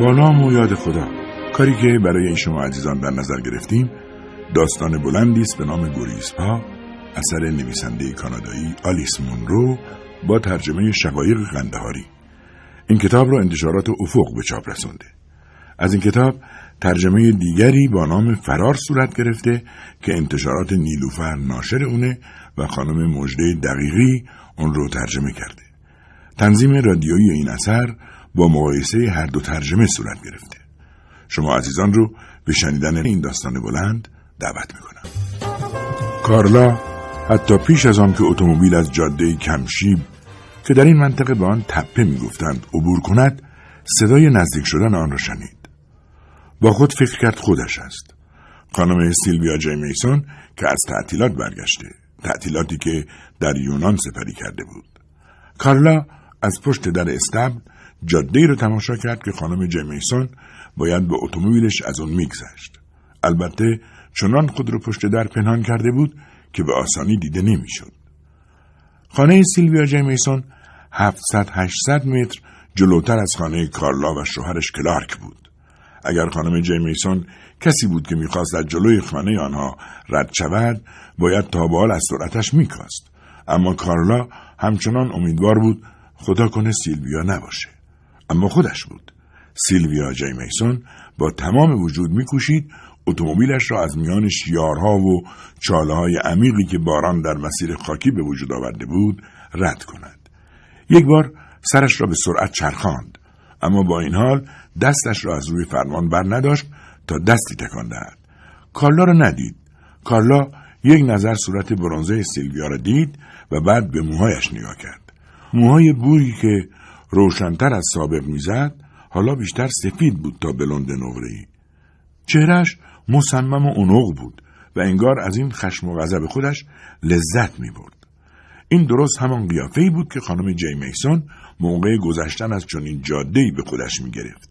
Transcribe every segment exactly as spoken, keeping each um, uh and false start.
با نام و یاد خدا. کاری که برای این شما عزیزان در نظر گرفتیم داستان بلندی است به نام گریزپا، اثر نویسنده کانادایی آلیس مونرو با ترجمه شقایق قندهاری. این کتاب را انتشارات افق به چاپ رسانده. از این کتاب ترجمه دیگری با نام فرار صورت گرفته که انتشارات نیلوفر ناشر اونه و خانم مژده دقیقی اون رو ترجمه کرده. تنظیم رادیویی این اثر با مقایسه هر دو ترجمه صورت گرفته. شما عزیزان رو به شنیدن این داستان بلند دعوت میکنم. کارلا حتی پیش از آن که اتومبیل از جاده کمشیب که در این منطقه به آن تپه میگفتند عبور کند، صدای نزدیک شدن آن را شنید. با خود فکر کرد خودش است. خانم سیلویا جی میسون که از تعطیلات برگشته، تعطیلاتی که در یونان سپری کرده بود. کارلا از پشت در استبل جاده‌ای رو تماشا کرد که خانم جی میسون باید با اتومبیلش از اون میگذشت. البته چنان خود رو پشت در پنهان کرده بود که به آسانی دیده نمیشد. خانه سیلویا جی میسون هفتصد هشتصد متر جلوتر از خانه کارلا و شوهرش کلارک بود. اگر خانم جی میسون کسی بود که میخواست از جلوی خانه آنها رد شود، باید تا به حال از سرعتش میکاست. اما کارلا همچنان امیدوار بود خدا کنه سیلویا نباشه. اما خودش بود. سیلویا جی میسون با تمام وجود میکوشید اتومبیلش را از میان شیارها و چاله‌های عمیقی که باران در مسیر خاکی به وجود آورده بود رد کند. یک بار سرش را به سرعت چرخاند، اما با این حال دستش را از روی فرمان بر نداشت تا دستی تکان دهد. کارلا را ندید. کارلا یک نظر صورت برنزه سیلویا را دید و بعد به موهایش نگاه کرد. موهای بویی که روشن‌تر از سابق میزد حالا بیشتر سفید بود تا بلوند نقره‌ای. چهرهش مصمم و اونق بود و انگار از این خشم و غضب خودش لذت می‌برد. این درست همان قیافه‌ای بود که خانم جی میسون موقع گذشتن از چنین جاده‌ای به خودش می‌گرفت.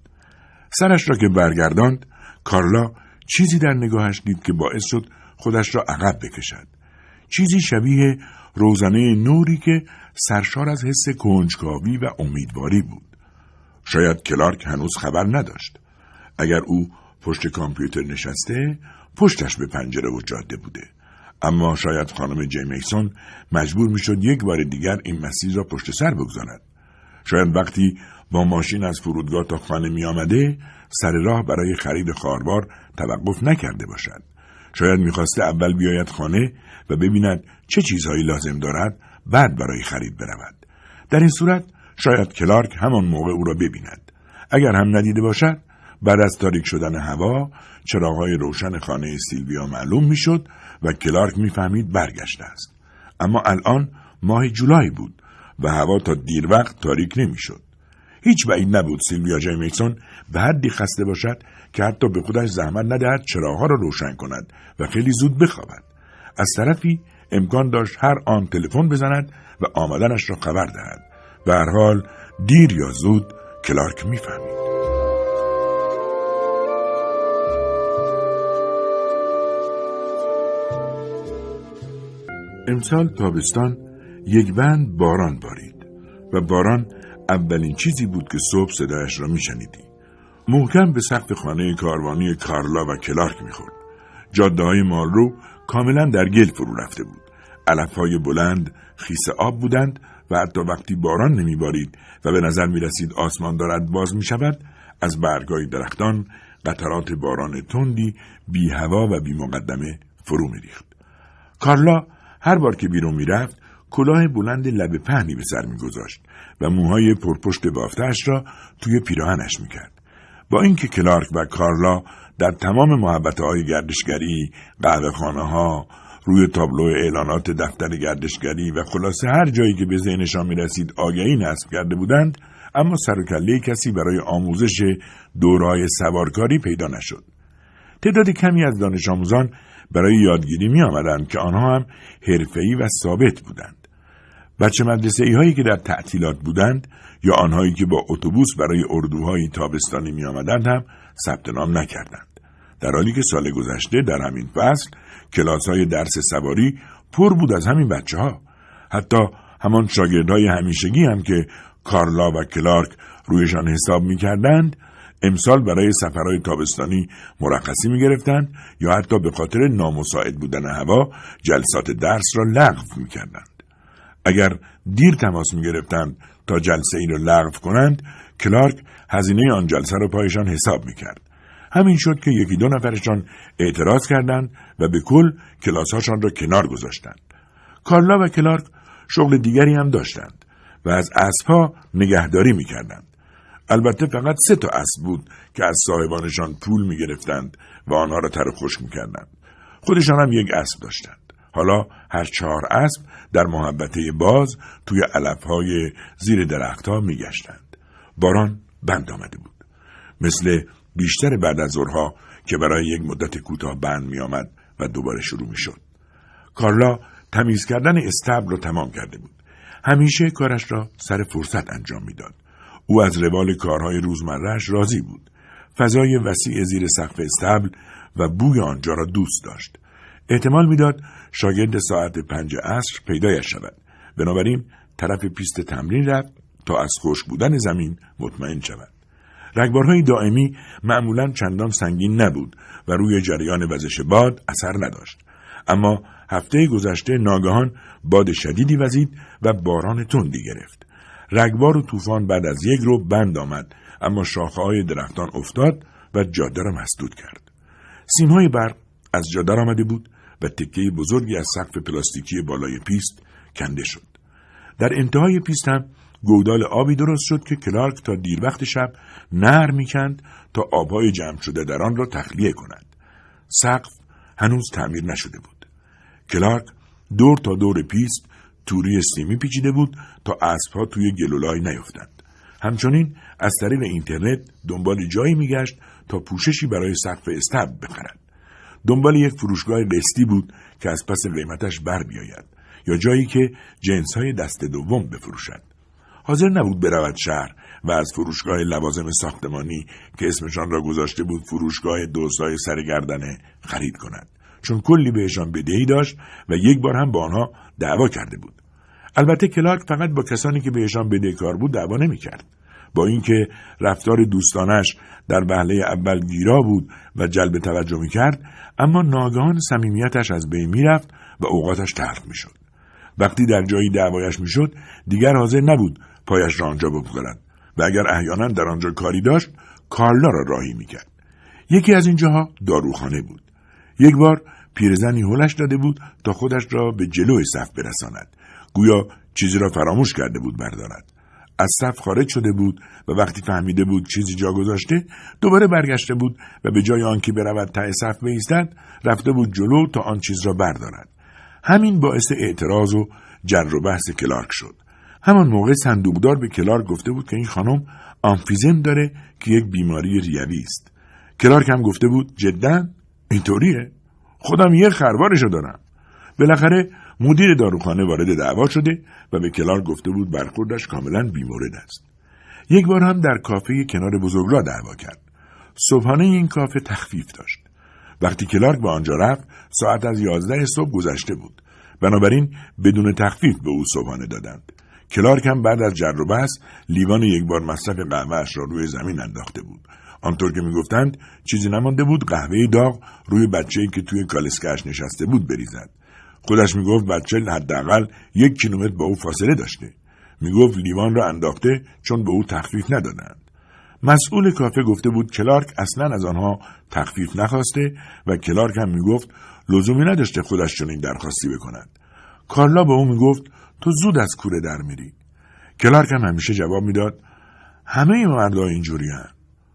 سرش را که برگرداند، کارلا چیزی در نگاهش دید که باعث شد خودش را عقب بکشد. چیزی شبیه روزنه نوری که سرشار از حس کنجکاوی و امیدواری بود. شاید کلارک هنوز خبر نداشت. اگر او پشت کامپیوتر نشسته، پشتش به پنجره و جاده بوده. اما شاید خانم جی میسون مجبور میشد یک بار دیگر این مسیر را پشت سر بگذارد. شاید وقتی با ماشین از فرودگاه تا خانه می آمده، سر راه برای خرید خاربار توقف نکرده باشد. شاید میخواسته اول بیاید خانه و ببیند چه چیزهایی لازم دارد، بعد برای خرید برود. در این صورت شاید کلارک همان موقع او را ببیند. اگر هم ندیده باشد، بعد از تاریک شدن هوا چراغ‌های روشن خانه سیلویا معلوم میشد و کلارک میفهمید برگشته است. اما الان ماه جولای بود و هوا تا دیر وقت تاریک نمیشد. هیچ بعید نبود سیلویا جی میسون به حدی خسته باشد که حتی به خودش زحمت ندهد چراغ‌ها را روشن کند و خیلی زود بخوابد. از طرفی امکان داشت هر آن تلفن بزند و آمدنش را خبر دهد. به هر حال دیر یا زود کلارک میفهمید. امسال تابستان یک بند باران بارید و باران اولین چیزی بود که صبح صدایش را میشنیدی. محکم به سقف خانه کاروانی کارلا و کلارک میخورد. جاده‌های مالرو کاملا در گل فرو رفته بود. علف‌های بلند خیس آب بودند و حتی وقتی باران نمیبارید و به نظر میرسید آسمان دارد باز میشود، از برگ‌های درختان قطرات باران تندی بی هوا و بی مقدمه فرو میریخت. کارلا هر بار که بیرون میرفت کلاه بلند لبه پهنی به سر میگذاشت و موهای پرپشت بافته‌اش را توی پیراهنش میکرد. با اینکه کلارک و کارلا در تمام محوطه‌های گردشگری، قهوه‌خانه‌ها، روی تابلو اعلانات دفتر گردشگری و خلاصه هر جایی که به ذهنشان میرسید آگهی نصب کرده بودند، اما سر و کله کسی برای آموزش دوره‌های سوارکاری پیدا نشد. تعداد کمی از دانش آموزان برای یادگیری می آمدند که آنها هم حرفه‌ای و ثابت بودند. بچه مدرسه‌ای هایی که در تعطیلات بودند یا آنهایی که با اتوبوس برای اردوهای تابستانی می آمدند هم ثبت نام نکردند. در حالی که سال گذشته در همین فصل کلاس‌های درس سواری پر بود از همین بچه‌ها. حتی همان شاگردهای همیشگی هم که کارلا و کلارک رویشان حساب می‌کردند، امسال برای سفرهای تابستانی مرخصی می گرفتند یا حتی به خاطر نامساعد بودن هوا جلسات درس را لغو می کردند. اگر دیر تماس می گرفتند تا جلسه ای را لغو کنند، کلارک هزینه آن جلسه را پایشان حساب می کرد. همین شد که یکی دو نفرشان اعتراض کردند و به کل کلاسهاشان را کنار گذاشتند. کارلا و کلارک شغل دیگری هم داشتند و از اسبها نگهداری می کردند. البته فقط سه تا اسب بود که از صاحبانشان پول می گرفتند و آنها را تر و خشک می کردند. خودشان هم یک اسب داشتند. حالا هر چهار اسب در محبته باز توی علفهای زیر درختها می گشتند. باران بند آمده بود. مثل بیشتر بعد از ظهرها که برای یک مدت کوتاه بند می آمد و دوباره شروع می شد. کارلا تمیز کردن استبل را تمام کرده بود. همیشه کارش را سر فرصت انجام می داد. او از روال کارهای روزمره‌اش راضی بود. فضای وسیع زیر سقف استبل و بوی آنجا را دوست داشت. احتمال میداد شاگرد ساعت پنج عصر پیدایش شود. بنابراین طرف پیست تمرین رفت تا از خشک بودن زمین مطمئن شود. رگبارهای دائمی معمولاً چندان سنگین نبود و روی جریان وزش باد اثر نداشت. اما هفته گذشته ناگهان باد شدیدی وزید و باران تندی گرفت. رگبار و طوفان بعد از یک رو بند آمد، اما شاخه‌های درختان افتاد و جاده را مسدود کرد. سیم‌های برق از جاده آمده بود و تکه بزرگی از سقف پلاستیکی بالای پیست کنده شد. در انتهای پیست هم گودال آبی درست شد که کلارک تا دیر وقت شب نهر می‌کند تا آب‌های جمع شده در آن را تخلیه کند. سقف هنوز تعمیر نشده بود. کلارک دور تا دور پیست توری سیمی پیچیده بود تا اسب‌ها توی گلولای نیفتند. همچنین از طریق اینترنت دنبال جایی میگشت تا پوششی برای سقف استبل بخرد. دنبال یک فروشگاه قسطی بود که از پس قیمتش بر بیاید یا جایی که جنس‌های دست دوم بفروشد. حاضر نبود برود شهر و از فروشگاه لوازم ساختمانی که اسمشان را گذاشته بود فروشگاه دزدای سرگردنه خرید کند، چون کلی بهشان بدهی داشت و یک بار هم با آنها دعوا کرده بود. البته کلارک فقط با کسانی که بهشان بدهکار بود دعوا نمی‌کرد. با اینکه رفتار دوستانش در وهله اول گیرا بود و جلب توجه می‌کرد، اما ناگهان صمیمیتش از بین می‌رفت و اوقاتش تلخ می‌شد. وقتی در جایی دعوایش می‌شد، دیگر حاضر نبود پایش را آنجا بگذارد و اگر احیانا در آنجا کاری داشت، کارلا را راهی می‌کرد. یکی از این جاها داروخانه بود. یک بار پیرزنی هلش داده بود تا خودش را به جلوی صف برساند. گویا چیزی را فراموش کرده بود بردارد. از صف خارج شده بود و وقتی فهمیده بود چیزی جا گذاشته، دوباره برگشته بود و به جای آنکه برود ته صف بایستد، رفته بود جلو تا آن چیز را بردارد. همین باعث اعتراض و جر و بحث کلارک شد. همان موقع صندوقدار به کلارک گفته بود که این خانم آمفیزم داره که یک بیماری ریوی است. کلارک هم گفته بود جداً اینطوریه؟ خودم یه خروارشو دارم. بالاخره مدیر داروخانه وارد دعوا شده و به کلارک گفته بود برخوردش کاملا بیمورد است. یک بار هم در کافه کنار بزرگراه دعوا کرد. صبحانه این کافه تخفیف داشت. وقتی کلارک به آنجا رفت، ساعت از یازده صبح گذشته بود. بنابراین بدون تخفیف به او صبحانه دادند. کلارک هم بعد از جر و بحث لیوان یک بار مصرف قهوه‌اش را روی زمین انداخته بود. آنطور که میگفتند چیزی نمانده بود قهوه داغ روی بچه‌ای که توی کالسکه‌اش نشسته بود بریزد. خودش میگفت بچه حداقل یک کیلومتر با او فاصله داشته. میگفت لیوان را انداخته چون به او تخفیف ندادند. مسئول کافه گفته بود کلارک اصلاً از آنها تخفیف نخواسته و کلارک هم میگفت لزومی نداشته خودش چنین درخواستی بکند. کارلا به او میگفت تو زود از کوره در میری. کلارک هم همیشه جواب میداد همه مردها اینجوریان.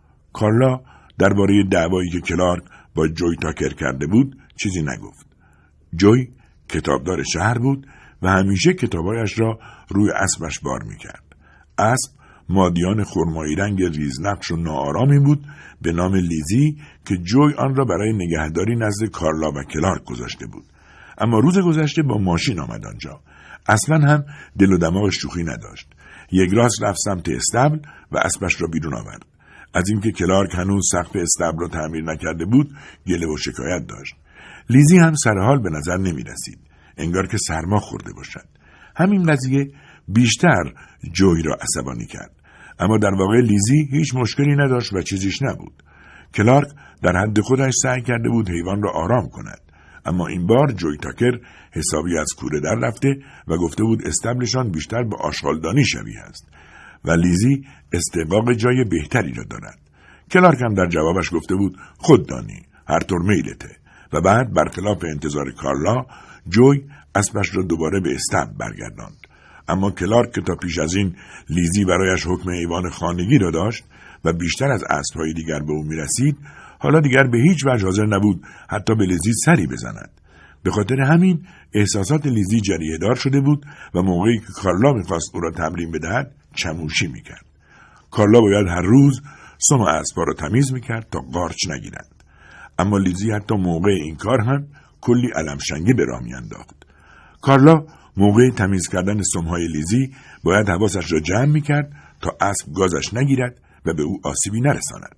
کارلا درباره دعوایی که کلارک با جوی تاکر کرده بود چیزی نگفت. جوی کتابدار شهر بود و همیشه کتابایش را روی اسبش بار میکرد. اسب مادیان خرمایی رنگ ریزنقش و ناآرامی بود به نام لیزی که جوی آن را برای نگهداری نزد کارلا و کلارک گذاشته بود. اما روز گذشته با ماشین آمد آنجا. اصلا هم دل و دماغ شوخی نداشت. یک راست رفت سمت استبل و اسبش را بیرون آورد. از اینکه کلارک هنوز سقف استبل را تعمیر نکرده بود گله و شکایت داشت. لیزی هم سرحال به نظر نمی رسید. انگار که سرما خورده باشد. همین قضیه بیشتر جوی را عصبانی کرد. اما در واقع لیزی هیچ مشکلی نداشت و چیزیش نبود. کلارک در حد خودش سعی کرده بود حیوان را آرام کند، اما این بار جوی تاکر حسابی از کوره در رفته و گفته بود استبلشان بیشتر به آشغالدانی شبیه است و لیزی استحقاق جای بهتری را دارد. کلارک هم در جوابش گفته بود خود دانی، هر طور میلته. و بعد برخلاف انتظار کارلا، جوی اسبش را دوباره به استبل برگرداند. اما کلارک که تا پیش از این لیزی برایش حکم حیوان خانگی را داشت و بیشتر از اسب‌های دیگر به او می‌رسید، حالا دیگر به هیچ وجه حاضر نبود حتی به لیزی سری بزند. به خاطر همین احساسات لیزی جریه دار شده بود و موقعی که کارلا می‌خواست او را تمرین بدهد چموشی می‌کرد. کارلا باید هر روز سم اسب‌ها را تمیز می‌کرد تا قارچ نگیرند. اما لیزی حتی موقع این کار هم کلی علمشنگی به راه می‌انداخت. کارلا موقع تمیز کردن سمهای لیزی باید حواسش را جمع می‌کرد تا اسب گازش نگیرد و به او آسیبی نرساند.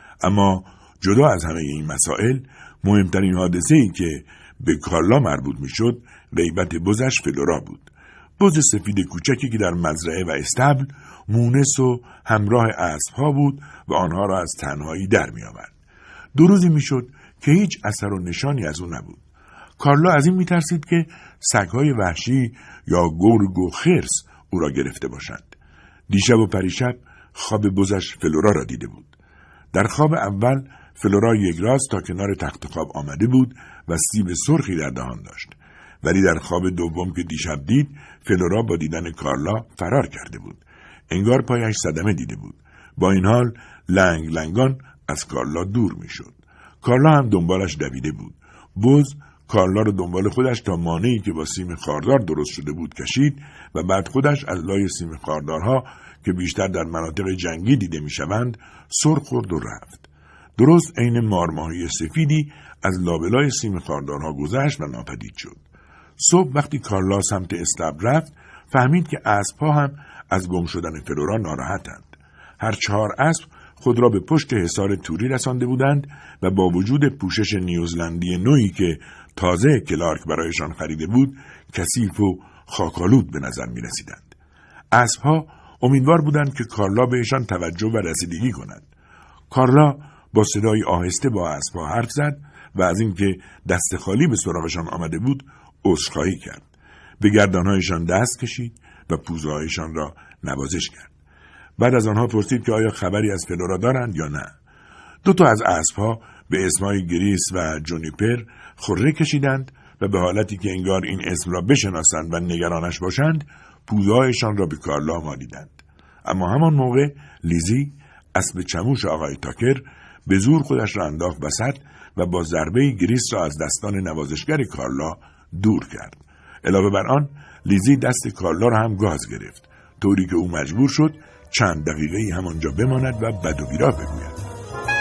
اما جدا از همه این مسائل، مهمترین حادثه‌ای که به کارلا مربوط می‌شد، غیبت بزش فلورا بود. بز سفید کوچکی که در مزرعه و استبل مونس و همراه اسب‌ها بود و آنها را از تنهایی در می‌آورد. دو روزی می‌شد که هیچ اثر و نشانی از او نبود. کارلا از این می‌ترسید که سگ‌های وحشی یا گرگ و خرس او را گرفته باشند. دیشب و پریشب خواب بزش فلورا را دیده بود. در خواب اول فلورا یک راست تا کنار تخت خواب آمده بود و سیب سرخی در دهان داشت. ولی در خواب دوم که دیشب دید، فلورا با دیدن کارلا فرار کرده بود. انگار پایش صدمه دیده بود. با این حال لنگ لنگان از کارلا دور می شد. کارلا هم دنبالش دویده بود. بز کارلا رو دنبال خودش تا مانعی که با سیم خاردار درست شده بود کشید و بعد خودش از لای سیم خاردارها که بیشتر در مناطق جنگی دیده می شوند سر خورد و رفت. درست عین مارماهی سفیدی از لابلای سیم خاردارها گذشت و ناپدید شد. صبح وقتی کارلا سمت استبل رفت، فهمید که اسب‌ها هم از گم شدن فلورا ناراحتند. هر چهار اسب خود را به پشت حصار توری رسانده بودند و با وجود پوشش نیوزلندی نوعی که تازه کلارک برایشان خریده بود، کثیف و خاکالود به نظر می رسیدند. اسب‌ها امیدوار بودند که کارلا بهشان توجه و رسیدگی کند. کارلا با صدای آهسته با اسب‌ها حرف زد و از اینکه دست خالی به سراغشان آمده بود عذرخواهی کرد. به گردنهایشان دست کشید و پوزهایشان را نوازش کرد. بعد از آنها پرسید که آیا خبری از فلورا دارند یا نه. دو تا از اسب‌ها به اسمای گریس و جونیپر خره کشیدند و به حالتی که انگار این اسم را بشناسند و نگرانش باشند، پوزهایشان را به کارلا مالیدند. اما همان موقع لیزی اسب چموش آقای تاکر به زور خودش را انداخت وسط و با ضربه گریس را از دستان نوازشگر کارلا دور کرد. علاوه بر آن لیزی دست کارلا را هم گاز گرفت، طوری که او مجبور شد چند دقیقه‌ای همانجا بماند و بد و بیراه بگوید.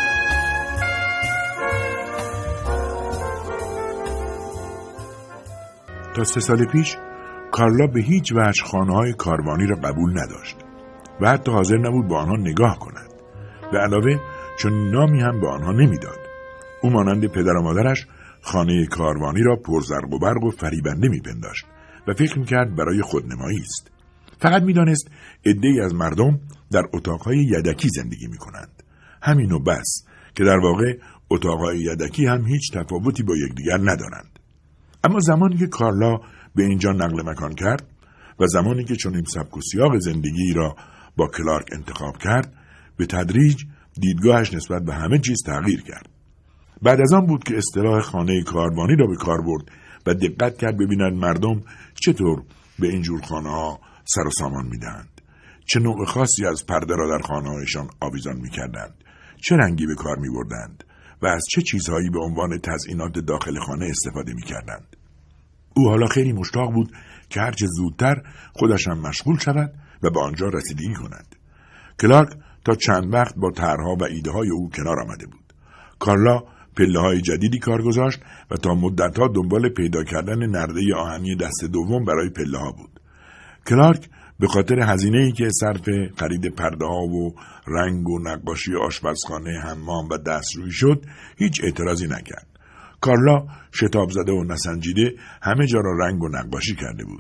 تا سه سال پیش کارلا به هیچ وجه خانه‌های کاروانی را قبول نداشت و حتی حاضر نبود با آنها نگاه کند. به علاوه چون نامی هم به آنها نمیداد. او مانند پدر و مادرش خانه کاروانی را پرزرق و برق و فریبنده میپنداشت و فکر میکرد برای خودنمایی است. فقط میدانست عده‌ای از مردم در اتاقهای یدکی زندگی میکنند. همین و بس که در واقع اتاقهای یدکی هم هیچ تفاوتی با یکدیگر ندارند. اما زمانی که کارلا به اینجا نقل مکان کرد و زمانی که چنین سبک و سیاق زندگی را با کلارک انتخاب کرد، به تدریج دیدگاهش نسبت به همه چیز تغییر کرد. بعد از آن بود که اصطلاح خانه کاروانی را به کار برد و دقت کرد ببیند مردم چطور به اینجور خانه ها سر و سامان میدهند، چه نوع خاصی از پرده را در خانه هایشان آویزان میکردند، چه رنگی به کار میبردند و از چه چیزهایی به عنوان تزئینات داخل خانه استفاده میکردند. او حالا خیلی مشتاق بود که هرچه زودتر خودش هم مشغول شود و به آنجا رسیدگی کند. کلارک تا چند وقت با طرح‌ها و ایده‌های او کنار آمده بود. کارلا پله‌های جدیدی کار گذاشت و تا مدت‌ها دنبال پیدا کردن نرده آهنی دست دوم برای پله‌ها بود. کلارک به خاطر هزینه‌ای که صرف خرید پرده‌ها و رنگ و نقاشی آشپزخانه، حمام و دستشویی شد، هیچ اعتراضی نکرد. کارلا شتاب زده و نسنجیده همه جا را رنگ و نقاشی کرده بود.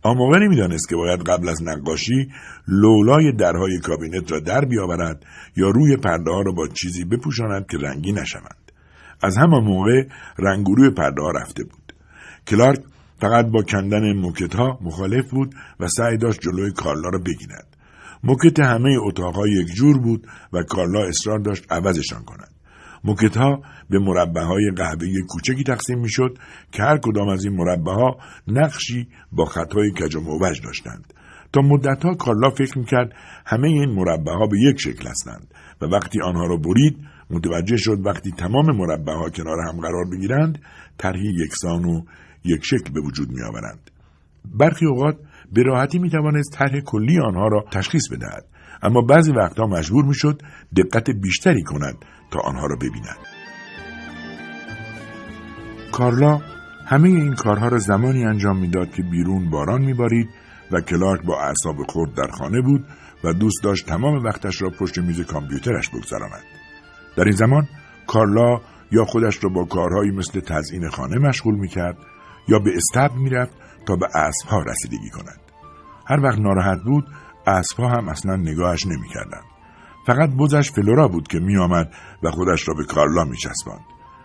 آموقه نمیدانست که باید قبل از نقاشی لولای درهای کابینت را در بیاورد یا روی پرده ها را با چیزی بپوشاند که رنگی نشوند. از همان موقع رنگ و روی پرده ها رفته بود. کلارک فقط با کندن موکت ها مخالف بود و سعی داشت جلوی کارلا را بگیرد. موکت همه اتاقها یک جور بود و کارلا اصرار داشت عوضشان کند. موکت ها به مربع های قهوه‌ای کوچکی تقسیم می شد که هر کدام از این مربع ها نقشی با خطهای کج و موج داشتند. تا مدت ها کارلا فکر می کرد همه این مربع ها به یک شکل هستند و وقتی آنها را برید متوجه شد وقتی تمام مربع ها کنار هم قرار بگیرند طرحی یکسان و یک شکل به وجود می آورند. برخی اوقات به راحتی می توانست طرح کلی آنها را تشخیص بدهد، اما بعضی وقتها مجبور می شد دقت بیشتری کند تا آنها را ببیند. کارلا همه این کارها را زمانی انجام میداد که بیرون باران میبارید و کلارک با اعصاب خرد در خانه بود و دوست داشت تمام وقتش را پشت میز کامپیوترش بگذراند. در این زمان کارلا یا خودش را با کارهایی مثل تزیین خانه مشغول میکرد یا به استبل میرفت تا به اسبها رسیدگی کند. هر وقت ناراحت بود اسبها هم اصلا نگاهش نمیکردند. فقط بزش فلورا بود که می آمد و خودش را به کارلا می چسباند.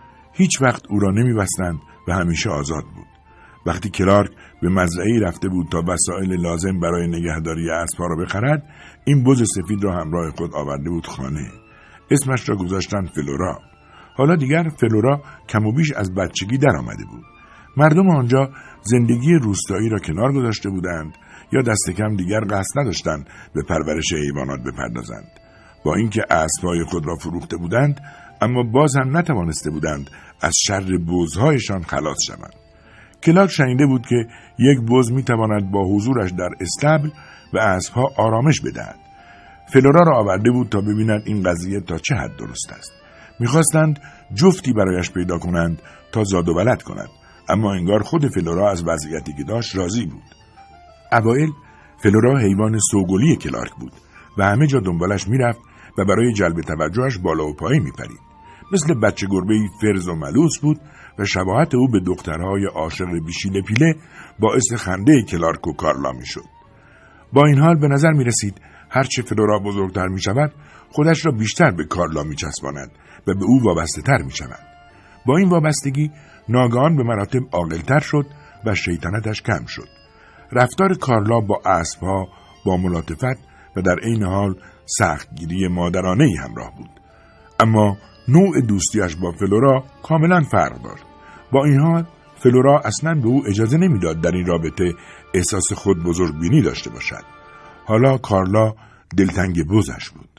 هیچ وقت او را نمی بستند و همیشه آزاد بود. وقتی کلارک به مزرعه‌ای رفته بود تا وسایل لازم برای نگهداری اسب‌ها را بخرد، این بز سفید را همراه خود آورده بود خانه. اسمش را گذاشتند فلورا. حالا دیگر فلورا کم و بیش از بچگی در آمده بود. مردم آنجا زندگی روستایی را کنار گذاشته بودند یا دست کم دیگر قصد نداشتند به پرورش حیوانات بپردازند. با اینکه اسب‌های خود را فروخته بودند، اما باز هم نتوانسته بودند از شر بزهایشان خلاص شوند. کلارک شنیده بود که یک بز میتواند با حضورش در استبل و اسب‌ها آرامش بدهد. فلورا را آورده بود تا ببیند این قضیه تا چه حد درست است. میخواستند جفتی برایش پیدا کنند تا زاد و ولد کند، اما انگار خود فلورا از وضعیتی که داشت راضی بود. اوایل فلورا حیوان سوگلی کلارک بود و همه جا دنبالش میرفت و برای جلب توجهش بالا و پایین میپرید. مثل بچه گربه‌ای فرز و ملوس بود و شباهت او به دخترهای عاشق بیشیله پیله باعث خنده کلارک و کارلا میشد. با این حال به نظر میرسید هرچه فلورا بزرگتر میشود خودش را بیشتر به کارلا میچسباند و به او وابسته تر میشود. با این وابستگی ناگهان به مراتب عاقل‌تر شد و شیطنتش کم شد. رفتار کارلا با اسب‌ها با ملاطفت و در عین حال سختگیری مادرانه‌ای همراه بود. اما نوع دوستیش با فلورا کاملا فرق داشت. با این حال فلورا اصلاً به او اجازه نمیداد در این رابطه احساس خود بزرگبینی داشته باشد. حالا کارلا دلتنگ بزش بود.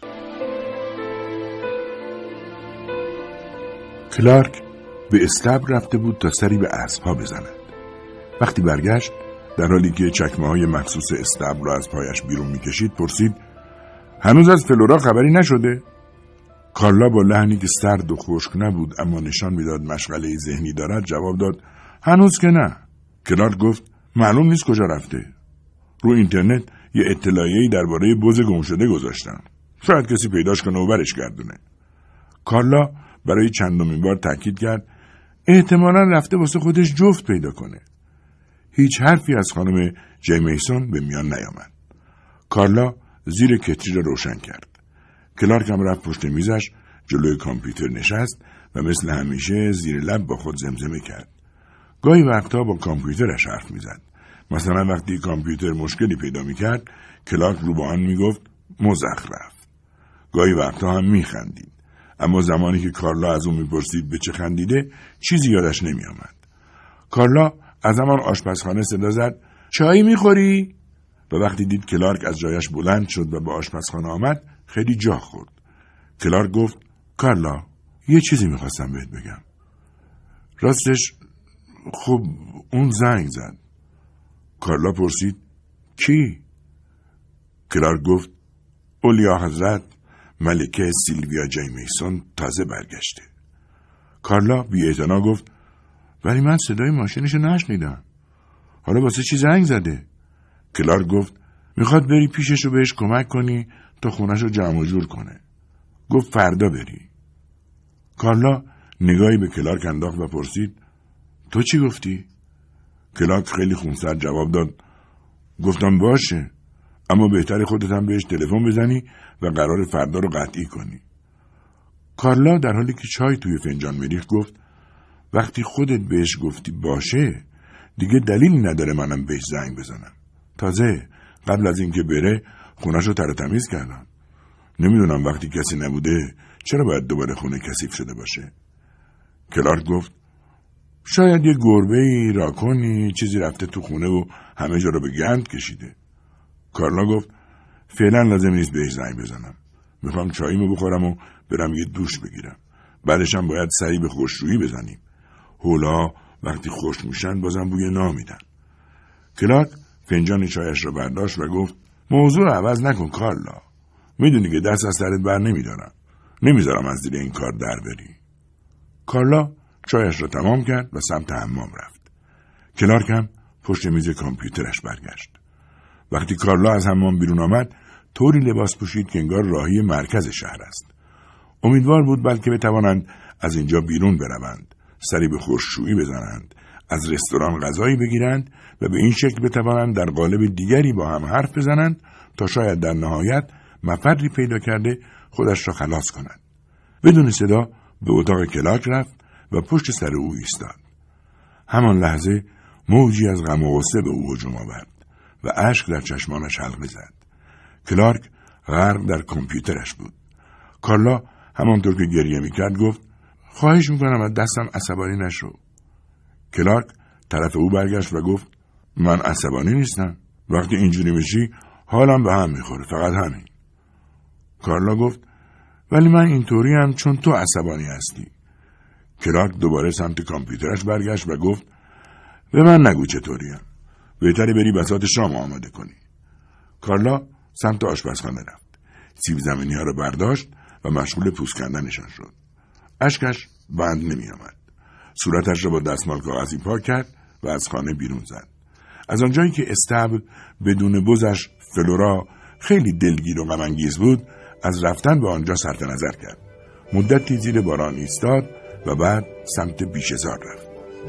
کلارک به استبل رفته بود تا سری به اسب‌ها بزند. وقتی برگشت در حالی که چکمه‌های مخصوص استبل را از پایش بیرون می‌کشید پرسید: هنوز از فلورا خبری نشده؟ کارلا با لحنی که سرد و خشک نبود اما نشان میداد مشغله ذهنی دارد جواب داد: هنوز که نه. کلارک گفت: معلوم نیست کجا رفته. رو اینترنت یه اطلاعیه‌ای درباره بز گم شده گذاشتن. شاید کسی پیداش کنه و برش گردونه. کارلا برای چندمین بار تاکید کرد: احتمالاً رفته واسه خودش جفت پیدا کنه. هیچ حرفی از خانم جیمیسون به میان نیامد. کارلا زیر کتری را روشن کرد. کلارک هم رفت پشت میزش، جلوی کامپیوتر نشست و مثل همیشه زیر لب با خود زمزمه کرد. گاهی وقتا با کامپیوترش حرف میزد. مثلا وقتی کامپیوتر مشکلی پیدا میکرد، کلارک رو با آن میگفت مزخرف. گاهی وقتا هم میخندید. اما زمانی که کارلا از اون میپرسید به چه خندیده، چیزی یادش نمیآمد. کارلا از همان آشپزخانه صدا زد: چایی میخوری؟ و وقتی دید کلارک از جایش بلند شد و به آشپزخانه آمد، خیلی جا خورد. کلارک گفت: کارلا، یه چیزی میخواستم بهت بگم. راستش خب اون زنگ زد. کارلا پرسید: کی؟ کلارک گفت: اولیا حضرت ملکه سیلویا جیمیسون تازه برگشته. کارلا بی اعتنا گفت: ولی من صدای ماشینشو نشنیدم. حالا واسه چی زنگ زده؟ کلارک گفت: میخواد بری پیششو بهش کمک کنی تا خونهشو جمع و جور کنه. گفت فردا بری. کارلا نگاهی به کلارک انداخت و پرسید: تو چی گفتی؟ کلارک خیلی خونسرد جواب داد: گفتم باشه، اما بهتر خودت هم بهش تلفن بزنی و قرار فردا رو قطعی کنی. کارلا در حالی که چای توی فنجان میریخت گفت وقتی خودت بهش گفتی باشه دیگه دلیلی نداره منم بهش زنگ بزنم. تازه قبل از اینکه بره خونه‌شو تر و تمیز کردم. نمیدونم وقتی کسی نبوده چرا باید دوباره خونه کثیف شده باشه. کلارک گفت شاید یه گربه‌ای، راکونی، چیزی رفته تو خونه و همه جا رو به گند کشیده. کارلا گفت فعلا لازم نیست بهش زنگ بزنم. میخوام چاییمو بخورم و برم یه دوش بگیرم. بعدش هم باید سری به خشکشویی بزنیم. هولا وقتی خشک میشن بازم بوی نان میدن. کلارک فنجان چایش رو برداشت و گفت موضوع رو عوض نکن کارلا. میدونی که دست از سرت بر نمیدارم. نمیذارم از زیر این کار در بری. کارلا چایش رو تمام کرد و سمت حمام رفت. کلارک هم پشت میز کامپیوترش برگشت. وقتی کارلا از حمام بیرون آمد طوری لباس پوشید که انگار راهی مرکز شهر است. امیدوار بود بلکه بتوانند از اینجا بیرون بروند، سری به خشکشویی بزنند، از رستوران غذایی بگیرند و به این شکل بتوانند در قالب دیگری با هم حرف بزنند تا شاید در نهایت مفری پیدا کرده خودش را خلاص کنند. بدون صدا به اتاق کلارک رفت و پشت سر او ایستاد. همان لحظه موجی از غم و غصه به او هجوم آورد و اشک در چشمانش حلقه زد. کلارک غرق در کامپیوترش بود. کارلا همانطور که گریه میکرد گفت خواهش میکنم از دستم عصبانی نشو. کلارک طرف او برگشت و گفت من عصبانی نیستم. وقتی اینجوری میشی حالم به هم میخوره، فقط همین. کارلا گفت ولی من اینطوری هم چون تو عصبانی هستی. کلارک دوباره سمت کامپیوترش برگشت و گفت به من نگو چطوریم. بهتره بری بساط شام آماده کنی. کارلا سمت آشپزخانه رفت. سیب زمینی ها رو برداشت و مشغول پوست کندنشان شد. اشکش بند نمی آمد. صورتش را با دستمال کاغذی پاک کرد و از خانه بیرون زد. از آنجایی که استبل بدون بزش فلورا خیلی دلگیر و غم‌انگیز بود، از رفتن به آنجا صرف نظر کرد. مدتی زیر باران ایستاد و بعد سمت بیشه‌زار رفت.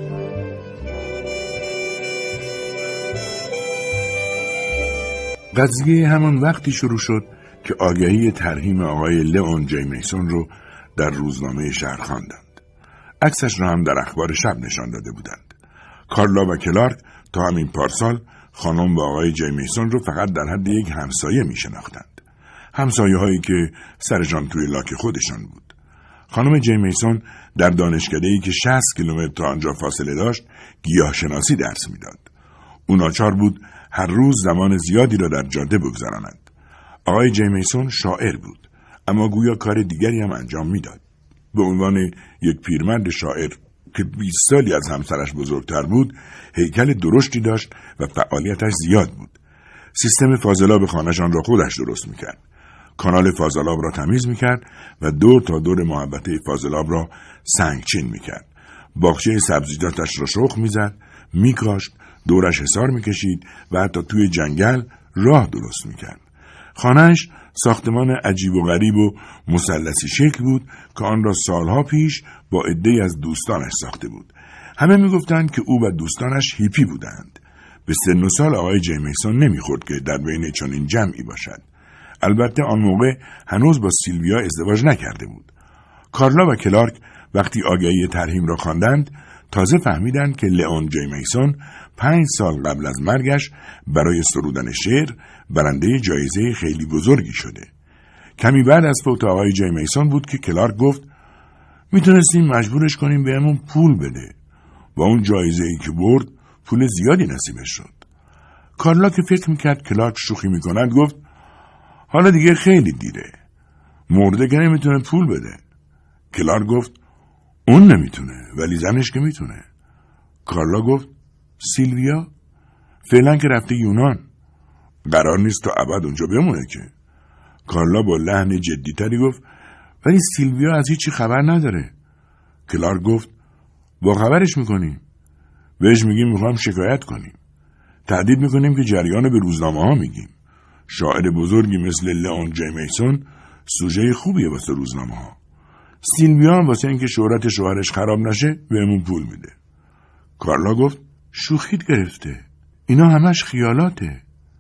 قضیه همان وقتی شروع شد که آگهی ترحیم آقای لئون جی میسون رو در روزنامه شهر خواندند. عکسش را هم در اخبار شب نشان داده بودند. کارلا و کلارک تا همین پارسال خانم و آقای جی میسون رو فقط در حد یک همسایه می شناختند. همسایه هایی که سرشان توی لاک خودشان بود. خانم جی میسون در دانشکده‌ای که شصت کیلومتر تا آنجا فاصله داشت گیاهشناسی درس میداد. او ناچار بود هر روز زمان زیادی را در جاده بگذراند. آقای جی میسون شاعر بود، اما گویا کار دیگری هم انجام میداد. به عنوان یک پیرمرد شاعر که بیست سالی از همسرش بزرگتر بود، هیکل درشتی داشت و فعالیتش زیاد بود. سیستم فاضلاب خانه‌شان را خودش درست میکرد. کانال فاضلاب را تمیز میکرد و دور تا دور محوطه فاضلاب را سنگچین میکرد. باغچه سبزیجاتش را شخم میزد، میکاشت، دورش حصار میکشید و حتی توی جنگل راه درست میکرد. خانه‌اش ساختمان عجیب و غریب و مثلثی شکل بود که آن را سالها پیش با عده‌ای از دوستانش ساخته بود. همه میگفتند که او و دوستانش هیپی بودند. به سن و سال آقای جی میسون نمیخورد که در بین چنین جمعی باشد. البته آن موقع هنوز با سیلویا ازدواج نکرده بود. کارلا و کلارک وقتی آگهی ترحیم را خواندند تازه فهمیدند که لئون جی میسون پنج سال قبل از مرگش برای سرودن شعر برنده جایزه خیلی بزرگی شده. کمی بعد از فوت آقای جی میسون بود که کلارک گفت میتونستیم مجبورش کنیم بهمون پول بده. با اون جایزه ای که برد پول زیادی نصیبش شد. کارلا که فکر میکرد کلارک شوخی میکند گفت حالا دیگه خیلی دیره. مرده که نمیتونه پول بده. کلارک گفت اون نمیتونه ولی زنش که میتونه. کارلا گفت سیلویا فعلا که رفته یونان، قرار نیست تا ابد اونجا بمونه که. کارلا با لحن جدیتری گفت ولی سیلویا از هیچی خبر نداره. کلارک گفت با خبرش میکنیم. بهش میگیم میخوام شکایت کنیم. تهدید میکنیم که جریان به روزنامه ها میگیم. شاعر بزرگی مثل لئون جی میسون سوژه خوبیه واسه روزنامه ها. سیلویا هم واسه اینکه شهرت شوهرش خراب نشه بهمون پول میده. کارلا گفت شوخیت گرفته. اینا همش خیالاته.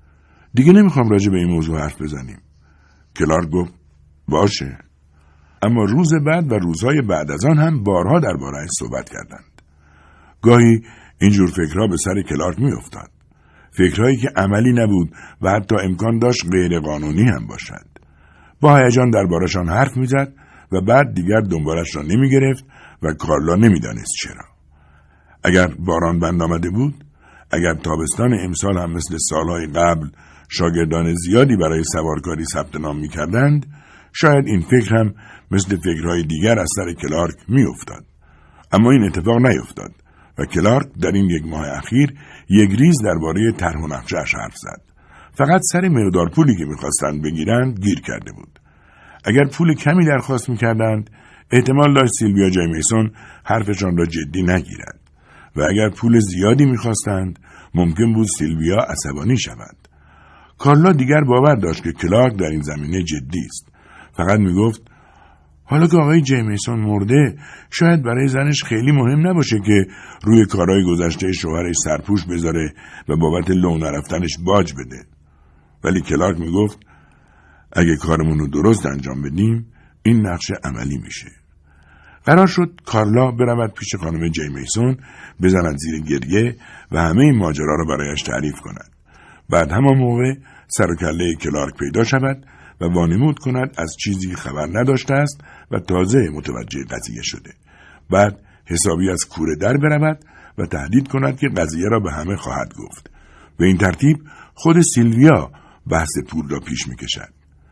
دیگه نمیخوام راجع به این موضوع حرف بزنیم. کلارک گفت باشه. اما روز بعد و روزهای بعد از آن هم بارها درباره‌اش صحبت کردند. گاهی اینجور فکرها به سر کلارک میافتاد. فکرهایی که عملی نبود و حتی امکان داشت غیر قانونی هم باشد. با هیجان درباره‌شان حرف میزد و بعد دیگر دنبالش را نمیگرفت و کارلا نمیدانست چرا. اگر باران بند آمده بود، اگر تابستان امسال هم مثل سالهای قبل شاگردان زیادی برای سوارکاری ثبت نام می‌کردند، شاید این فکر هم مثل فکرهای دیگر از سر کلارک می‌افتاد. اما این اتفاق نیفتاد و کلارک در این یک ماه اخیر یک ریز درباره طرح و نقشه‌اش حرف زد. فقط سر مقدار پولی که می‌خواستند بگیرند گیر کرده بود. اگر پول کمی درخواست می‌کردند، احتمال داشت سیلویا جی میسون حرفشان را جدی نگیرد و اگر پول زیادی می‌خواستند، ممکن بود سیلویا عصبانی شود. کارلا دیگر باور داشت که کلارک در این زمینه جدی است. فقط میگفت حالا که آقای جی میسون مرده، شاید برای زنش خیلی مهم نباشه که روی کارهای گذشته شوهرش سرپوش بذاره و بابت لو نرفتنش باج بده. ولی کلارک میگفت اگه کارمون رو درست انجام بدیم، این نقشه عملی میشه. قرار شد کارلا برود پیش خانم جی میسون، بزند زیر گریه و همه این ماجرا رو برایش تعریف کند. بعد همان موقع سر و کله کلارک پیدا شود و وانمود کند از چیزی خبر نداشته است و تازه متوجه قضیه شده. بعد حسابی از کوره در برود و تهدید کند که قضیه را به همه خواهد گفت. به این ترتیب خود سیلویا بحث پول را پیش میکشد.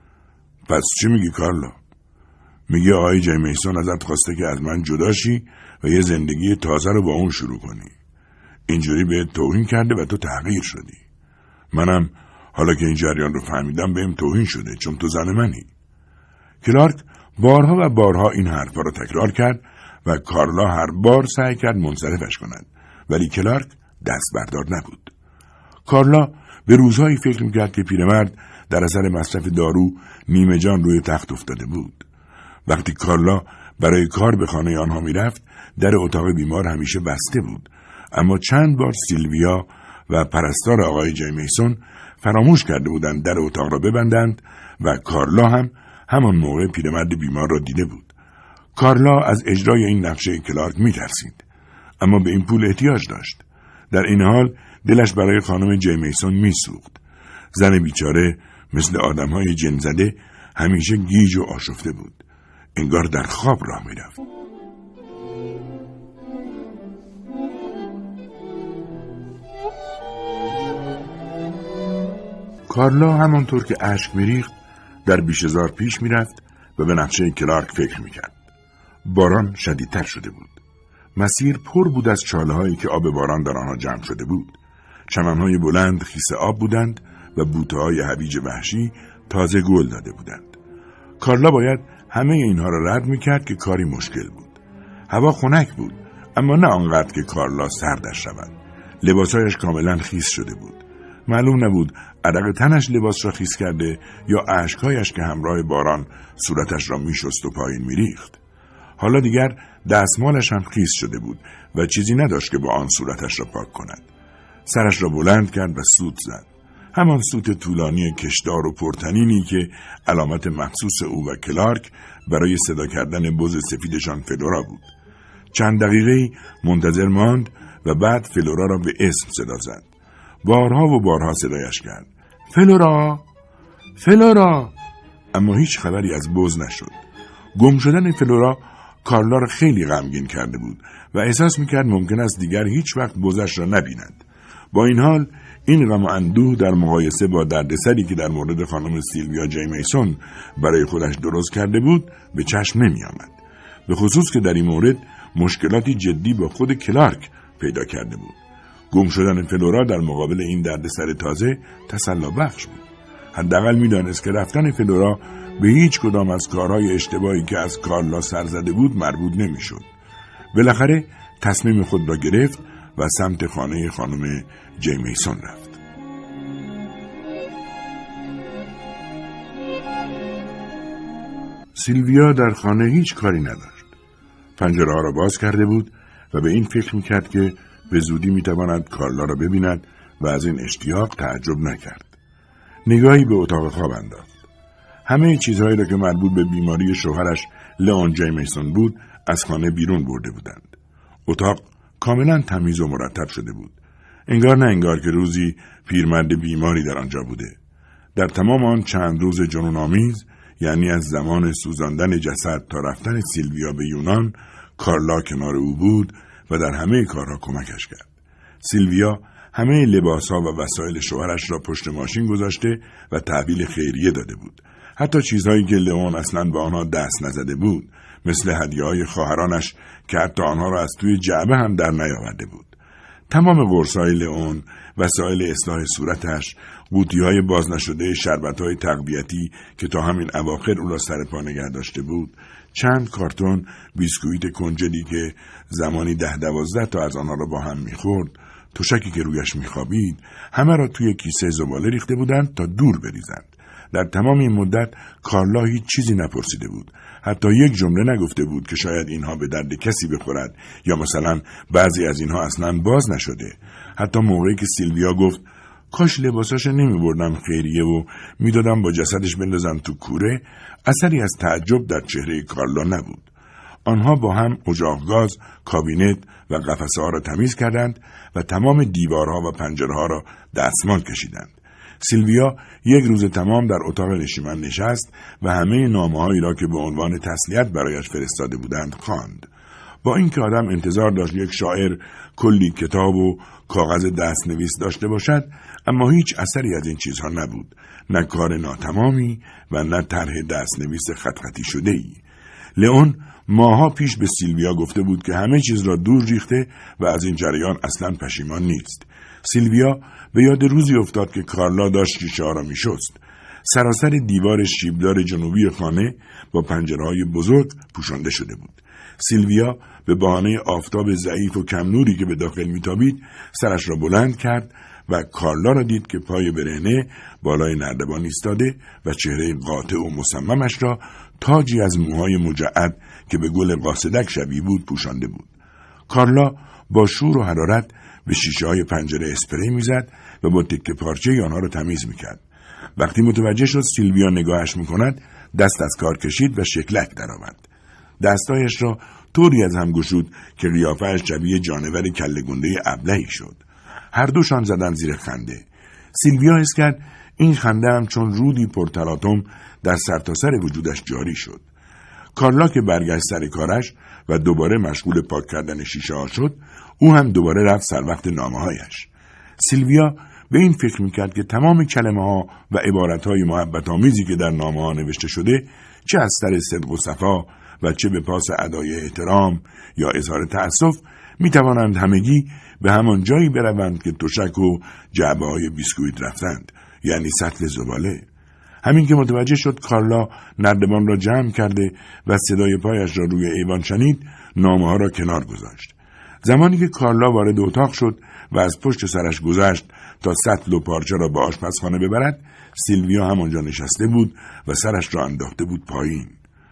پس چی میگی کارلا؟ میگه آقای جی میسون ازت خواسته که از من جدا شی و یه زندگی تازه رو با اون شروع کنی. اینجوری بهت توهین کرده و تو تغییر شدی. منم حالا که این جریان رو فهمیدم بهم توهین شده چون تو زن منی. کلارک بارها و بارها این حرفا رو تکرار کرد و کارلا هر بار سعی کرد منصرفش کند، ولی کلارک دست بردار نبود. کارلا به روزهایی فکر میکرد که پیرمرد در اثر مصرف دارو نیمه جان روی تخت افتاده بود. وقتی کارلا برای کار به خانه آنها میرفت، در اتاق بیمار همیشه بسته بود، اما چند بار سیلویا و پرستار آقای جی میسون فراموش کرده بودند در اتاق را ببندند و کارلا هم همان موقع پیرمرد بیمار را دیده بود. کارلا از اجرای این نقشه کلارک میترسید، اما به این پول احتیاج داشت. در این حال دلش برای خانم جی میسون میسوخت. زن بیچاره مثل آدمهای جن زده همیشه گیج و آشفته بود. انگار در خواب راه میرفت. کارلا همانطور که اشک میریخت در بیشه‌زار پیش میرفت و به نقشه کلارک فکر میکرد. باران شدیدتر شده بود. مسیر پر بود از چاله هایی که آب باران در آنها جمع شده بود. چمنهای بلند خیس آب بودند و بوته های هویج وحشی تازه گل داده بودند. کارلا باید همه اینها را رد میکرد که کاری مشکل بود. هوا خنک بود، اما نه آنقدر که کارلا سردش شود. لباسهایش کاملا خیس شده بود. معلوم نبود عرق تنش لباس را خیس کرده یا اشکهایش که همراه باران صورتش را میشست و پایین میریخت. حالا دیگر دستمالش هم خیس شده بود و چیزی نداشت که با آن صورتش را پاک کند. سرش را بلند کرد و سوت زد. همان سوت طولانی کشدار و پرتنینی که علامت مخصوص او و کلارک برای صدا کردن بز سفیدشان فلورا بود. چند دقیقه منتظر ماند و بعد فلورا را به اسم صدا زد. بارها و بارها صدایش کرد. فلورا! فلورا! اما هیچ خبری از بز نشد. گم شدن فلورا کارلا را خیلی غمگین کرده بود و احساس میکرد ممکن است دیگر هیچ وقت بزش را نبیند. با این حال این غم و اندوه در مقایسه با دردسری که در مورد خانم سیلویا جی میسون برای خودش درست کرده بود به چشم نمی آمد. به خصوص که در این مورد مشکلاتی جدی با خود کلارک پیدا کرده بود. گم شدن فلورا در مقابل این دردسر تازه تسلی بخش بود. حداقل می‌دانست که رفتن فلورا به هیچ کدام از کارهای اشتباهی که از کارلا سر زده بود مربوط نمی‌شد. بالاخره تصمیم خود را گرفت و سمت خانه خانم جی میسون رفت. سیلویا در خانه هیچ کاری نداشت. پنجره ها را باز کرده بود و به این فکر میکرد که به زودی میتواند کارلا را ببیند و از این اشتیاق تعجب نکرد. نگاهی به اتاق خواب انداخت. همه چیزهایی را که مربوط به بیماری شوهرش لئون جیمیسون بود از خانه بیرون برده بودند. اتاق کاملا تمیز و مرتب شده بود. انگار نه انگار که روزی پیرمرد بیماری در آنجا بوده. در تمام آن چند روز جنون‌آمیز، یعنی از زمان سوزاندن جسد تا رفتن سیلویا به یونان، کارلا کنار او بود و در همه کارها کمکش کرد. سیلویا همه لباسها و وسایل شوهرش را پشت ماشین گذاشته و تحویل خیریه داده بود. حتی چیزهایی که لئون اصلاً به آنها دست نزده بود، مثل هدیه‌های خواهرانش که حتی آنها را از توی جعبه هم در نیاورده بود. تمام قرص‌های لئون، وسایل اصلاح صورتش، قوطی‌های باز نشده شربت‌های تقویتی که تا همین اواخر او را سر پا نگه داشته بود، چند کارتون بیسکویت کنجدی که زمانی ده دوازده تا از آنها را با هم می‌خورد، تشکی که رویش می‌خوابید، همه را توی کیسه زباله ریخته بودند تا دور بریزند. در تمام این مدت کارلا هیچ چیزی نپرسیده بود. حتی یک جمله نگفته بود که شاید اینها به درد کسی بخورد یا مثلا بعضی از اینها اصلاً باز نشده. حتی موقعی که سیلویا گفت کاش لباساش نمی بردم خیریه و می دادم با جسدش بندازم تو کوره، اثری از تعجب در چهره کارلا نبود. آنها با هم اجاق گاز، کابینت و قفسه ها را تمیز کردند و تمام دیوارها و پنجره ها را دستمال کشیدند. سیلویا یک روز تمام در اتاق نشیمن نشست و همه نامه‌هایی را که به عنوان تسلیت برایش فرستاده بودند خواند. با اینکه آدم انتظار داشت یک شاعر کلی کتاب و کاغذ دستنویس داشته باشد، اما هیچ اثری از این چیزها نبود، نه کار ناتمامی و نه طرح دستنویس خط خطی شده ای. لئون ماها پیش به سیلویا گفته بود که همه چیز را دور ریخته و از این جریان اصلاً پشیمان نیست. سیلویا به یاد روزی افتاد که کارلا داشت شیشه ها را می شست. سراسر دیوار شیبدار جنوبی خانه با پنجره‌های بزرگ پوشانده شده بود. سیلویا به بهانه آفتاب ضعیف و کم نوری که به داخل میتابید سرش را بلند کرد و کارلا را دید که پای برهنه بالای نردبان ایستاده و چهره قاطع و مصممش را تاجی از موهای مجعد که به گل قاصدک شبیه بود پوشانده بود. کارلا با شور و حرارت به شیشه های پنجره اسپری میزد و با تکه پارچه آنها را تمیز میکرد. وقتی متوجه شد سیلویا نگاهش میکند، دست از کار کشید و شکلک درآورد. دستایش را طوری از هم گشود که قیافه‌اش شبیه جانور کله‌گنده ابلهی شد. هر دوشان زدند زیر خنده. سیلویا حس کرد این خنده هم چون رودی پرتلاطم در سرتاسر وجودش جاری شد. کارلا که برگشت سر کارش و دوباره مشغول پاک کردن شیشه ها شد، او هم دوباره رفت سر وقت نامه هایش. سیلویا به این فکر میکرد که تمام کلمه ها و عبارت های محبت آمیزی که در نامه ها نوشته شده، چه از سر صدق و صفا و چه به پاس ادای احترام یا اظهار تأسف، میتوانند همگی به همان جایی بروند که تشک و جعبه های بیسکویت رفتند، یعنی سطل زباله. همین که متوجه شد کارلا نردبان را جمع کرده و صدای پایش را روی ایوان شنید، نامه ها را کنار گذاشت. زمانی که کارلا وارد اتاق شد و از پشت سرش گذشت تا سطل و پارچه را به آشپزخانه ببرد، سیلویا همانجا نشسته بود و سرش را انداخته بود پایین.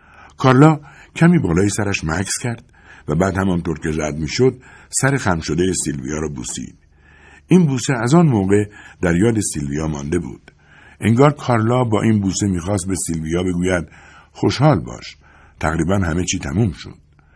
کارلا کمی بالای سرش مکث کرد و بعد همانطور که رد میشد سر خم شده سیلویا را بوسید. این بوسه از آن موقع در یاد سیلویا مانده بود. انگار کارلا با این بوسه میخواست به سیلویا بگوید خوشحال باش، تقریبا همه چی تموم شد.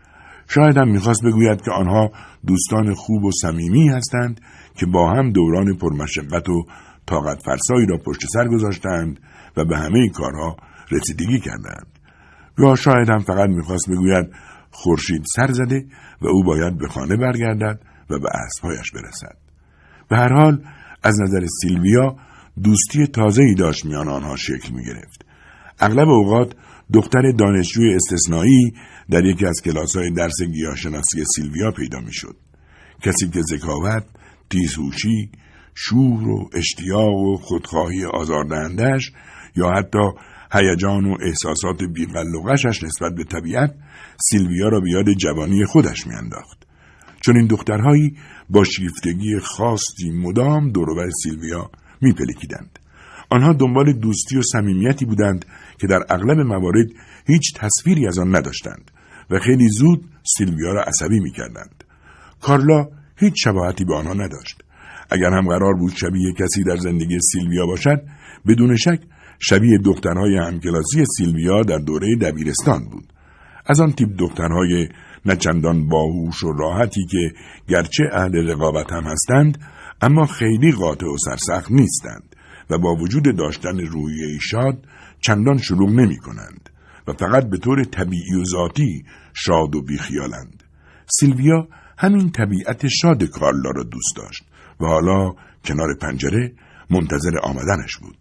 شاید هم میخواست بگوید که آنها دوستان خوب و صمیمی هستند که با هم دوران پرمشقت و طاقت فرسایی را پشت سر گذاشتند و به همه کارها رسیدگی کردند. یا شاید هم فقط میخواست بگوید خورشید سر زده و او باید به خانه برگردد و به اسبهایش برسد. به هر حال از نظر سیلویا دوستی تازه‌ای داشت میان آنها شکل می‌گرفت. اغلب اوقات دختر دانشجوی استثنایی در یکی از کلاس‌های درس گیاهشناسی سیلویا پیدا می‌شد. کسی که ذکاوت، تیزهوشی، شور و اشتیاق و خودخواهی آزاردهنده‌اش یا حتی هیجان و احساسات بی‌قلقشش نسبت به طبیعت سیلویا را به یاد جوانی خودش می‌انداخت. چون این دخترهایی با شیفتگی خاصی مدام دور و بر سیلویا می‌پلکیدند. آنها دنبال دوستی و صمیمیتی بودند که در اغلب موارد هیچ تصویری از آن نداشتند و خیلی زود سیلویا را عصبی می‌کردند. کارلا هیچ شباهتی به آنها نداشت. اگر هم قرار بود شبیه کسی در زندگی سیلویا باشد، بدون شک شبیه دخترهای همکلاسی سیلویا در دوره دبیرستان بود. از آن تیپ دخترهای نچندان باهوش و راحتی که گرچه اهل رقابت هم هستند، اما خیلی قاطع و سرسخت نیستند و با وجود داشتن روحیه شاد چندان شلوغ نمی کنند و فقط به طور طبیعی و ذاتی شاد و بیخیالند. سیلویا همین طبیعت شاد کارلا را دوست داشت و حالا کنار پنجره منتظر آمدنش بود.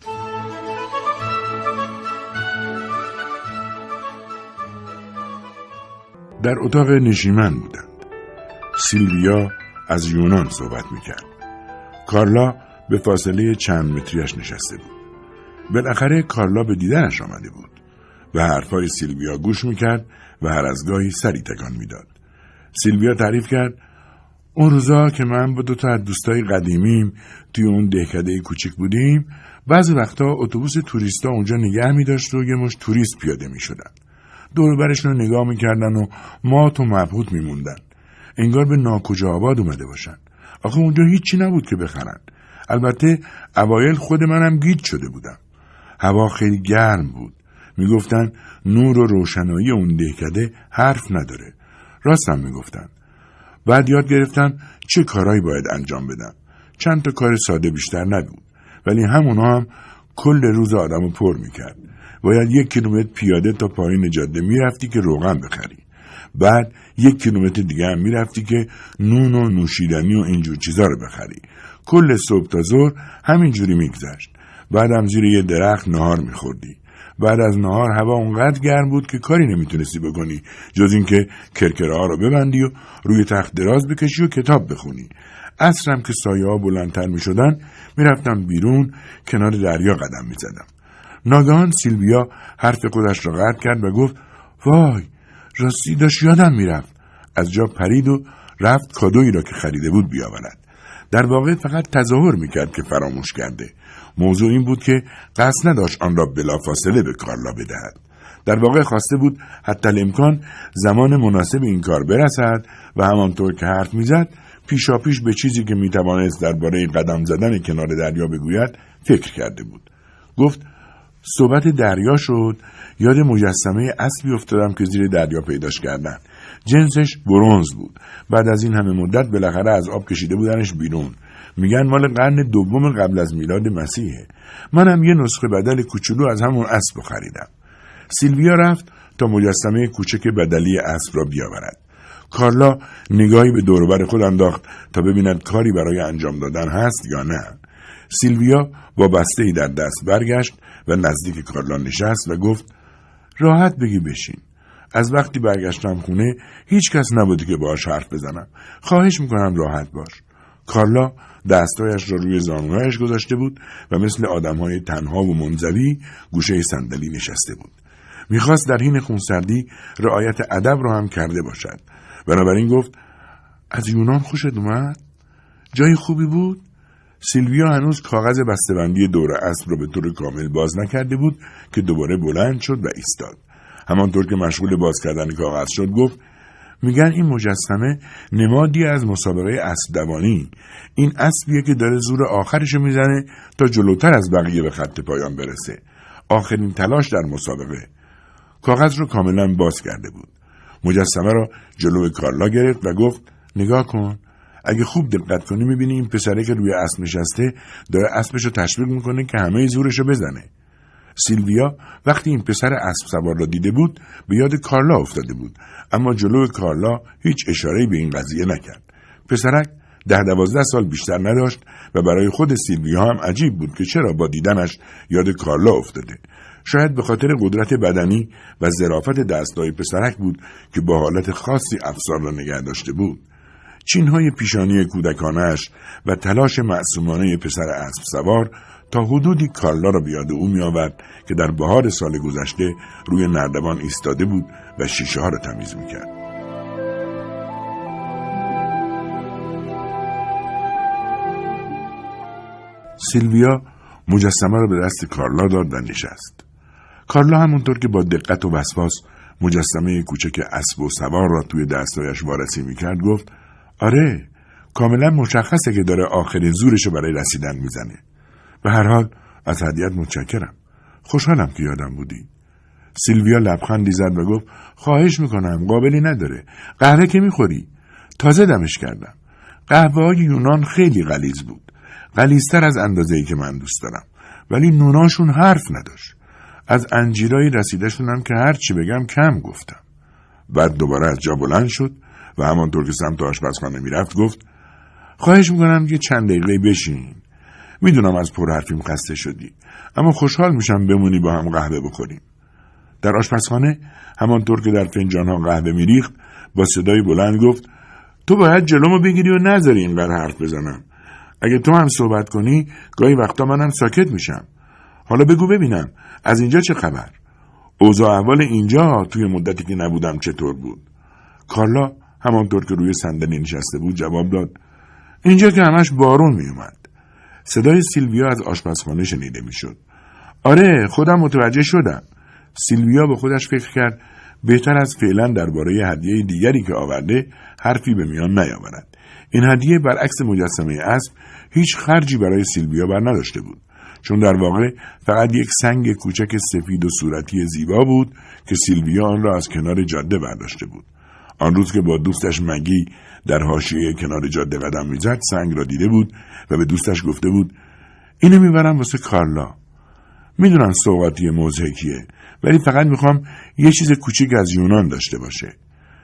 در اتاق نشیمن بودند. سیلویا از یونان صحبت میکرد. کارلا به فاصله چند متریش نشسته بود. بالاخره کارلا به دیدنش آمده بود و حرفای سیلویا گوش میکرد و هر از گاهی سری تکان میداد. سیلویا تعریف کرد اون روزا که من با دو تا از دوستای قدیمیم توی اون دهکده کوچیک بودیم، بعضی وقتا اتوبوس توریستا اونجا نگه می‌داشت و یه مش توریست پیاده می‌شدن. دور و برشون رو نگاه می‌کردن و مات و مبهوت می‌موندن. انگار به ناکجا آباد اومده باشن. آخه اونجا هیچی نبود که بخرن. البته اوایل خود منم گیج شده بودم. هوا خیلی گرم بود. میگفتن نور و روشنایی اون دهکده حرف نداره. راستم میگفتن. بعد یاد گرفتم چه کارهایی باید انجام بدم. چند تا کار ساده بیشتر نبود، ولی همونا هم کل روز آدمو پر میکرد. باید یک کیلومتر پیاده تا پایین جاده میرفتی که روغن بخری. بعد یک کیلومتر دیگه هم میرفتی که نون و نوشیدنی و اینجور چیزا رو بخری. کل صبح تا ظهر همینجوری میگذشت. بعد هم زیر یه درخت نهار میخوردی. بعد از نهار هوا اونقدر گرم بود که کاری نمیتونستی بکنی جز این که کرکره ها رو ببندی و روی تخت دراز بکشی و کتاب بخونی. عصرم که سایه ها بلندتر میشدن میرفتم بیرون کنار دریا قدم میزدم. ناگهان سیلویا حرف خودش را قطع کرد و گفت وای راستی داشت یادم میرفت. از جا پرید و رفت کادویی را که خریده بود بیاورد. در واقع فقط تظاهر میکرد که فراموش کرده. موضوع این بود که قصد نداشت آن را بلافاصله به کارلا بدهد. در واقع خواسته بود حتی الامکان زمان مناسب این کار برسد و همانطور که حرف میزد پیشا پیش به چیزی که میتوانست درباره قدم زدن کنار دریا بگوید فکر کرده بود. گفت صحبت دریا شد، یاد مجسمه اسبی افتادم که زیر دریا پیداش کردن. جنسش برنز بود. بعد از این همه مدت بالاخره از آب کشیده بودنش بیرون. میگن مال قرن دوم قبل از میلاد مسیحه. منم یه نسخه بدل کوچولو از همون اسب خریدم. سیلویا رفت تا مجسمه کوچک بدلی اسب را بیاورد. کارلا نگاهی به دور و بر خود انداخت تا ببیند کاری برای انجام دادن هست یا نه. سیلویا با بسته‌ای در دست برگشت و نزدیک کارلا نشست و گفت راحت بگی بشین. از وقتی برگشتم خونه هیچ کس نبوده که باهاش حرف بزنم. خواهش میکنم راحت باش. کارلا دستایش را روی زانوهایش گذاشته بود و مثل آدمهای تنها و منزوی گوشه صندلی نشسته بود. میخواست در حین خونسردی رعایت ادب را هم کرده باشد. بنابراین گفت از یونان خوشت اومد؟ جای خوبی بود؟ سیلویا هنوز کاغذ بسته‌بندی دور اسب را به طور کامل باز نکرده بود که دوباره بلند شد و ایستاد. همانطور که مشغول باز کردن کاغذ شد گفت میگن این مجسمه نمادی از مسابقه اسب دوانی. این اسبیه که داره زور آخرشو میزنه تا جلوتر از بقیه به خط پایان برسه. آخرین تلاش در مسابقه. کاغذ رو کاملا باز کرده بود. مجسمه را جلوی کارلا گرفت و گفت نگاه کن. اگه خوب دقت کنی میبینی این پسره که روی اسب نشسته داره اسبشو تشویق میکنه که همه زورشو بزنه. سیلویا وقتی این پسر اسب سوار را دیده بود به یاد کارلا افتاده بود، اما جلوی کارلا هیچ اشاره‌ای به این قضیه نکرد. پسرک ده دوازده سال بیشتر نداشت و برای خود سیلویا هم عجیب بود که چرا با دیدنش یاد کارلا افتاده. شاید به خاطر قدرت بدنی و ظرافت دستای پسرک بود که با حالت خاصی افسار را نگه داشته بود. چینهای پیشانی کودکانش و تلاش معصومانه پسر اسب سوار تا حدودی کارلا را بیاد او می آورد که در بهار سال گذشته روی نردبان ایستاده بود و شیشه ها را تمیز می کرد. سیلویا مجسمه را به دست کارلا داد و نشست. کارلا همونطور که با دقت و وسواس مجسمه کوچک اسب و سوار را توی دستایش وارسی می کرد گفت آره کاملا مشخصه که داره آخرین زورشو برای رسیدن میزنه. به هر حال از هدیه‌ات متشکرم. خوشحالم که یادم بودی. سیلویا لبخندی زد و گفت خواهش میکنم، قابلی نداره. قهوه که میخوری؟ تازه دمش کردم. قهوه های یونان خیلی غلیظ بود. غلیظتر از اندازه‌ای که من دوست دارم. ولی نوناشون حرف نداشت. از انجیرای رسیده‌شون هم که هر چی بگم کم گفتم. بعد دوباره از جا بلند شد و همانطور که سمت آشپزخانه میرفت گفت خواهش میکنم که چند دقیقه بشین. میدونم از پرحرفیم خسته شدی، اما خوشحال میشم بمونی با هم قهوه بخوریم. در آشپزخانه همانطور که در فنجان‌ها قهوه میریخت با صدای بلند گفت تو باید جلومو بگیری و نذاری اینقدر حرف بزنم. اگه تو هم صحبت کنی گاهی وقتا منم ساکت میشم. حالا بگو ببینم از اینجا چه خبر؟ اوضاع احوال اینجا توی مدتی که نبودم چطور بود؟ کارلا همانطور که روی صندلی نشسته بود جواب داد اینجا که همش بارون میومد. صدای سیلویا از آشپزخانه شنیده میشد. آره خودم متوجه شدم. سیلویا با خودش فکر کرد بهتر از فعلا درباره هدیه دیگری که آورده حرفی به میان نیاورد. این هدیه برعکس مجسمه اسب هیچ خرجی برای سیلویا بر نداشته بود، چون در واقع فقط یک سنگ کوچک سفید و صورتی زیبا بود که سیلویا آن را از کنار جاده برداشته بود. آن روز که با دوستش مگی در حاشیه کنار جاده قدم میزد سنگ را دیده بود و به دوستش گفته بود اینو میبرم واسه کارلا. میدونم سوغاتی مضحکیه، ولی فقط میخوام یه چیز کوچیک از یونان داشته باشه.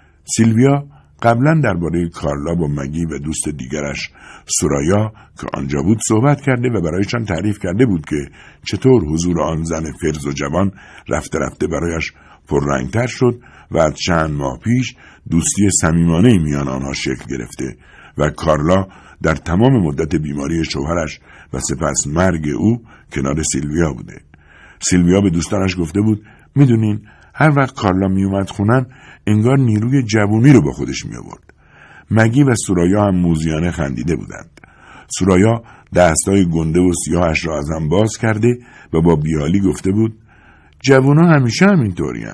سیلویا قبلا درباره کارلا با مگی و دوست دیگرش سورایا که آنجا بود صحبت کرده و برایشان تعریف کرده بود که چطور حضور آن زن فرز و جوان رفته رفته برایش پررنگتر شد و از چند ماه پیش دوستی صمیمانه میان آنها شکل گرفته و کارلا در تمام مدت بیماری شوهرش و سپس مرگ او کنار سیلویا بوده. سیلویا به دوستانش گفته بود میدونین هر وقت کارلا میومد خونم انگار نیروی جوونی رو با خودش می آورد. مگی و سورایا هم موزیانه خندیده بودند. سورایا دستای گنده و سیاهش را از هم باز کرده و با بیحالی گفته بود جوونا همیشه همینطورین.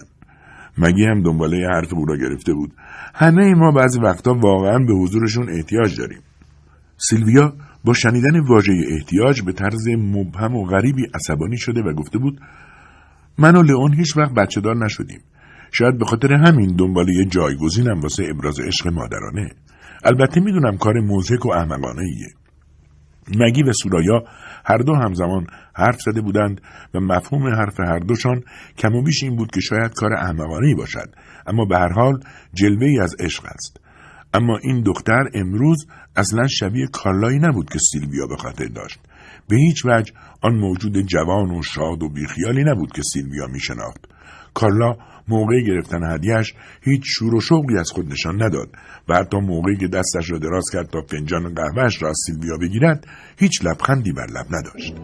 مگی هم دنباله حرف او را گرفته بود همه ما بعضی وقتا واقعا به حضورشون احتیاج داریم. سیلویا با شنیدن واژه احتیاج به طرز مبهم و غریبی عصبانی شده و گفته بود من و لئون هیچ وقت بچه دار نشدیم. شاید به خاطر همین دنباله یه جایگزینم واسه ابراز عشق مادرانه. البته میدونم کار موزهک و احمقانه ایه. مگی و سورایا هر دو همزمان حرف زده بودند و مفهوم حرف هر دوشان کم و بیش این بود که شاید کار احمقانه‌ای باشد، اما به هر حال جلوه‌ای از عشق است. اما این دختر امروز اصلا شبیه کارلایی نبود که سیلویا به خاطر داشت. به هیچ وجه آن موجود جوان و شاد و بیخیالی نبود که سیلویا می شناخت. کارلا موقع گرفتن هدیه‌اش هیچ شور و شوقی از خود نشان نداد و حتی موقعی که دستش را دراز کرد تا فنجان قهوه‌اش را از سیلویا بگیرد هیچ لبخندی بر لب نداشت.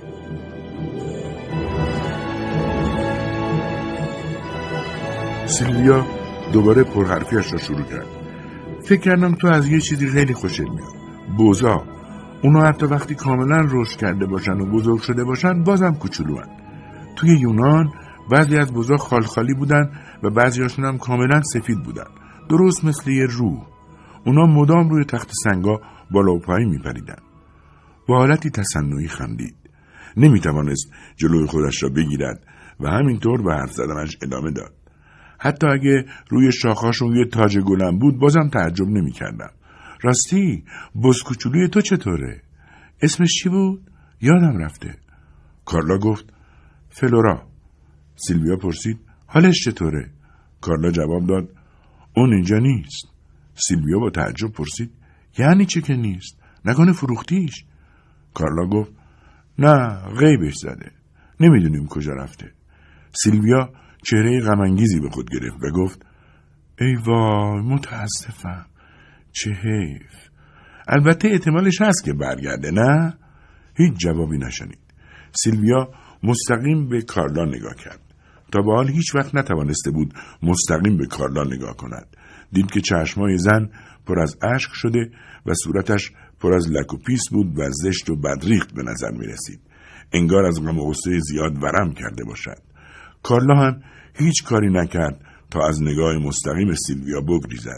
سیلویا دوباره پرحرفیش را شروع کرد. فکر کردم تو از یه چیزی خیلی خوشت میاد. بوزا. اونا حتی وقتی کاملا رشد کرده باشن و بزرگ شده باشن بازم کوچولوان. توی یونان بعضی از بوزا خالخالی بودن و بعضی هاشون هم کاملا سفید بودن. درست مثل یه روح. اونا مدام روی تخت سنگا بالا و پایین میپریدن. با حالتی تصنعی خندید. نمیتوانست جلوی خودش را بگیرد و همینطور به حرف زدنش ادامه داد. حتی اگه روی شاخهاشون یه تاج گلم بود بازم تعجب نمی کردم. راستی بز کوچولوی تو چطوره؟ اسمش چی بود؟ یادم رفته. کارلا گفت فلورا. سیلویا پرسید حالش چطوره؟ کارلا جواب داد اون اینجا نیست. سیلویا با تعجب پرسید یعنی چه که نیست؟ نکنه فروختیش؟ کارلا گفت نه غیبش زده. نمیدونیم کجا رفته. سیلویا چهره غم‌انگیزی به خود گرفت و گفت ای وای متاسفم. چه حیف. البته احتمالش هست که برگرده نه؟ هیچ جوابی نشنید. سیلویا مستقیم به کارلا نگاه کرد. تا به حال هیچ وقت نتوانسته بود مستقیم به کارلا نگاه کند. دید که چشمای زن پر از اشک شده و صورتش پر از لک و پیس بود و زشت و بدریخت به نظر می رسید. انگار از غم و غصه زیاد ورم کرده باشد. کارلا هم هیچ کاری نکرد تا از نگاه مستقیم سیلویا بگریزد.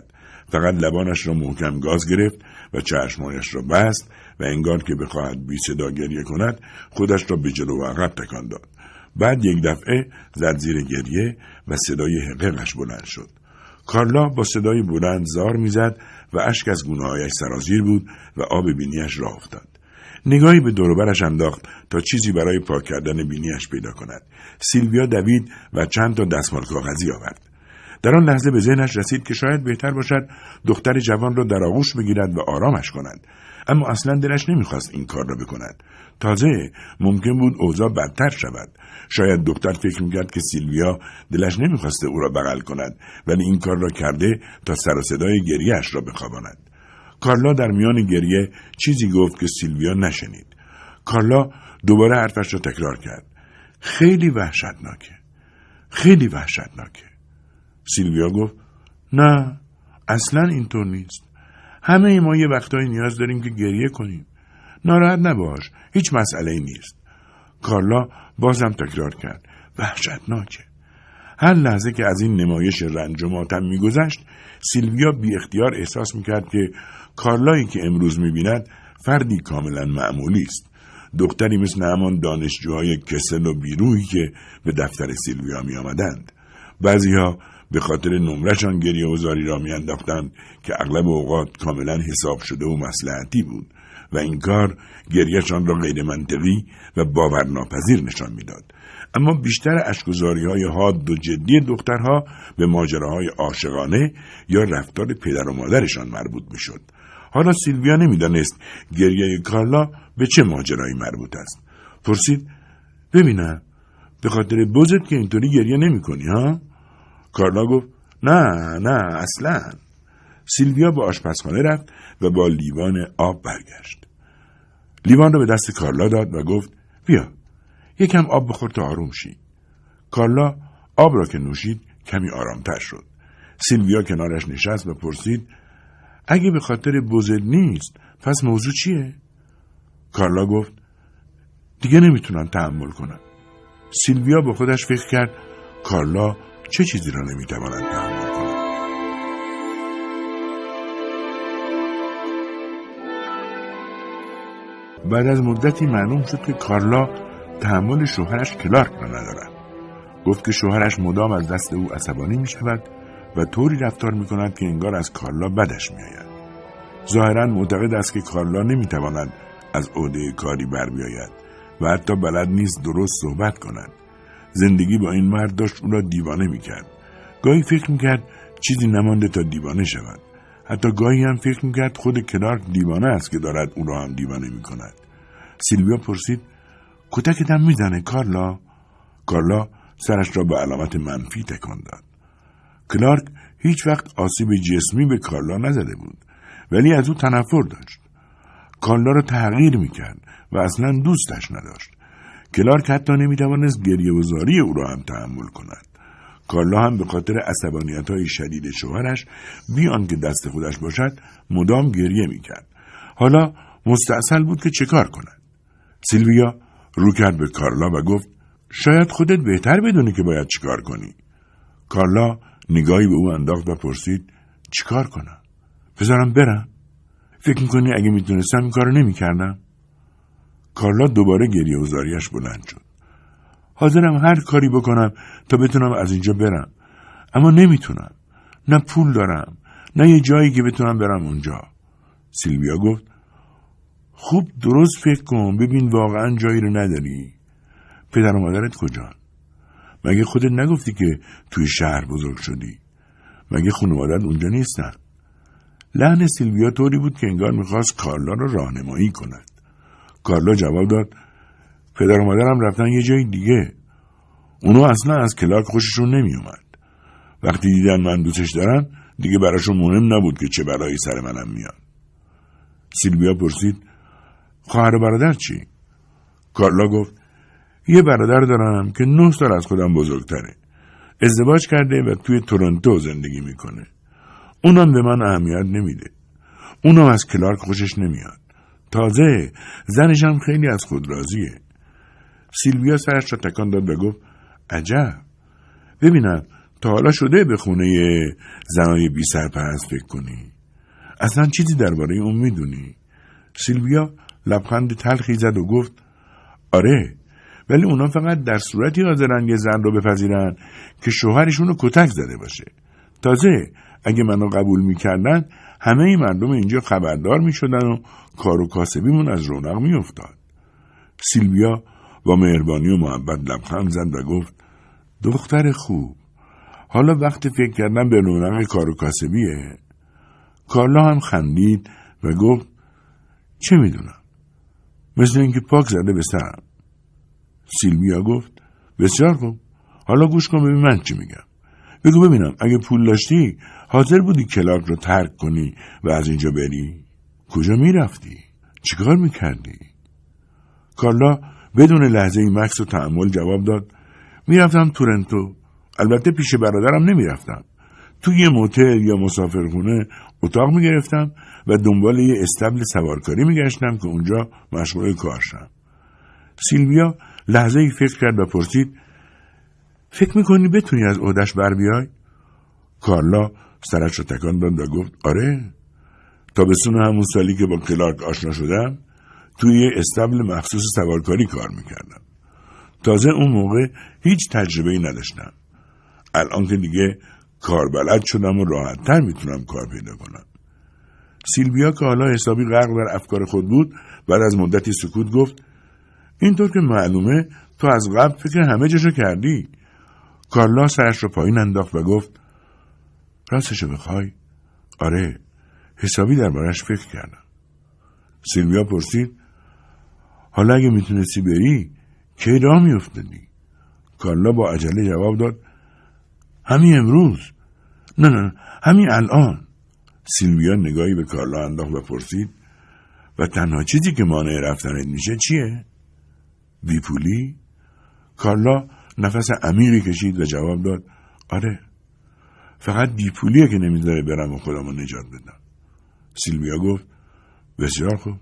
فقط لبانش را محکم گاز گرفت و چشمانش را بست و انگار که بخواهد بی صدا گریه کند خودش را به جلو و عقب تکان داد. بعد یک دفعه زد زیر گریه و صدای حقیقش بلند شد. کارلا با صدای بلند زار میزد و اشک از گونه‌هایش سرازیر بود و آب بینیش راه افتاد. نگاهی به دور و برش انداخت تا چیزی برای پاک کردن بینیش پیدا کند. سیلویا دوید و چند تا دستمال کاغذی آورد. در آن لحظه به ذهنش رسید که شاید بهتر باشد دختر جوان را در آغوش بگیرد و آرامش کند، اما اصلا دلش نمیخواست این کار را بکند. تازه ممکن بود اوضاع بدتر شود. شاید دختر فکر میکرد که سیلویا دلش نمیخواسته او را بغل کند، ولی این کار را کرده تا سر و صدای گریه‌اش را بخواباند. کارلا در میان گریه چیزی گفت که سیلویا نشنید. کارلا دوباره حرفش را تکرار کرد. خیلی وحشتناکه. خیلی وحشتناکه. سیلویا گفت نه، اصلا اینطور نیست. همه ما یه وقتایی نیاز داریم که گریه کنیم. ناراحت نباش، هیچ مسئله نیست. کارلا بازم تکرار کرد. وحشتناکه. هر لحظه که از این نمایش رنج و ماتم میگذشت، سیلویا بی اختیار احساس میکرد که کارلایی که امروز میبیند فردی کاملا معمولی است. دختری مثل همان دانشجوهای کسل و بیروحی که به دفتر سیلویا می آمدند. بعضیها به خاطر نمرشان گریه و زاری را می انداختند که اغلب اوقات کاملا حساب شده و مصلحتی بود و این کار گریهشان را غیر منطقی و باورناپذیر نشان میداد. اما بیشتر اشک‌وزاری‌های حاد و جدی دخترها به ماجراهای عاشقانه یا رفتار پدر و مادرشان مربوط میشد. حالا سیلویا نمیدانست گریه کارلا به چه ماجرایی مربوط است. پرسید ببینم به خاطر بزت که اینطوری گریه نمی کنی ها؟ کارلا گفت نه نه اصلا. سیلویا به آشپزخانه رفت و با لیوان آب برگشت. لیوان را به دست کارلا داد و گفت بیا یکم آب بخور تا آروم شی. کارلا آب را که نوشید کمی آرامتر شد. سیلویا کنارش نشست و پرسید اگه به خاطر بزت نیست پس موضوع چیه؟ کارلا گفت دیگه نمیتونم تحمل کنم. سیلویا با خودش فکر کرد کارلا چه چیزی را نمیتواند تحمل کند. بعد از مدتی معلوم شد که کارلا تحمل شوهرش کلارک را ندارد. گفت که شوهرش مدام از دست او عصبانی می شود و طوری رفتار می کند که انگار از کارلا بدش می آید. ظاهراً معتقد است که کارلا نمی تواند از عهده کاری بر بیاید و حتی بلد نیست درست صحبت کند. زندگی با این مرد داشت او را دیوانه می کرد. گاهی فکر می کرد چیزی نمانده تا دیوانه شود. حتی گاهی هم فکر می کرد خود کلارک دیوانه است که دارد او را هم دیوانه می کند. سیلویا پرسید کتکتم می زنه کارلا؟ کارلا سرش را به علامت منفی تکان داد. کلارک هیچ وقت آسیب جسمی به کارلا نزده بود، ولی از او تنفر داشت. کارلا را تحقیر می کرد و اصلا دوستش نداشت. کلارک حتی نمی توانست گریه و زاری او را هم تحمل کند. کارلا هم به خاطر عصبانیت‌های شدید شوهرش بی آنکه دست خودش باشد مدام گریه می کرد. حالا مستعسل بود که چه کار کند. سیلویا رو کرد به کارلا و گفت شاید خودت بهتر بدونی که باید چی کار کنی. کارلا نگاهی به او انداخت و پرسید چی کار کنم؟ بذارم برم؟ فکر میکنی اگه میتونستم این کارو نمیکردم؟ کارلا دوباره گریه و زاریش بلند شد. حاضرم هر کاری بکنم تا بتونم از اینجا برم، اما نمیتونم. نه پول دارم، نه یه جایی که بتونم برم اونجا. سیلویا گفت خوب درست فکر کن ببین واقعا جایی رو نداری. پدر و مادرت کجان؟ مگه خودت نگفتی که توی شهر بزرگ شدی؟ مگه خانواده‌ات اونجا نیستن؟ لحن سیلویا طوری بود که انگار میخواست کارلا رو راهنمایی کند. کارلا جواب داد پدر و مادرم رفتن یه جای دیگه. اونا اصلا از کلارک خوششون نمیومد. وقتی دیدن من دوستش دارم دیگه براشون مهم نبود که چه بلایی سر منم میاد. سیلویا پرسید خواهر و برادر چی؟ کارلا گفت یه برادر دارم که نه سال از خودم بزرگتره. ازدواج کرده و توی تورنتو زندگی میکنه. اونم به من اهمیت نمیده. اونم از کلارک خوشش نمیاد. تازه زنش هم خیلی از خود راضیه. سیلویا سرش را تکان داد و گفت عجب. ببینم تا حالا شده به خونه زنای بی سرپرست فکر کنی؟ اصلا چیزی درباره اون میدونی؟ سیلویا لبخند تلخی زد و گفت آره، ولی اونا فقط در صورتی حاضرن یه زن رو بپذیرن که شوهرشون رو کتک زده باشه. تازه اگه منو قبول میکردن همه این مردم اینجا خبردار میشدن و کار و کاسبیمون از رونق میافتاد. سیلویا با مهربانی و محبت لبخند زد و گفت دختر خوب، حالا وقت فکر کردن به رونق کار و کاسبیه؟ کارلا هم خندید و گفت چه میدونم، مثل اینکه پاک زده به سرم. سیلویا گفت بسیار خوب، حالا گوش کن ببین من چی میگم. بگو ببینم اگه پول داشتی حاضر بودی کلارک رو ترک کنی و از اینجا بری؟ کجا میرفتی؟ چیکار میکردی؟ کارلا بدون لحظه ای مکس و تأمل جواب داد میرفتم تورنتو. البته پیش برادرم نمیرفتم. تو یه موتل یا مسافرخونه اتاق میگرفتم و دنبال یه استبل سوارکاری میگشتم که اونجا مشغول کار شم. سیلویا لحظه ای فکر کرد و پرسید فکر میکنی بتونی از عهده‌اش بر بیای؟ کارلا سرش رو تکان داد و گفت آره، تابستون همون سالی که با کلارک آشنا شدم توی یه استبل مخصوص سوارکاری کار میکردم. تازه اون موقع هیچ تجربه‌ای نداشتم. الان که دیگه کار بلد شدم و راحت‌تر میتونم کار پیدا کنم. سیلویا که حالا حسابی غرق در افکار خود بود بعد از مدتی سکوت گفت اینطور که معلومه تو از قبل فکر همه جاشو کردی. کارلا سرش رو پایین انداخت و گفت راستشو بخوای آره، حسابی دربارش فکر کردم. سیلویا پرسید حالا اگه میتونستی بری کی راه میافتادی؟ کارلا با عجله جواب داد همین امروز. نه نه همین الان. سیلویا نگاهی به کارلا انداخت و پرسید و تنها چیزی که مانع رفتنت میشه چیه؟ بیپولی؟ کارلا نفس عمیقی کشید و جواب داد آره، فقط بیپولیه که نمیذاره برم و خودمو نجات بدم. سیلویا گفت بسیار خوب،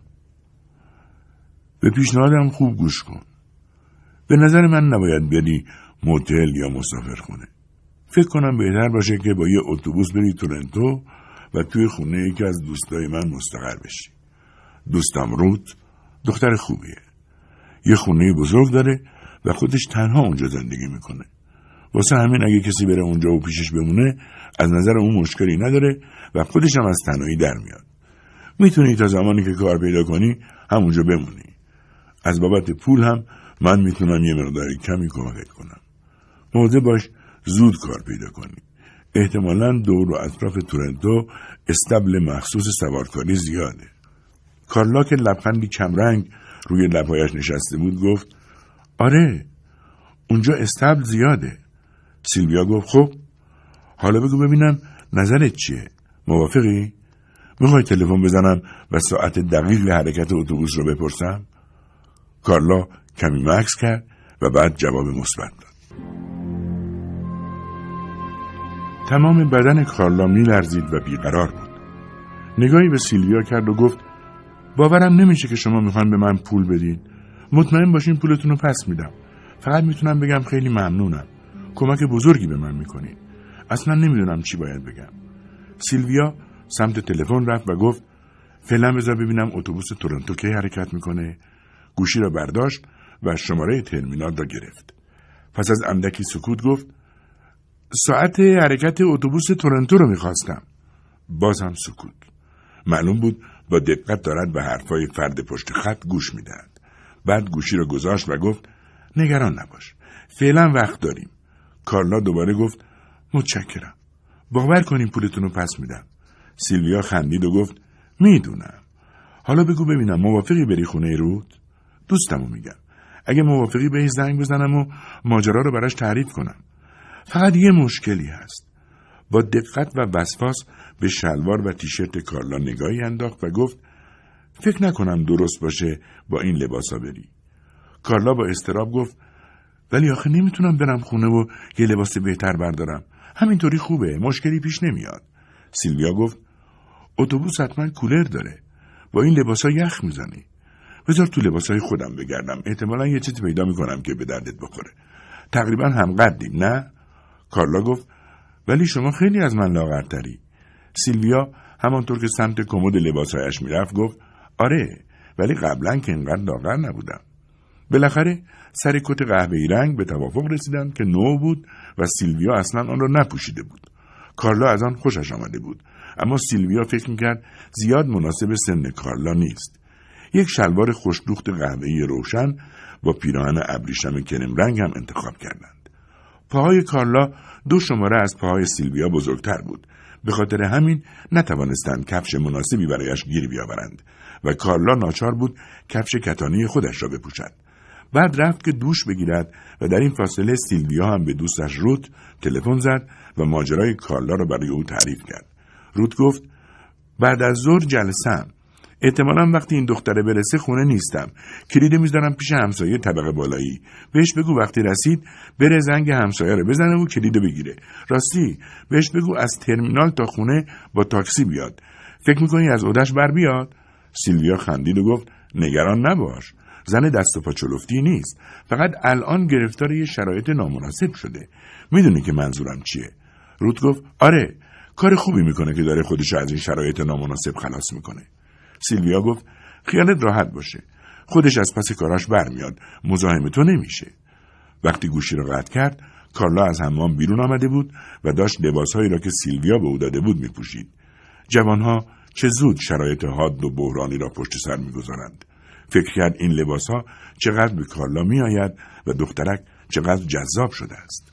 به پیشنهادم خوب گوش کن. به نظر من نباید بری موتل یا مسافرخونه. فکر کنم بهتر باشه که با یه اتوبوس بری تورنتو و توی خونه یکی از دوستای من مستقر بشی. دوستم روت دختر خوبیه. یه خونه بزرگ داره و خودش تنها اونجا زندگی میکنه. واسه همین اگه کسی بره اونجا و پیشش بمونه از نظر اون مشکلی نداره و خودش هم از تنهایی در میاد. میتونی تا زمانی که کار پیدا کنی همونجا بمونی. از بابت پول هم من میتونم یه مقداری کمی کمکت کنم. مواظب باش زود کار پیدا کنی. احتمالاً دور و اطراف تورنتو استبل مخصوص سوارکاری زیاده. کارلا که لبخندی کمرنگ روی لبهایش نشسته بود گفت آره، اونجا استبل زیاده. سیلویا گفت خب حالا بگو ببینم نظرت چیه؟ موافقی؟ میخوای تلفن بزنم و ساعت دقیق حرکت اتوبوس رو بپرسم؟ کارلا کمی مکث کرد و بعد جواب مثبت داد. تمام بدن کارلا میلرزید و بیقرار بود. نگاهی به سیلویا کرد و گفت باورم نمیشه که شما میخواین به من پول بدین. مطمئن باشین پولتون رو پس میدم. فقط میتونم بگم خیلی ممنونم. کمک بزرگی به من میکنین. اصلا نمیدونم چی باید بگم. سیلویا سمت تلفن رفت و گفت فعلا بذار ببینم اتوبوس تورنتو کی حرکت میکنه. گوشی را برداشت و شماره ترمینال را گرفت. پس از اندکی سکوت گفت ساعت حرکت اتوبوس تورنتو رو میخواستم. باز هم سکوت. معلوم بود با دقت دارد به حرفای فرد پشت خط گوش میدهد. بعد گوشی را گذاشت و گفت نگران نباش، فعلا وقت داریم. کارلا دوباره گفت متشکرم، باور کنیم پولتون رو پس میدم. سیلویا خندید و گفت میدونم. حالا بگو ببینم موافقی بری خونه رود؟ دوستمو میگم. اگه موافقی بهش زنگ بزنم و ماجرا رو براش تعریف کنم. فقط یه مشکلی هست. با دقت و وسواس به شلوار و تیشرت کارلا نگاهی انداخت و گفت فکر نکنم درست باشه با این لباسا بری. کارلا با اضطراب گفت ولی آخه نمیتونم برم خونه و یه لباس بهتر بردارم. همینطوری خوبه، مشکلی پیش نمیاد. سیلویا گفت اتوبوس حتما کولر داره. با این لباسا یخ میزنی. بذار تو لباسای خودم بگردم. احتمالاً یه چیزی پیدا میکنم که به دردت بخوره. تقریبا هم قدیم، نه؟ کارلا گفت ولی شما خیلی از من لاغرتری. سیلویا همانطور که سمت کمد لباسهایش میرفت گفت آره، ولی قبلا که اینقدر لاغر نبودم. بالاخره سر کت قهوه‌ای رنگ به توافق رسیدند که نو بود و سیلویا اصلا آن را نپوشیده بود. کارلا از آن خوشش آمده بود، اما سیلویا فکر میکرد زیاد مناسب سن کارلا نیست. یک شلوار خوش‌دوخت قهوه‌ای روشن با پیراهن ابریشم کرم رنگ هم انتخاب کردند. پاهای کارلا دو شماره از پاهای سیلویا بزرگتر بود. به خاطر همین نتوانستند کفش مناسبی برایش گیر بیاورند و کارلا ناچار بود کفش کتانی خودش را بپوشد. بعد رفت که دوش بگیرد و در این فاصله سیلویا هم به دوستش روت تلفن زد و ماجرای کارلا را برای او تعریف کرد. روت گفت بعد از ظهر جلسه‌ام. احتمالاً وقتی این دختره برسه خونه نیستم. کلید میذارم پیش همسایه طبقه بالایی. بهش بگو وقتی رسید بره زنگ همسایه رو بزنه و کلید بگیره. راستی بهش بگو از ترمینال تا خونه با تاکسی بیاد. فکر میکنی از عدش بر بیاد؟ سیلویا خندید و گفت نگران نباش. زن دست و پا چلفتی نیست. فقط الان گرفتار یه شرایط نامناسب شده. میدونی که منظورم چیه؟ روت گفت آره، کار خوبی میکنه که داره خودش از این شرایط نامناسب خلاص میکنه. سیلویا گفت خیالت راحت باشه. خودش از پس کاراش برمیاد. مزاحم تو نمیشه. وقتی گوشی را قطع کرد، کارلا از حمام بیرون آمده بود و داشت لباسهایی را که سیلویا به او داده بود میپوشید. جوانها چه زود شرایط حاد و بحرانی را پشت سر میگذارند. فکر کرد این لباسها چقدر به کارلا میآید و دخترک چقدر جذاب شده است.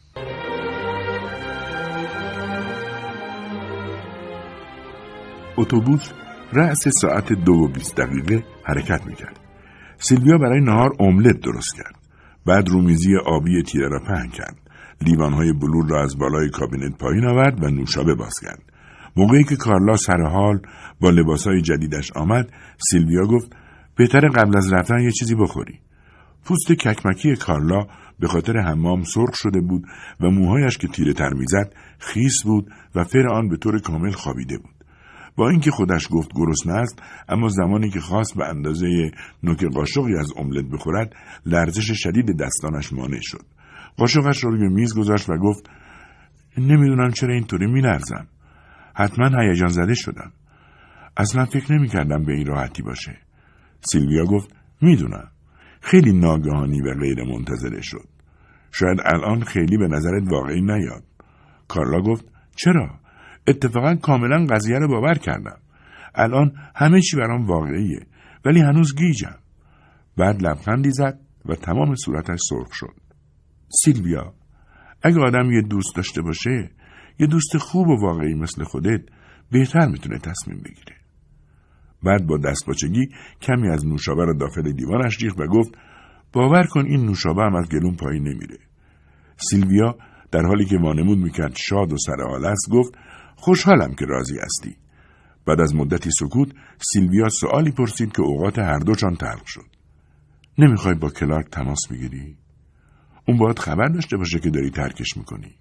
اتوبوس رأس ساعت دو و بیست دقیقه حرکت میکرد. سیلویا برای نهار املت درست کرد. بعد رومیزی آبی تیره را پهن کرد. لیوانهای بلور را از بالای کابینت پایین آورد و نوشابه باز کرد. موقعی که کارلا سر حال با لباسهای جدیدش آمد، سیلویا گفت بهتره قبل از رفتن یه چیزی بخوری. پوست ککمکی کارلا به خاطر حمام سرخ شده بود و موهایش که تیره تر میزد خیس بود و فر آن به طور کامل خوابیده بود. با اینکه خودش گفت گرسنه است، اما زمانی که خواست به اندازه نوک قاشقی از املت بخورد، لرزش شدید دستانش مانع شد. قاشقش را روی میز گذاشت و گفت نمیدونم چرا اینطوری میلرزم. حتما هیجان زده شدم. اصلا فکر نمی کردم به این راحتی باشه. سیلویا گفت میدونم. خیلی ناگهانی و غیر منتظره شد. شاید الان خیلی به نظرت واقعی نیاد. کارلا گفت چرا؟ اتفاقا کاملا قضیه رو باور کردم. الان همه چی برام واقعیه، ولی هنوز گیجم. بعد لبخندی زد و تمام صورتش سرخ شد. سیلویا، اگه آدم یه دوست داشته باشه، یه دوست خوب و واقعی مثل خودت، بهتر میتونه تصمیم بگیره. بعد با دستپاچگی کمی از نوشابه را داخل دیوانش ریخت و گفت باور کن این نوشابه هم از گلوم پایین نمیره. سیلویا در حالی که وانمود میکرد شاد و سرحال است گفت خوشحالم که راضی هستی. بعد از مدتی سکوت سیلویا سوالی پرسید که اوقات هر دوشان تلخ شد. نمیخوای با کلارک تماس بگیری؟ اون باید خبر داشته باشه که داری ترکش میکنی.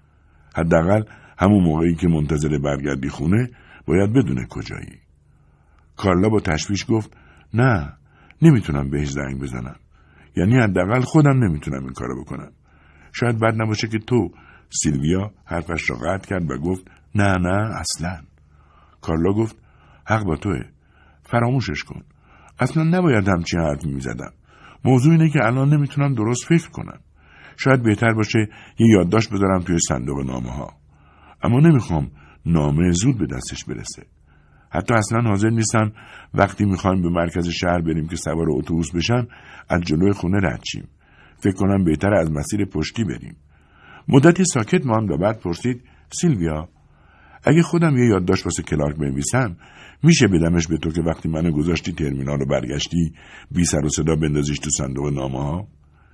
حداقل همون موقعی که منتظر برگردی خونه باید بدونه کجایی. کارلا با تشویش گفت نه، نمیتونم بهش زنگ بزنم. یعنی حداقل خودم نمیتونم این کارو بکنم. شاید بد نباشه که تو. سیلویا حرفش را قطع کرد و گفت نه نه اصلا. کارلا گفت حق با توه. فراموشش کن. اصلا نباید همچین حرفی میزدم. موضوع اینه که الان نمیتونم درست فکر کنم. شاید بهتر باشه یه یادداشت بذارم توی صندوق نامه ها. اما نمیخوام نامه زود به دستش برسه. حتی اصلا حاضر نیستم وقتی میخوایم به مرکز شهر بریم که سوار اتوبوس بشم از جلوی خونه رد شیم. فکر کنم بهتر از مسیر پشتی بریم. مدتی ساکت ماند و بعد پرسید سیلویا، اگه خودم یه یادداشت واسه کلارک بنویسم میشه بدمش به تو که وقتی منو گذاشتی ترمینال رو برگشتی بی سر و صدا بندازیش تو صندوق نامه ها؟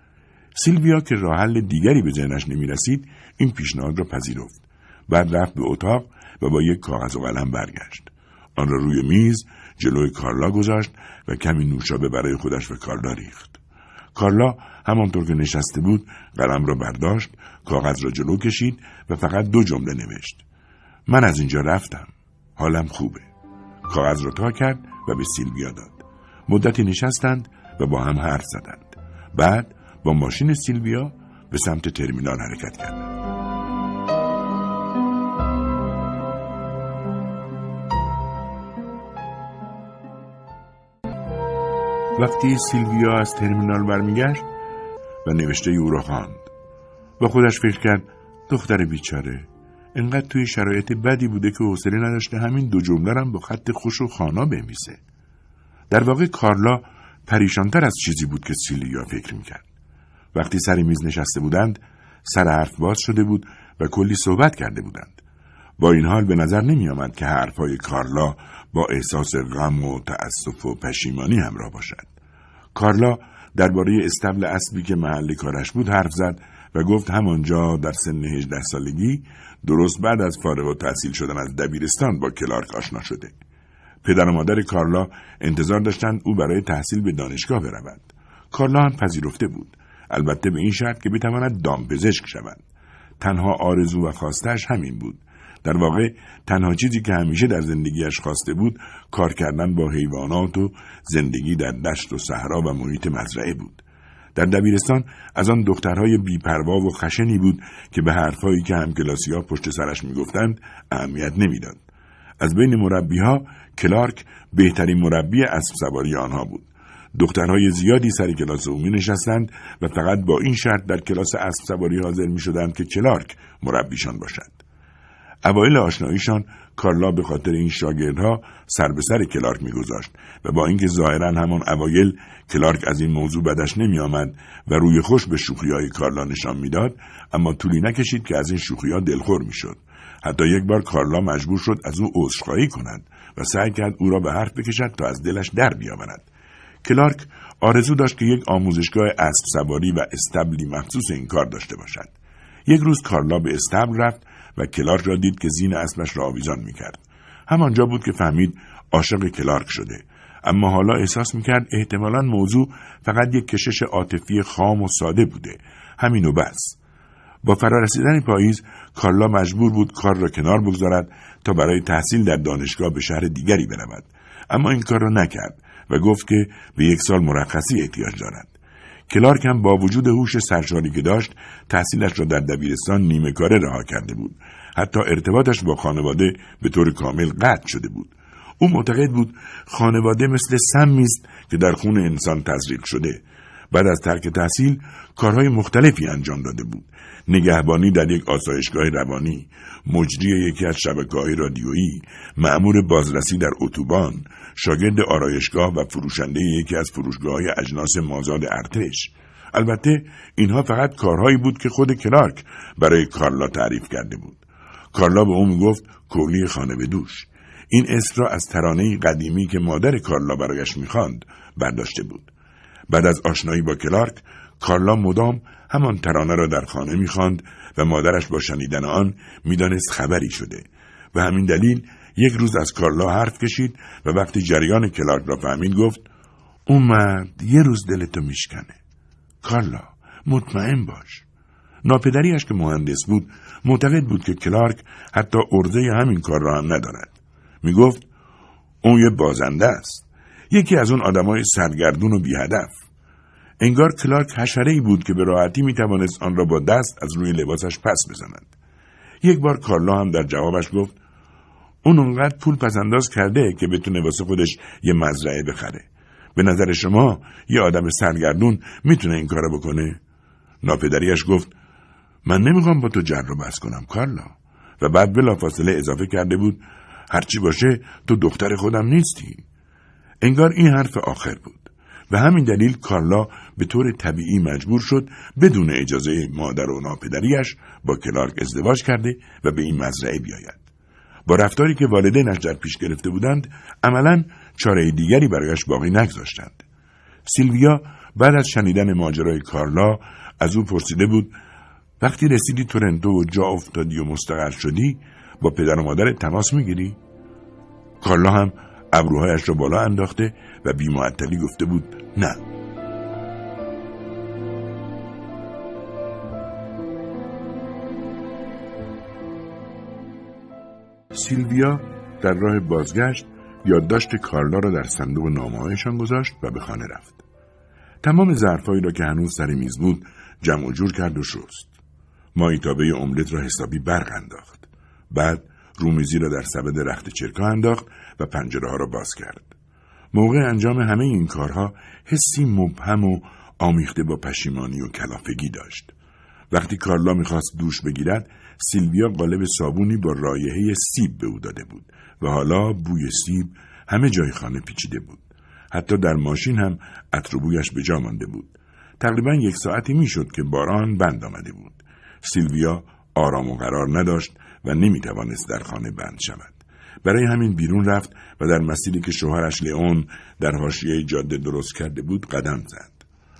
سیلویا که راه حل دیگری به ذهنش نمیرسید این پیشنهاد را پذیرفت. بعد رفت به اتاق و با یک کاغذ و قلم برگشت. آن را روی میز جلوی کارلا گذاشت و کمی نوشابه برای خودش و کارلا ریخت. کارلا همانطور که نشسته بود قلم را برداشت، کاغذ را جلو کشید و فقط دو جمله نوشت. من از اینجا رفتم. حالم خوبه. کاغذ را تا کرد و به سیلویا داد. مدتی نشستند و با هم حرف زدند. بعد با ماشین سیلویا به سمت ترمینال حرکت کردند. وقتی سیلویا از ترمینال برمیگشت و نوشته او را خواند و خودش فکر کرد دختر بیچاره انقدر توی شرایط بدی بوده که حوصله نداشته همین دو جمله هم با خط خوش و خوانا بنویسه. در واقع کارلا پریشانتر از چیزی بود که سیلویا فکر میکرد. وقتی سر میز نشسته بودند سر حرف باز شده بود و کلی صحبت کرده بودند. با این حال به نظر نمی آمد که حرفهای کارلا با احساس غم و تأسف و پشیمانی همراه باشد. کارلا درباره استبل اسبی که محل کارش بود حرف زد و گفت همانجا در سن هجده سالگی درست بعد از فارغ التحصیل شدن از دبیرستان با کلارک آشنا شده. پدر و مادر کارلا انتظار داشتند او برای تحصیل به دانشگاه برود. کارلا هم پذیرفته بود، البته به این شرط که بتواند دامپزشک شود. تنها آرزو و خواستش همین بود. در واقع تنها چیزی که همیشه در زندگیش خواسته بود کار کردن با حیوانات و زندگی در دشت و صحرا و محیط مزرعه بود. در دبیرستان از آن دخترهای بی‌پروا و خشنی بود که به حرفایی که همکلاسی‌ها پشت سرش می‌گفتند اهمیت نمی‌داد. از بین مربی‌ها کلارک بهترین مربی اسب سواری آنها بود. دخترهای زیادی سر کلاس او می‌نشستند و فقط با این شرط در کلاس اسب سواری حاضر می‌شدند که کلارک مربیشان باشد. اوایل آشناییشان کارلا به خاطر این شاگردها سر به سر کلارک می‌گذاشت و با اینکه ظاهراً همان اوایل کلارک از این موضوع بدش نمی‌آمد و روی خوش به شوخی‌های کارلا نشان می‌داد، اما طولی نکشید که از این شوخی‌ها دلخور می‌شد. حتی یک بار کارلا مجبور شد از او عذرخواهی کند و سعی کرد او را به حرف بکشد تا از دلش در بیاورد. کلارک آرزو داشت که یک آموزشگاه اسب سواری و استبلی مخصوص این کار داشته باشد. یک روز کارلا به استبل رفت و کلارک را دید که زین اسبش را آویزان می‌کرد. همانجا بود که فهمید عاشق کلارک شده، اما حالا احساس می‌کرد احتمالاً موضوع فقط یک کشش عاطفی خام و ساده بوده. همین و بس. با فرارسیدن پاییز کارلا مجبور بود کار را کنار بگذارد تا برای تحصیل در دانشگاه به شهر دیگری برود، اما این کار را نکرد و گفت که به یک سال مرخصی احتیاج دارد. کلارک هم با وجود هوش سرشاری که داشت تحصیلش را در دبیرستان نیمه کاره رها کرده بود. حتی ارتباطش با خانواده به طور کامل قطع شده بود. او معتقد بود خانواده مثل سمی است که در خون انسان تزریق شده. بعد از ترک تحصیل کارهای مختلفی انجام داده بود. نگهبانی در یک آسایشگاه روانی، مجری یکی از شبکه‌های رادیویی، مأمور بازرسی در اتوبان، شاگرد آرایشگاه و فروشنده یکی از فروشگاه‌های اجناس مازاد ارتش. البته اینها فقط کارهایی بود که خود کلارک برای کارلا تعریف کرده بود. کارلا به او میگفت کولی خانه به دوش. این اسم را از ترانه‌ای قدیمی که مادر کارلا برایش می‌خواند برداشته بود. بعد از آشنایی با کلارک، کارلا مدام همان ترانه را در خانه می‌خواند و مادرش با شنیدن آن می‌دانست خبری شده. و همین دلیل یک روز از کارلا حرف کشید و وقتی جریان کلارک را فهمید گفت اون مرد یه روز دلتو میشکنه. کارلا مطمئن باش. ناپدریش که مهندس بود معتقد بود که کلارک حتی عرضه همین کار را هم ندارد. میگفت اون یه بازنده است. یکی از اون آدمای سرگردون و بی‌هدف. انگار کلارک حشره‌ای بود که به راحتی میتوانست آن را با دست از روی لباسش پس بزند. یک بار کارلا هم در جوابش گفت اون اونقدر پول پسنداز کرده که بتونه واسه خودش یه مزرعه بخره. به نظر شما یه آدم سرگردون میتونه این کارو بکنه؟ ناپدریش گفت من نمیخوام با تو جر و بحث کنم کارلا. و بعد بلافاصله اضافه کرده بود هرچی باشه تو دختر خودم نیستی. انگار این حرف آخر بود و همین دلیل کارلا به طور طبیعی مجبور شد بدون اجازه مادر و ناپدریش با کلارک ازدواج کرده و به این مزرعه بیاید. با رفتاری که والدینش در پیش گرفته بودند عملاً چاره دیگری برایش باقی نگذاشتند. سیلویا بعد از شنیدن ماجرای کارلا از او پرسیده بود وقتی رسیدی تورنتو و جا افتادی و مستقر شدی با پدر و مادر تماس میگیری؟ کارلا هم ابروهایش را بالا انداخته و بی‌معطلی گفته بود نه. سیلویا در راه بازگشت یادداشت کارلا را در صندوق نامه‌هایشان گذاشت و به خانه رفت. تمام ظرف‌هایی را که هنوز سر میز بود جمع و جور کرد و شست. مایتابه املت را حسابی برق انداخت. بعد رومیزی را در سبد رخت چرکا انداخت و پنجره ها را باز کرد. موقع انجام همه این کارها حسی مبهم و آمیخته با پشیمانی و کلافگی داشت. وقتی کارلا میخواست دوش بگیرد، سیلویا قالب صابونی با رایحه سیب به او داده بود و حالا بوی سیب همه جای خانه پیچیده بود. حتی در ماشین هم عطر بویش به جا مانده بود. تقریبا یک ساعتی میشد که باران بند آمده بود. سیلویا آرام و قرار نداشت و نمیتوانست در خانه بند شود. برای همین بیرون رفت و در مسیری که شوهرش لئون در حاشیه جاده درست کرده بود قدم زد.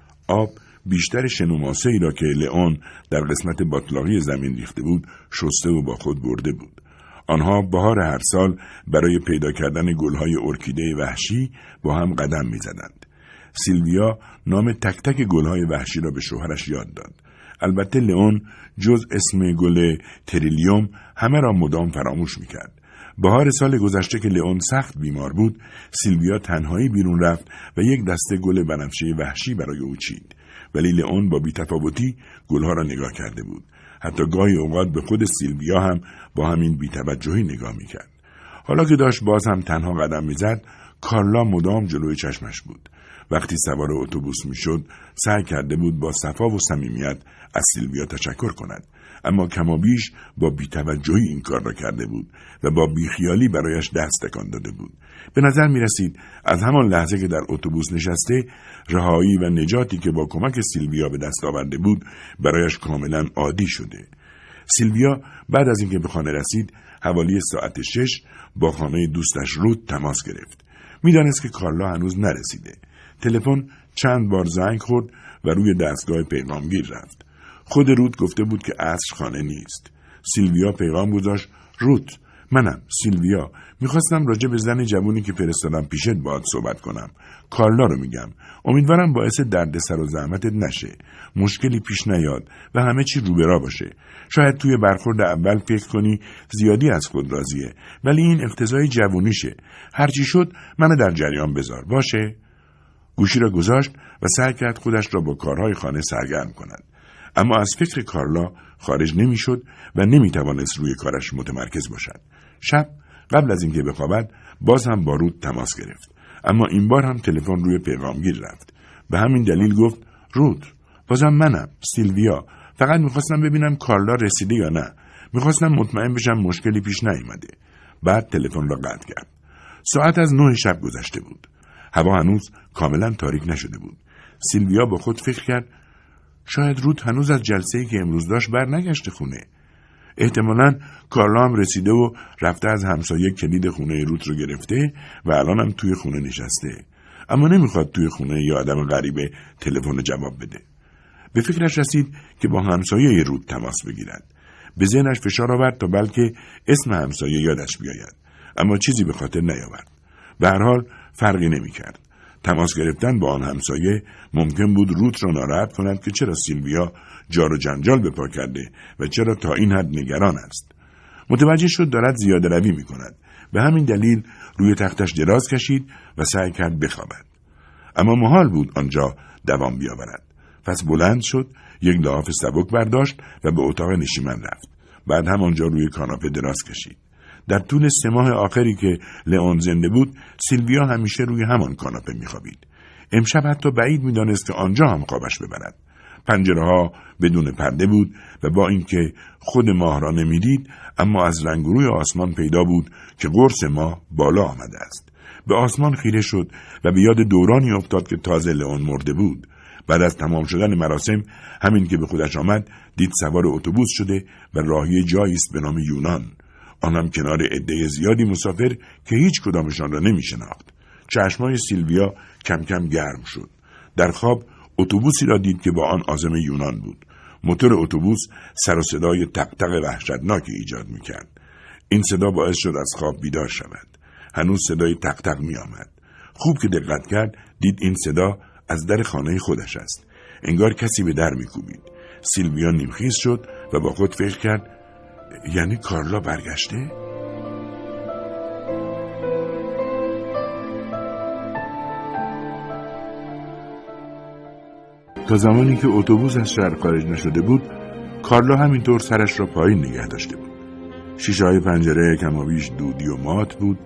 آب بیشتر شنوماسه ای را که لئون در قسمت باطلاقی زمین ریخته بود شسته و با خود برده بود. آنها بهار هر سال برای پیدا کردن گلهای ارکیده وحشی با هم قدم می‌زدند. سیلویا نام تک تک گلهای وحشی را به شوهرش یاد داد. البته لئون جز اسم گل تریلیوم همه را مدام فراموش می‌کرد. بهار سال گذشته که لئون سخت بیمار بود، سیلویا تنهایی بیرون رفت و یک دسته گل بنفشه وحشی برای او چید. ولی لئون با بی‌تفاوتی گلها را نگاه کرده بود. حتی گاهی اوقات به خود سیلویا هم با همین بی‌توجهی نگاه می‌کرد. حالا که داشت باز هم تنها قدم می‌زد، کارلا مدام جلوی چشمش بود. وقتی سوار اتوبوس می‌شد، سعی کرده بود با صفا و صمیمیت از سیلویا تشکر کند، اما کمابیش با بی‌توجهی این کار را کرده بود و با بیخیالی برایش دست تکان داده بود. به نظر می رسید از همان لحظه که در اتوبوس نشسته، رهایی و نجاتی که با کمک سیلویا به دست آورده بود برایش کاملا عادی شده. سیلویا بعد از اینکه به خانه رسید، حوالی ساعت شش با خانه دوستش رود تماس گرفت. می دانست که کارلا هنوز نرسیده. تلفن چند بار زنگ خورد و روی دستگاه پیغامگیر رفت. خود رود گفته بود که عصر خانه نیست. سیلویا پیغام گذاشت: رود، منم، سیلویا. میخواستم راجع به زن جوونی که فرستادم پیشت باهات صحبت کنم. کارلا رو میگم. امیدوارم باعث دردسر و زحمتت نشه. مشکلی پیش نیاد و همه چی رو به راه باشه. شاید توی برخورد اول فکر کنی زیادی از خود راضیه، ولی این اقتضای جوونیشه. هرچی شد منو در جریان بذار، باشه؟ گوشی را گذاشت و سعی کرد خودش را با کارهای خانه سرگرم کند. اما از فکر کارلا خارج نمیشد و نمیتوانست روی کارش متمرکز باشد. شب قبل از اینکه بخوابد باز هم با رود تماس گرفت، اما این بار هم تلفن روی پیغامگیر رفت. به همین دلیل گفت: رود، بازم منم، سیلویا. فقط میخواستم ببینم کارلا رسیده یا نه. میخواستم مطمئن بشم مشکلی پیش نیامده. بعد تلفن را قطع کرد. ساعت از نه شب گذشته بود. هوا هنوز کاملا تاریک نشده بود. سیلویا با خود فکر کرد شاید رود هنوز از جلسه‌ای که امروز داشت بر نگشته خونه. احتمالاً کارلا هم رسیده و رفته از همسایه کلید خونه رود رو گرفته و الان هم توی خونه نشسته. اما نمیخواد توی خونه یا آدم غریبه تلفن جواب بده. به فکرش رسید که با همسایه رود تماس بگیرد. به ذهنش فشار آورد تا بلکه اسم همسایه یادش بیاید، اما چیزی به خاطر نیاورد. به هر حال فرقی نمیکرد. تماس گرفتن با آن همسایه ممکن بود رود را ناراحت کند که چرا سیلویا جار و جنجال به پا کرده و چرا تا این حد نگران است. متوجه شد دارد زیاده روی می کند. به همین دلیل روی تختش دراز کشید و سعی کرد بخوابد. اما محال بود آنجا دوام بیاورد. پس بلند شد، یک لحاف سبک برداشت و به اتاق نشیمن رفت. بعد هم آنجا روی کاناپه دراز کشید. در طول سه ماه آخری که لئون زنده بود، سیلویا همیشه روی همان کاناپه می‌خوابید. امشب حتی بعید می‌دانست که آنجا هم خوابش ببرد. پنجره‌ها بدون پرده بود و با اینکه خود ماه را نمی‌دید، اما از رنگ و روی آسمان پیدا بود که قرص ماه بالا آمده است. به آسمان خیره شد و به یاد دورانی افتاد که تازه لئون مرده بود. بعد از تمام شدن مراسم، همین که به خودش آمد، دید سوار اتوبوس شده و راهی جایی است به نام یونان. آن هم کنار عده زیادی مسافر که هیچ کدامشان را نمی شناخت. چشمای سیلویا کم کم گرم شد. در خواب اتوبوسی را دید که با آن عازم یونان بود. موتور اتوبوس سر و صدای تق تق وحشتناکی ایجاد می کرد. این صدا باعث شد از خواب بیدار شود. هنوز صدای تق تق می آمد. خوب که دقت کرد دید این صدا از در خانه خودش است. انگار کسی به در می کوبید. سیلویا نیمخیز شد و با خود فکر کرد یعنی کارلا برگشته؟ تا زمانی که اتوبوس از شهر خارج نشده بود، کارلا همینطور سرش را پایین نگه داشته بود. شیشه‌های پنجره کمابیش دودی و مات بود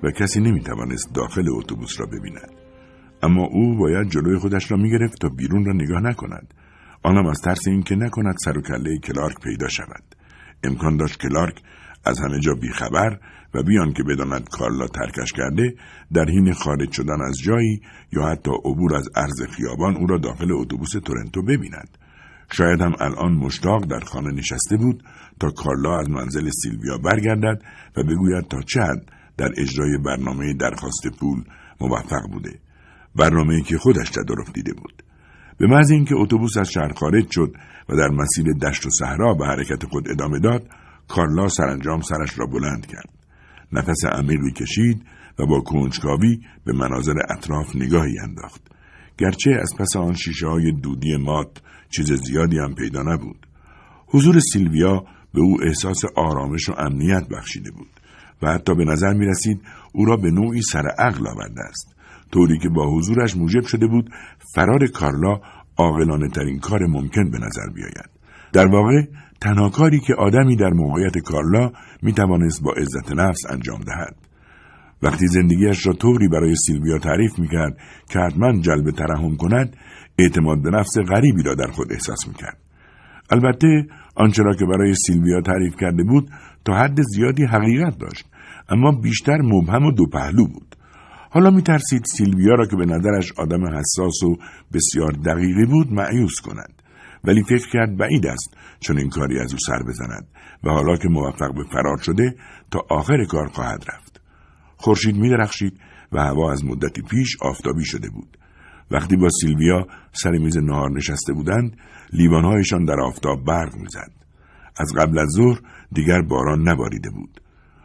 و کسی نمیتوانست داخل اتوبوس را ببیند. اما او باید جلوی خودش را میگرفت تا بیرون را نگاه نکند، آنم از ترس این که نکند سر و کله کلارک پیدا شود. امکان داشت کلارک از همه جا بیخبر و بیان که بداند کارلا ترکش کرده، در حین خارج شدن از جایی یا حتی عبور از عرض خیابان او را داخل اتوبوس تورنتو ببیند. شاید هم الان مشتاق در خانه نشسته بود تا کارلا از منزل سیلویا برگردد و بگوید تا چه حد در اجرای برنامه درخواست پول موفق بوده، برنامه‌ای که خودش تدارک دیده بود. به محض اینکه اتوبوس از شهر خارج شد و در مسیر دشت و صحرا به حرکت خود ادامه داد، کارلا سرانجام سرش را بلند کرد. نفس عمیقی کشید و با کنجکاوی به مناظر اطراف نگاهی انداخت. گرچه از پس آن شیشه‌های دودی مات چیز زیادی هم پیدا نبود. حضور سیلویا به او احساس آرامش و امنیت بخشیده بود و حتی به نظر می رسید او را به نوعی سر عقل آورده است، طوری که با حضورش موجب شده بود فرار کارلا عاقلانه ترین کار ممکن به نظر بیاید. در واقع تنها کاری که آدمی در موقعیت کارلا می توانست با عزت نفس انجام دهد. وقتی زندگیش را طوری برای سیلویا تعریف می کرد که حتما جلب ترحم کند، اعتماد به نفس غریبی را در خود احساس می کرد. البته آنچه را که برای سیلویا تعریف کرده بود تا حد زیادی حقیقت داشت، اما بیشتر مبهم و دو پهلو بود. حالا می ترسید سیلویا را که به نظرش آدم حساس و بسیار دقیقی بود مأیوس کند، ولی فکر کرد بعید است چون این کاری از او سر بزند و حالا که موفق به فرار شده تا آخر کار خواهد رفت. خورشید می درخشید و هوا از مدتی پیش آفتابی شده بود. وقتی با سیلویا سر میز نهار نشسته بودند، لیوانهایشان در آفتاب برق می‌زد. از قبل از ظهر دیگر باران نباریده بود.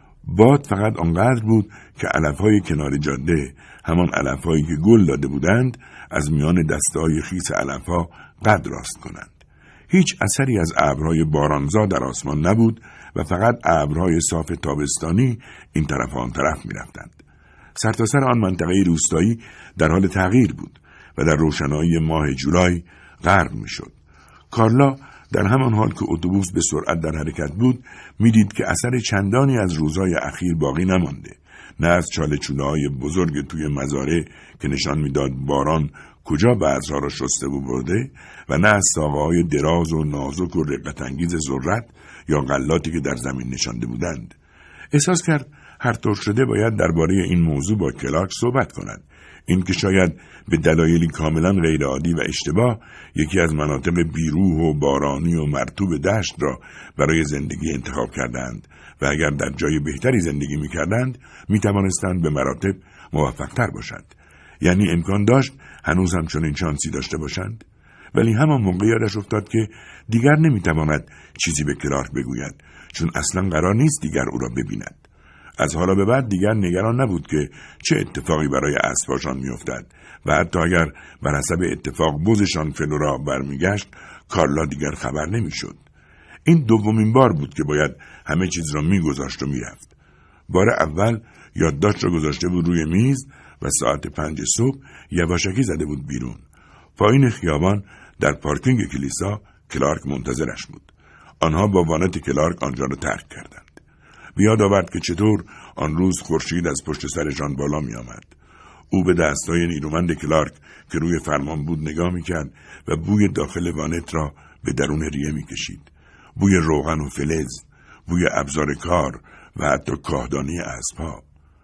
باد فقط آنقدر بود که علف‌های کنار جاده، همان علف‌هایی که گل داده بودند، از میان دسته‌های خیس علف‌ها قد راست کنند. هیچ اثری از ابرهای بارانزا در آسمان نبود و فقط ابرهای صاف تابستانی این طرف و آن طرف می‌رفتند. سرتاسر آن منطقه روستایی در حال تغییر بود و در روشنایی ماه جولای غرق می‌شد. کارلا در همان حال که اتوبوس به سرعت در حرکت بود، می‌دید که اثر چندانی از روزهای اخیر باقی نمانده. نه از چاله چوله‌های بزرگ توی مزارع که نشان می‌داد باران کجا بذرها را شسته و برده و نه از ساقه‌های دراز و نازک و رقت‌انگیز ذرت یا غلاتی که در زمین نشانده بودند. احساس کرد هر طور شده باید درباره این موضوع با کلارک صحبت کند. این که شاید به دلایلی کاملا غیرعادی و اشتباه یکی از مناطق بیروح و بارانی و مرطوب دشت را برای زندگی انتخاب کردند و اگر در جای بهتری زندگی می کردند می توانستند به مراتب موفق تر باشند. یعنی امکان داشت هنوز هم چنین شانسی داشته باشند. ولی همان موقع یادش افتاد که دیگر نمی تواند چیزی به کلارک بگوید، چون اصلا قرار نیست دیگر او را ببیند. از حالا به بعد دیگر نگران نبود که چه اتفاقی برای اسباشان میافتد و حتی اگر بر حسب اتفاق بزشان فلو را برمیگشت، کارلا دیگر خبر نمیشد. این دومین بار بود که باید همه چیز را میگذاشت و میرفت. بار اول یادداشت را گذاشته بود روی میز و ساعت پنج صبح یواشکی زده بود بیرون. پایین خیابان در پارکینگ کلیسا کلارک منتظرش بود. آنها با وانت کلارک آنجا را ترک کردند. بیاد آورد که چطور آن روز خورشید از پشت سرشان بالا می آمد. او به دستای نیرومند کلارک که روی فرمان بود نگاه می کرد و بوی داخل وانت را به درون ریه می کشید. بوی روغن و فلز، بوی ابزار کار و حتی کاهدانی اسب‌ها.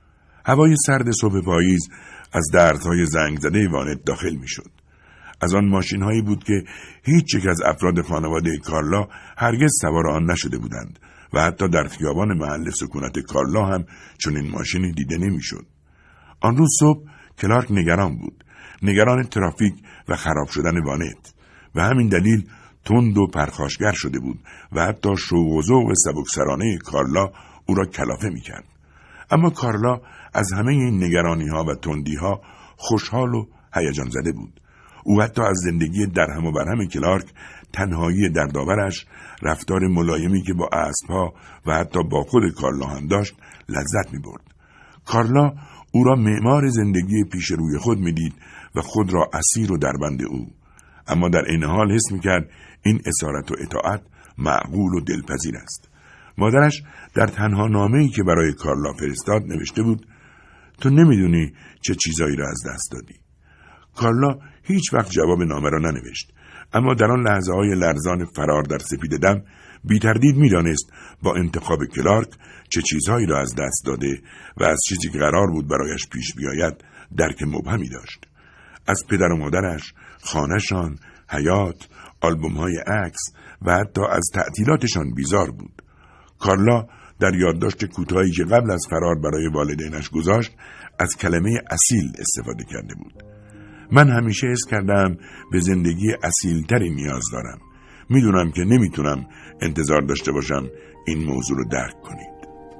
هوای سرد صبح پاییز از درزهای زنگ زده وانت داخل می شد. از آن ماشین هایی بود که هیچ یک از افراد خانواده کارلا هرگز سوار آن نشده بودند و حتی در خیابان محل سکونت کارلا هم چنین ماشینی دیده نمیشد. آن روز صبح کلارک نگران بود، نگران ترافیک و خراب شدن وانت، و همین دلیل تند و پرخاشگر شده بود و حتی شوق و ذوق سبکسرانه کارلا او را کلافه میکرد. اما کارلا از همه این نگرانی ها و تندی ها خوشحال و هیجان زده بود. او حتی از زندگی درهم و برهم کلارک، تنهایی دردآورش، رفتار ملایمی که با اسب‌ها و حتی با خود کارلا هم داشت لذت می‌برد. کارلا او را معمار زندگی پیش روی خود می‌دید و خود را اسیر و دربند او. اما در این حال حس می‌کرد این اسارت و اطاعت معقول و دلپذیر است. مادرش در تنها نامه‌ای که برای کارلا فرستاد نوشته بود: تو نمیدونی چه چیزایی را از دست دادی. کارلا هیچ وقت جواب نامه را ننوشت، اما در آن لحظه های لرزان فرار در سپید دم بی تردید می دانست با انتخاب کلارک چه چیزهایی را از دست داده و از چیزی که قرار بود برایش پیش بیاید درک مبهمی داشت. از پدر و مادرش، خانه‌شان، حیات، آلبوم‌های عکس و حتی از تعطیلاتشان بیزار بود. کارلا در یادداشت کوتاهی که قبل از فرار برای والدینش گذاشت از کلمه اصیل استفاده کرده بود. من همیشه حس کردم به زندگی اصیل‌تری نیاز دارم. میدونم که نمیتونم انتظار داشته باشم این موضوع رو درک کنید.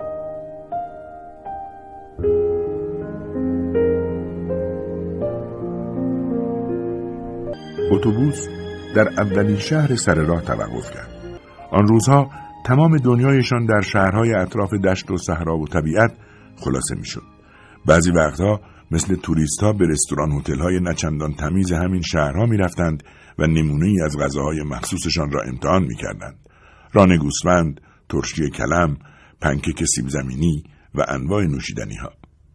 اتوبوس در اولین شهر سر راه توقف کرد. آن روزها تمام دنیایشان در شهرهای اطراف دشت و صحرا و طبیعت خلاصه میشد. بعضی وقتها مثل توریست‌ها به رستوران هتل‌های نچندان تمیز همین شهرها می‌رفتند و نمونه‌ای از غذاهای مخصوصشان را امتحان می‌کردند. ران گوسفند، ترشی کلم، پنکیک سیب زمینی و انواع نوشیدنی‌ها.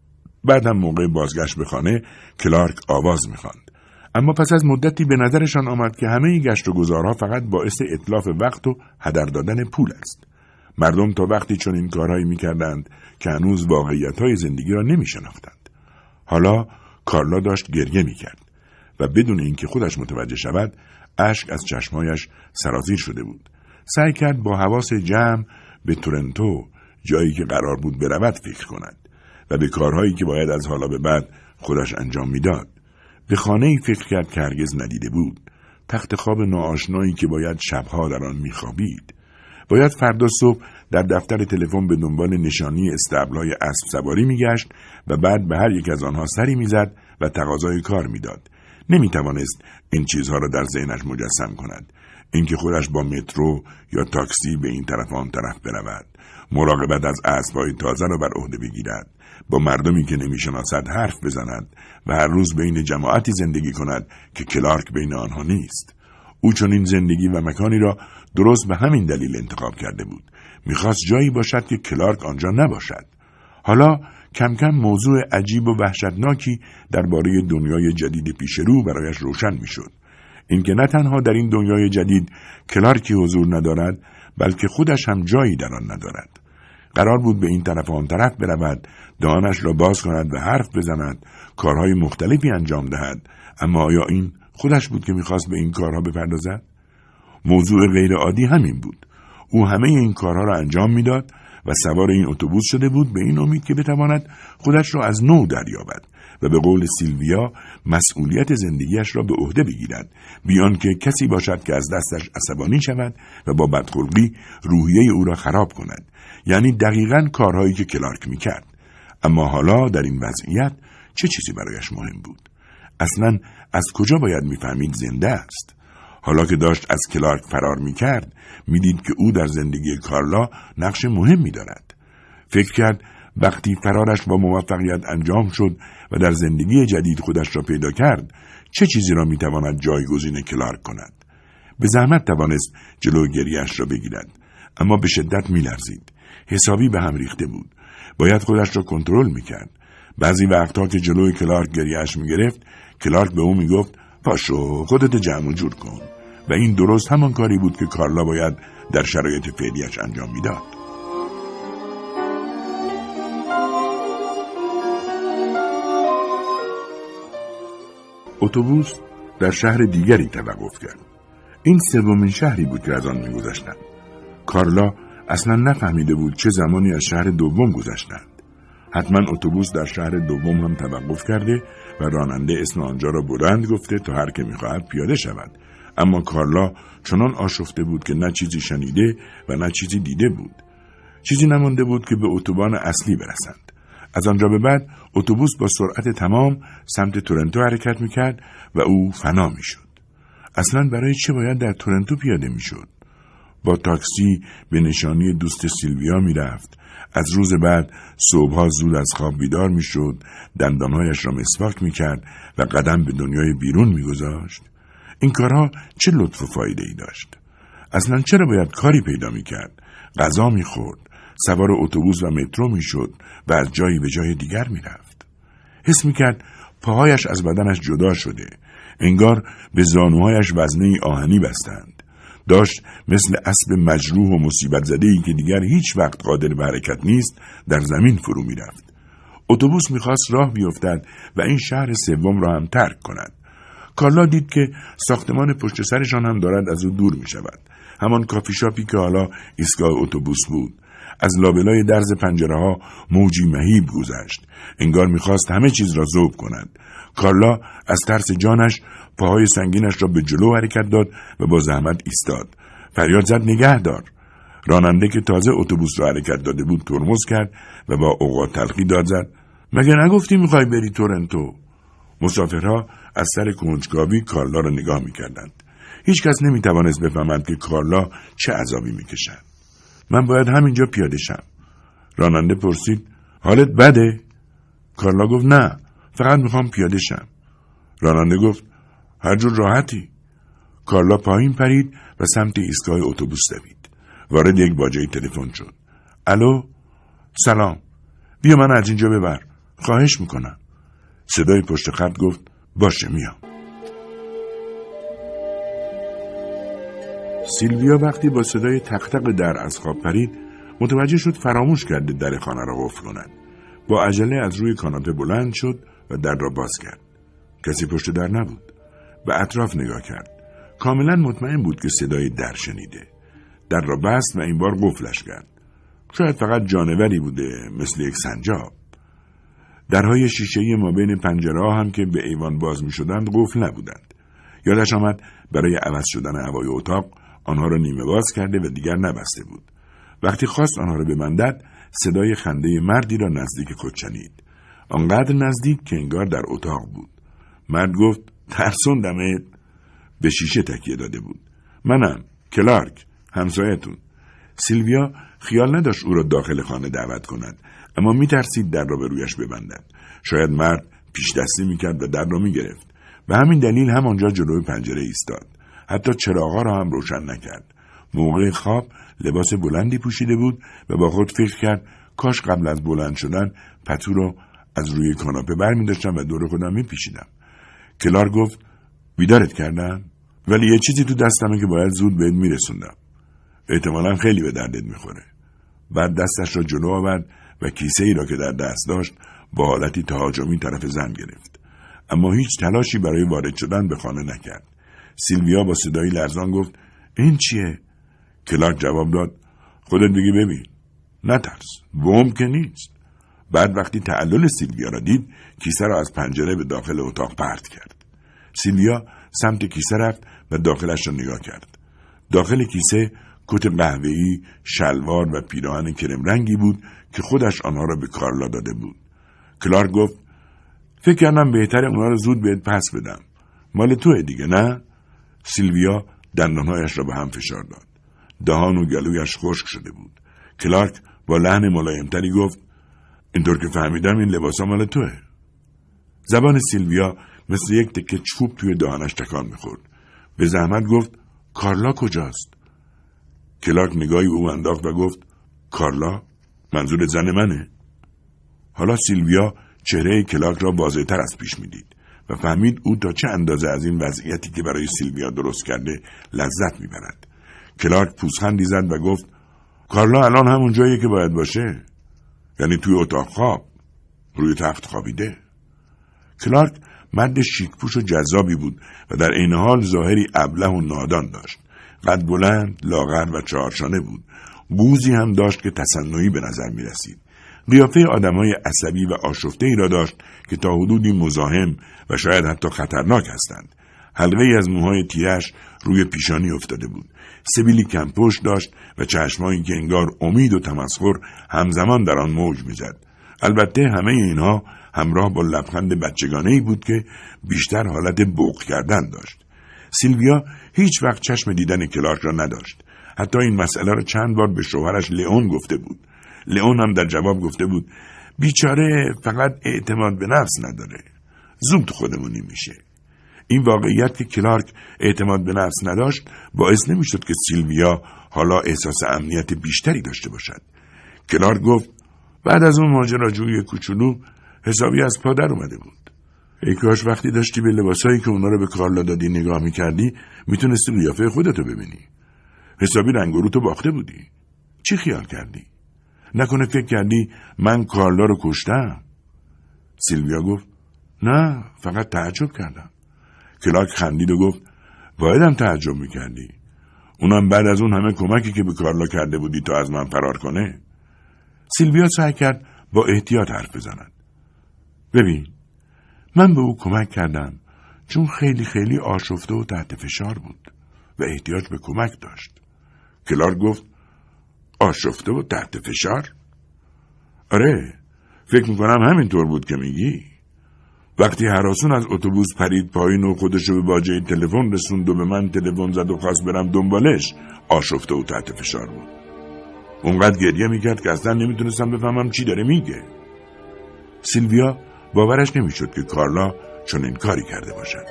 بعد هم موقع بازگشت به خانه کلارک آواز می‌خواند. اما پس از مدتی به نظرشان آمد که همه این گشت و گذارها فقط باعث اتلاف وقت و هدر دادن پول است. مردم تا وقتی چون این کارهایی می‌کردند که هنوز واقعیت‌های زندگی را نمی‌شناختند. حالا کارلا داشت گریه می‌کرد و بدون اینکه خودش متوجه شود اشک از چشمایش سرازیر شده بود. سعی کرد با حواس جمع به تورنتو، جایی که قرار بود برود، فکر کند و به کارهایی که باید از حالا به بعد خودش انجام میداد. به خانه‌ای فکر کرد که هرگز ندیده بود، تخت خواب ناآشنایی که باید شبها در آن میخوابید. باید فردا صبح در دفتر تلفن به دنبال نشانی استبل‌های اسب سواری میگشت و بعد به هر یک از آنها سری میزد و تقاضای کار میداد. نمیتوانست این چیزها را در ذهنش مجسم کند. اینکه خودش با مترو یا تاکسی به این طرف آن طرف برود، مراقبت از اسب‌های تازه را بر عهده بگیرد، با مردمی که نمیشناسد حرف بزند و هر روز بین جماعتی زندگی کند که کلارک بین آنها نیست. او چون این زندگی و مکانی را درست به همین دلیل انتخاب کرده بود. میخواست جایی باشد که کلارک آنجا نباشد. حالا کم کم موضوع عجیب و وحشتناکی درباره دنیای جدید پیش رو برایش روشن میشد. اینکه نه تنها در این دنیای جدید کلارکی حضور ندارد، بلکه خودش هم جایی در آن ندارد. قرار بود به این طرف و آن طرف برود، دهانش را باز کند و حرف بزند، کارهای مختلفی انجام دهد، اما آیا این خودش بود که میخواست به این کارها بپردازد؟ موضوع غیر عادی همین بود. او همه این کارها را انجام میداد و سوار این اتوبوس شده بود به این امید که بتواند خودش را از نو دریابد و به قول سیلویا مسئولیت زندگیش را به عهده بگیرد، بیان که کسی باشد که از دستش عصبانی شود و با بدخلقی روحیه او را خراب کند. یعنی دقیقاً کارهایی که کلارک میکرد. اما حالا در این وضعیت چه چیزی برایش مهم بود؟ اصلاً از کجا باید میفهمید زنده است؟ حالا که داشت از کلارک فرار میکرد، میدید که او در زندگی کارلا نقش مهمی دارد. فکر کرد وقتی فرارش با موفقیت انجام شد و در زندگی جدید خودش را پیدا کرد، چه چیزی را میتواند جایگزین کلارک کند؟ به زحمت توانست جلو گریه‌اش را بگیرد، اما به شدت میلرزید. حسابی به هم ریخته بود. باید خودش را کنترل میکرد. بعضی وقتها که جلوی کلارک گریه‌اش میگرفت، کلارک به او میگفت پاشو خودت جمع و جور کن، و این درست همان کاری بود که کارلا باید در شرایط فعلیش انجام میداد. اتوبوس در شهر دیگری توقف کرد. این سومین شهری بود که از آن میگذشتند. کارلا اصلا نفهمیده بود چه زمانی از شهر دوم گذشتند. حتما اتوبوس در شهر دوم هم توقف کرده و راننده اسم آنجا را بلند گفته تا هر که می‌خواهد پیاده شود. اما کارلا چنان آشفته بود که نه چیزی شنیده و نه چیزی دیده بود. چیزی نمانده بود که به اتوبان اصلی برسند. از آنجا به بعد اتوبوس با سرعت تمام سمت تورنتو حرکت می‌کرد و او فنا می‌شد. اصلا برای چه باید در تورنتو پیاده می‌شد؟ با تاکسی به نشانی دوست سیلویا می‌رفت. از روز بعد صبحها زود از خواب بیدار می‌شد، دندانهایش را مسواک می‌کرد و قدم به دنیای بیرون می‌گذاشت. این کارها چه لطف و فایده‌ای داشت؟ اصلا چرا باید کاری پیدا می‌کرد؟ غذا می‌خورد، سوار اتوبوس و مترو می‌شد و از جایی به جای دیگر می‌رفت. حس میکرد پاهایش از بدنش جدا شده. انگار به زانوهایش وزنه آهنی بستند. داشت مثل اسب مجروح و مصیبت زده‌ای که دیگر هیچ وقت قادر به حرکت نیست در زمین فرو میرفت. اتوبوس میخواست راه بیفتد و این شهر سوم را هم ترک کند. کارلا دید که ساختمان پشت سرشان هم دارد از او دور می شود. همان کافی شاپی که حالا ایستگاه اتوبوس بود. از لابلای درز پنجره ها موجی مهیب گذشت. انگار میخواست همه چیز را ذوب کند. کارلا از ترس جانش پاهای سنگینش را به جلو حرکت داد و با زحمت ایستاد. فریاد زد نگه دار. راننده که تازه اتوبوس را حرکت داده بود ترمز کرد و با اوقات تلخی داد زد مگه نگفتی میخوای بری تورنتو؟ مسافرها از سر کنجکاوی کارلا را نگاه میکردند. هیچ کس نمیتوانست بفهمد که کارلا چه عذابی میکشد. من باید همینجا پیاده شم. راننده پرسید حالت بده؟ کارلا گفت نه، فقط میخوام پیاده شم. راننده گفت هر جور راحتی. کارلا پایین پرید و سمت ایستگاه اتوبوس دوید. وارد یک باجه تلفن شد. الو، سلام. بیا من از اینجا ببر. خواهش میکنم. صدای پشت خط گفت باشه میام. سیلویا وقتی با صدای تق تق در از خواب پرید متوجه شد فراموش کرده در خانه را قفل کند. با عجله از روی کاناپه بلند شد و در را باز کرد. کسی پشت در نبود. به اطراف نگاه کرد. کاملا مطمئن بود که صدای در شنیده. در را بست و این بار قفلش کرد. شاید فقط جانوری بوده، مثل یک سنجاب. درهای شیشه‌ای ما بین پنجره‌ها هم که به ایوان باز می‌شدند قفل نبودند. یادش آمد برای عوض شدن هوای اتاق آنها را نیمه باز کرده و دیگر نبسته بود. وقتی خواست آنها را ببندد صدای خنده مردی را نزدیک خود شنید. آنقدر نزدیک که انگار در اتاق بود. مرد گفت ترسوندمت. به شیشه تکیه داده بود. منم، کلارک، همسایتون. سیلویا خیال نداشت او را داخل خانه دعوت کند، اما می ترسید در را به رویش ببندد. شاید مرد پیش دستی می کرد و در را می گرفت. به همین دلیل همانجا جلوی پنجره ایستاد. حتی چراغا را هم روشن نکرد. موقع خواب لباس بلندی پوشیده بود و با خود فکر کرد کاش قبل از بلند شدن پتو را از روی کاناپه برمی داشتم و دور خودم می پیشیدم. کلار گفت بیدارت کردم؟ ولی یه چیزی تو دستمه که باید زود بهت می رسوندم. احتمالاً خیلی به دردت می خوره. بعد دستش را جلو آورد و کیسه ای را که در دست داشت با حالتی تهاجمی طرف زن گرفت. اما هیچ تلاشی برای وارد شدن به خانه نکرد. سیلویا با صدایی لرزان گفت این چیه؟ کلارک جواب داد خودت بگی ببین. نترس، بمب که نیست. بعد وقتی تعلل سیلویا را دید کیسه را از پنجره به داخل اتاق پرت کرد. سیلویا سمت کیسه رفت و داخلش را نگاه کرد. داخل کیسه کت قهوه‌ای، شلوار و پیراهن کرم رنگی بود که خودش آنها را به کارلا داده بود. کلارک گفت فکر کردم بهتره اونها را زود بهت پس بدم. مال توه دیگه نه؟ سیلویا دندانهایش را به هم فشار داد. دهان و گلویش خشک شده بود. کلارک با لحن ملایمتری گفت اینطور که فهمیدم این لباسا مال توه. زبان سیلویا مثل یک تکه چوب توی دهانش تکان میخورد. به زحمت گفت کارلا کجاست؟ کلارک نگاهی به او انداخت و گفت کارلا؟ منظور زن منه؟ حالا سیلویا چهره کلارک را واضح‌تر از پیش میدید و فهمید او تا چه اندازه از این وضعیتی که برای سیلویا درست کرده لذت میبرد. کلارک پوزخندی زد و گفت کارلا الان همون جاییه که باید باشه. یعنی توی اتاق خواب، روی تخت خوابیده. کلارک مرد شیک‌پوش و جذابی بود و در عین حال ظاهری ابله و نادان داشت. قد بلند، لاغر و چهارشانه بود. بوزی هم داشت که تصنعی به نظر می رسید. قیافه آدمای عصبی و آشفته ای را داشت که تا حدودی مزاحم و شاید حتی خطرناک هستند. حلقه ای از موهای تیرش روی پیشانی افتاده بود. سبیلی کم پشت داشت و چشمایی که انگار امید و تمسخر همزمان در آن موج می زد. البته همه اینها همراه با لبخند بچگانه‌ای بود که بیشتر حالت بوق کردن داشت. سیلویا هیچ وقت چشم دیدن کلارک را نداشت. حتی این مسئله را چند بار به شوهرش لئون گفته بود. لئون هم در جواب گفته بود بیچاره فقط اعتماد به نفس نداره. زود خودمونی میشه. این واقعیت که کلارک اعتماد به نفس نداشت باعث نمیشد که سیلویا حالا احساس امنیت بیشتری داشته باشد. کلارک گفت بعد از اون ماجراجویی کوچولو حسابی از پا در اومده بود. ای کاش وقتی داشتی به لباسایی که اونا رو به کارلا دادی نگاه میکردی میتونستی قیافه خودتو ببینی. حسابی رنگ و روتو باخته بودی. چی خیال کردی؟ نکنه فکر کردی من کارلا رو کشتم؟ سیلویا گفت نه، فقط تعجب کردم. کلارک خندید و گفت بایدم تعجب میکردی. اونم بعد از اون همه کمکی که به کارلا کرده بودی تا از من فرار کنه. سیلویا سعی کرد با احتیاط حرف بزند. ببین، من به او کمک کردم چون خیلی خیلی آشفته و تحت فشار بود و احتیاج به کمک داشت. کلارک گفت آشفته و تحت فشار؟ آره، فکر میکنم همینطور بود که میگی. وقتی هراسون از اتوبوس پرید پایین و خودشو به باجه تلفن رسوند و به من تلفن زد و خواست برم دنبالش، آشفته و تحت فشار بود. اونقدر گریه میکرد که اصلا نمیتونستم بفهمم چی داره میگه. سیلویا باورش نمیشد که کارلا چنین کاری کرده باشد.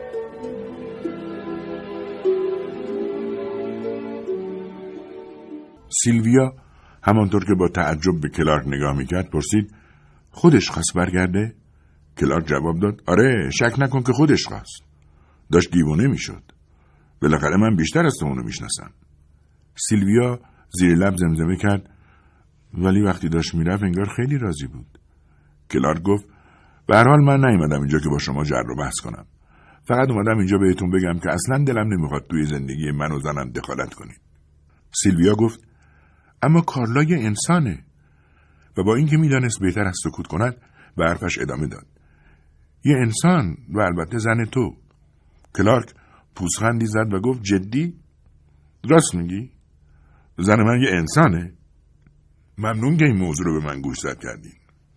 سیلویا همانطور که با تعجب به کلارک نگاه میکرد پرسید خودش خواست برگرده؟ کلارک جواب داد آره، شک نکن که خودش خواست. داشت دیوونه میشد. بالاخره من بیشتر از تو اونو میشناسم. سیلویا زیر لب زمزمه کرد ولی وقتی داشت میرفت انگار خیلی راضی بود. کلارک گفت به هر حال من نیومدم اینجا که با شما جر و بحث کنم. فقط اومدم اینجا بهتون بگم که اصلا دلم نمیخواد توی زندگی من و زنم دخالت کنید. سیلویا گفت اما کارلا یه انسانه. و با اینکه میدانست بهتر از سکوت کند به حرفش ادامه داد. یه انسان و البته زن تو. کلارک پوزخندی زد و گفت جدی؟ راست میگی؟ زن من یه انسانه؟ ممنون که این موضوع رو به من گوش زد کردین.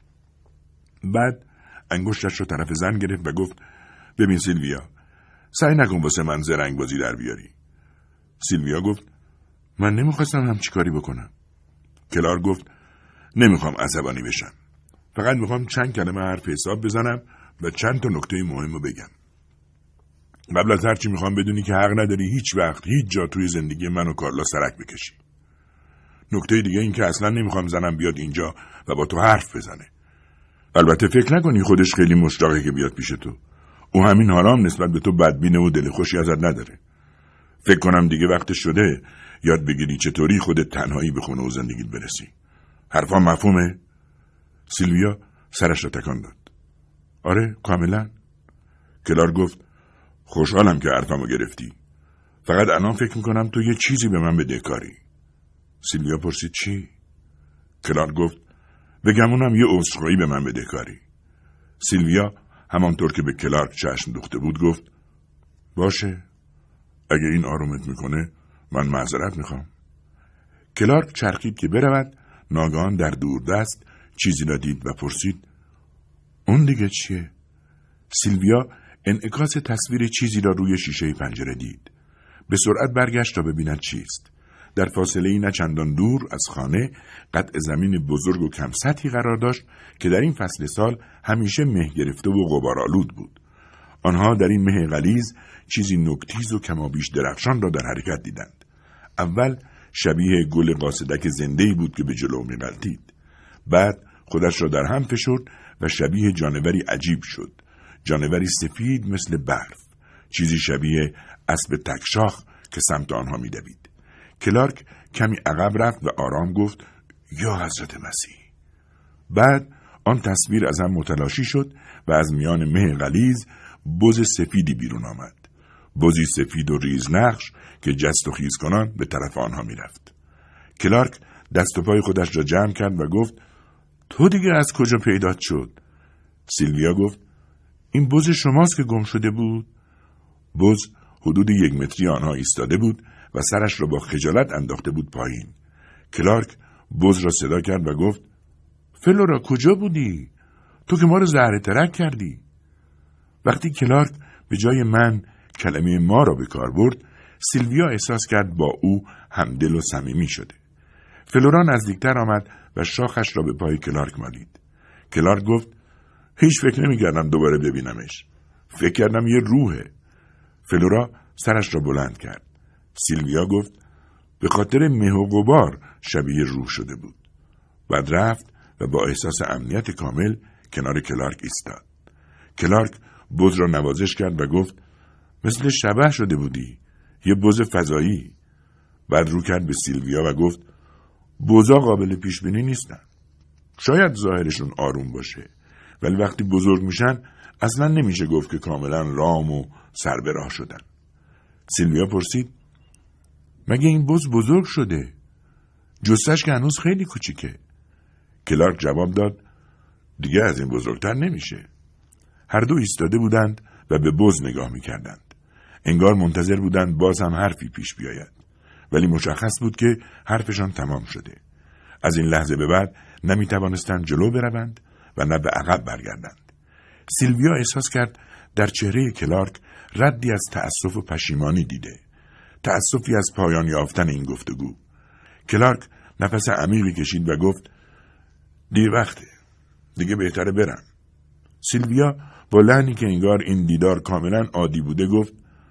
بعد انگشتش رو طرف زن گرفت و گفت ببین سیلویا، سعی نکن واسه من زرنگ بازی در بیاری. سیلویا گفت من نمیخواستم همچی کاری بکنم. کلارک گفت نمیخوام عصبانی بشم. فقط میخوام چند کلمه حرف حساب بزنم و چند تا نکته مهم رو بگم. قبل از هرچی میخوام بدونی که حق نداری هیچ وقت هیچ جا توی زندگی من و کارلا سرک بکشی. نکته دیگه این که اصلا نمیخوام زنم بیاد اینجا و با تو حرف بزنه. البته فکر نکنی خودش خیلی مشتاقه که بیاد پیش تو. او همین حالام نسبت به تو بدبینه و دل خوشی ازت نداره. فکر کنم دیگه وقتش شده یاد بگیری چطوری خودت تنهایی به خونه و زندگیت برسی. حرفا مفهومه؟ سیلویا سرش را تکان داد. آره، کاملا. کلارک گفت خوشحالم که حرفمو گرفتی. فقط الان فکر میکنم تو یه چیزی به من بدهکاری. سیلویا پرسید چی؟ کلارک گفت بگمونم یه عذرخواهی به من بدهکاری. سیلویا همانطور که به کلارک چشم دوخته بود گفت باشه، اگه این آرومت میکنه من معذرت میخوام. کلارک چرخید که برود، ناگهان در دوردست چیزی را دید و پرسید اون دیگه چیه؟ سیلویا انعکاس تصویر چیزی را روی شیشه پنجره دید. به سرعت برگشت تا ببیند چیست. در فاصله نه چندان دور از خانه قطع زمین بزرگ و کم سطحی قرار داشت که در این فصل سال همیشه مه گرفته و غبارآلود بود. آنها در این مه غلیظ چیزی نکتیز و کمابیش درخشان را در حرکت دیدند. اول شبیه گل قاصدک زنده‌ای بود که به جلو می‌غلتید. بعد خودش را در هم فشرد و شبیه جانوری عجیب شد. جانوری سفید مثل برف. چیزی شبیه اسب تکشاخ که سمت آنها می‌دوید. کلارک کمی عقب رفت و آرام گفت یا حضرت مسیح. بعد آن تصویر از هم متلاشی شد و از میان مه غلیظ بز سفیدی بیرون آمد. بزی سفید و ریزنقش که جست و خیز کنان به طرف آنها می رفت. کلارک دست و پای خودش را جمع کرد و گفت تو دیگه از کجا پیدات شد؟ سیلویا گفت این بز شماست که گم شده بود؟ بز حدود یک متری آنها ایستاده بود و سرش را با خجالت انداخته بود پایین. کلارک بز را صدا کرد و گفت فلورا کجا بودی؟ تو که ما رو زهره ترک کردی. وقتی کلارک به جای من کلمه ما را به کار برد، سیلویا احساس کرد با او همدل و صمیمی شده. فلورا نزدیکتر آمد و شاخش را به پای کلارک مالید. کلارک گفت هیچ فکر نمی کردم دوباره ببینمش. فکر کردم یه روحه. فلورا سرش را بلند کرد. سیلویا گفت به خاطر مه و غبار شبیه روح شده بود. بعد رفت و با احساس امنیت کامل کنار کلارک ایستاد. کلارک بز را نوازش کرد و گفت مثل شبح شده بودی، یه بز فضایی. بعد رو کرد به سیلویا و گفت بزا قابل پیش بینی نیستن. شاید ظاهرشون آروم باشه، ولی وقتی بزرگ میشن اصلا نمیشه گفت که کاملا رام و سر به راه شدن. سیلویا پرسید مگه این بز بزرگ شده؟ جثه‌اش که هنوز خیلی کوچیکه. کلارک جواب داد دیگه از این بزرگتر نمیشه. هر دو ایستاده بودند و به بز نگاه میکردند. انگار منتظر بودند باز هم حرفی پیش بیاید، ولی مشخص بود که حرفشان تمام شده. از این لحظه به بعد نمیتوانستند جلو بروند و نه به عقب برگردند. سیلویا احساس کرد در چهره کلارک ردی از تأسف و پشیمانی دیده. تأسفی از پایان یافتن این گفتگو. کلارک نفس عمیقی کشید و گفت دیر وقته، دیگه بهتره برم. سیلویا با لحنی که انگار این دیدار کاملا عادی بوده گفت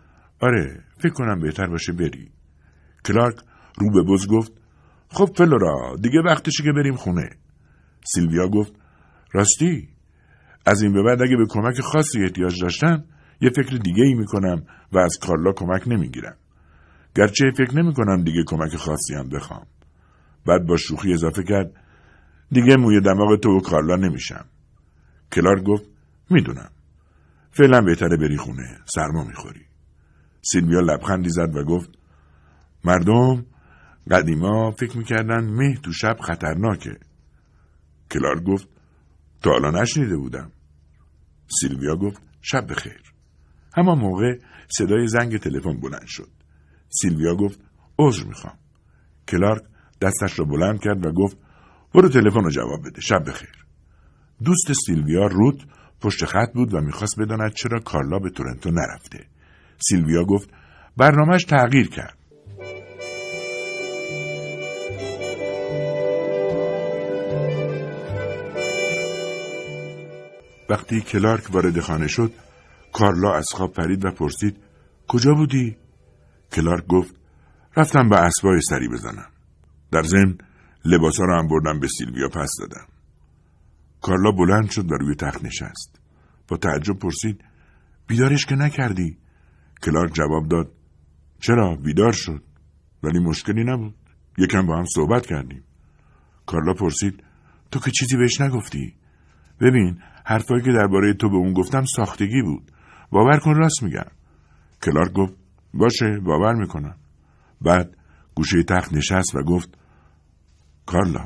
آره فکر کنم بهتر باشه بری. کلارک رو به بز گفت خب فلورا دیگه وقتشه که بریم خونه. سیلویا گفت راستی از این به بعد اگه به کمک خاصی احتیاج داشتم یه فکر دیگه ای میکنم و از کارلا کمک نمیگیرم، گرچه فکر نمیکنم دیگه کمک خاصی هم بخوام. بعد با شوخی اضافه کرد دیگه موی دماغ تو و کارلا نمیشم. کلارک گفت میدونم، فعلا بهتره بری خونه، سرما میخوری. سیلویا لبخندی زد و گفت مردم قدیما فکر میکردن مه تو شب خطرناکه. کلارک گفت تا حالا نشنیده بودم. سیلویا گفت شب بخیر. همان موقع صدای زنگ تلفن بلند شد. سیلویا گفت عذر میخوام. کلارک دستش را بلند کرد و گفت برو تلفن رو جواب بده، شب بخیر. دوست سیلویا رود پشت خط بود و میخواست بداند چرا کارلا به تورنتو نرفته. سیلویا گفت برنامهش تغییر کرد. وقتی کلارک وارد خانه شد، کارلا از خواب پرید و پرسید کجا بودی؟ کلارک گفت رفتم به اسبای سری بزنم. در ضمن لباسا رو هم بردم به سیلویا پس دادم. کارلا بلند شد و روی تخت نشست. با تعجب پرسید بیدارش که نکردی؟ کلارک جواب داد چرا بیدار شد، ولی مشکلی نبود، یکم با هم صحبت کردیم. کارلا پرسید تو که چیزی بهش نگفتی؟ ببین حرفایی که درباره تو به اون گفتم ساختگی بود، باور کن راست میگم. کلارک گفت باشه باور میکنم. بعد گوشه تخت نشست و گفت کارلا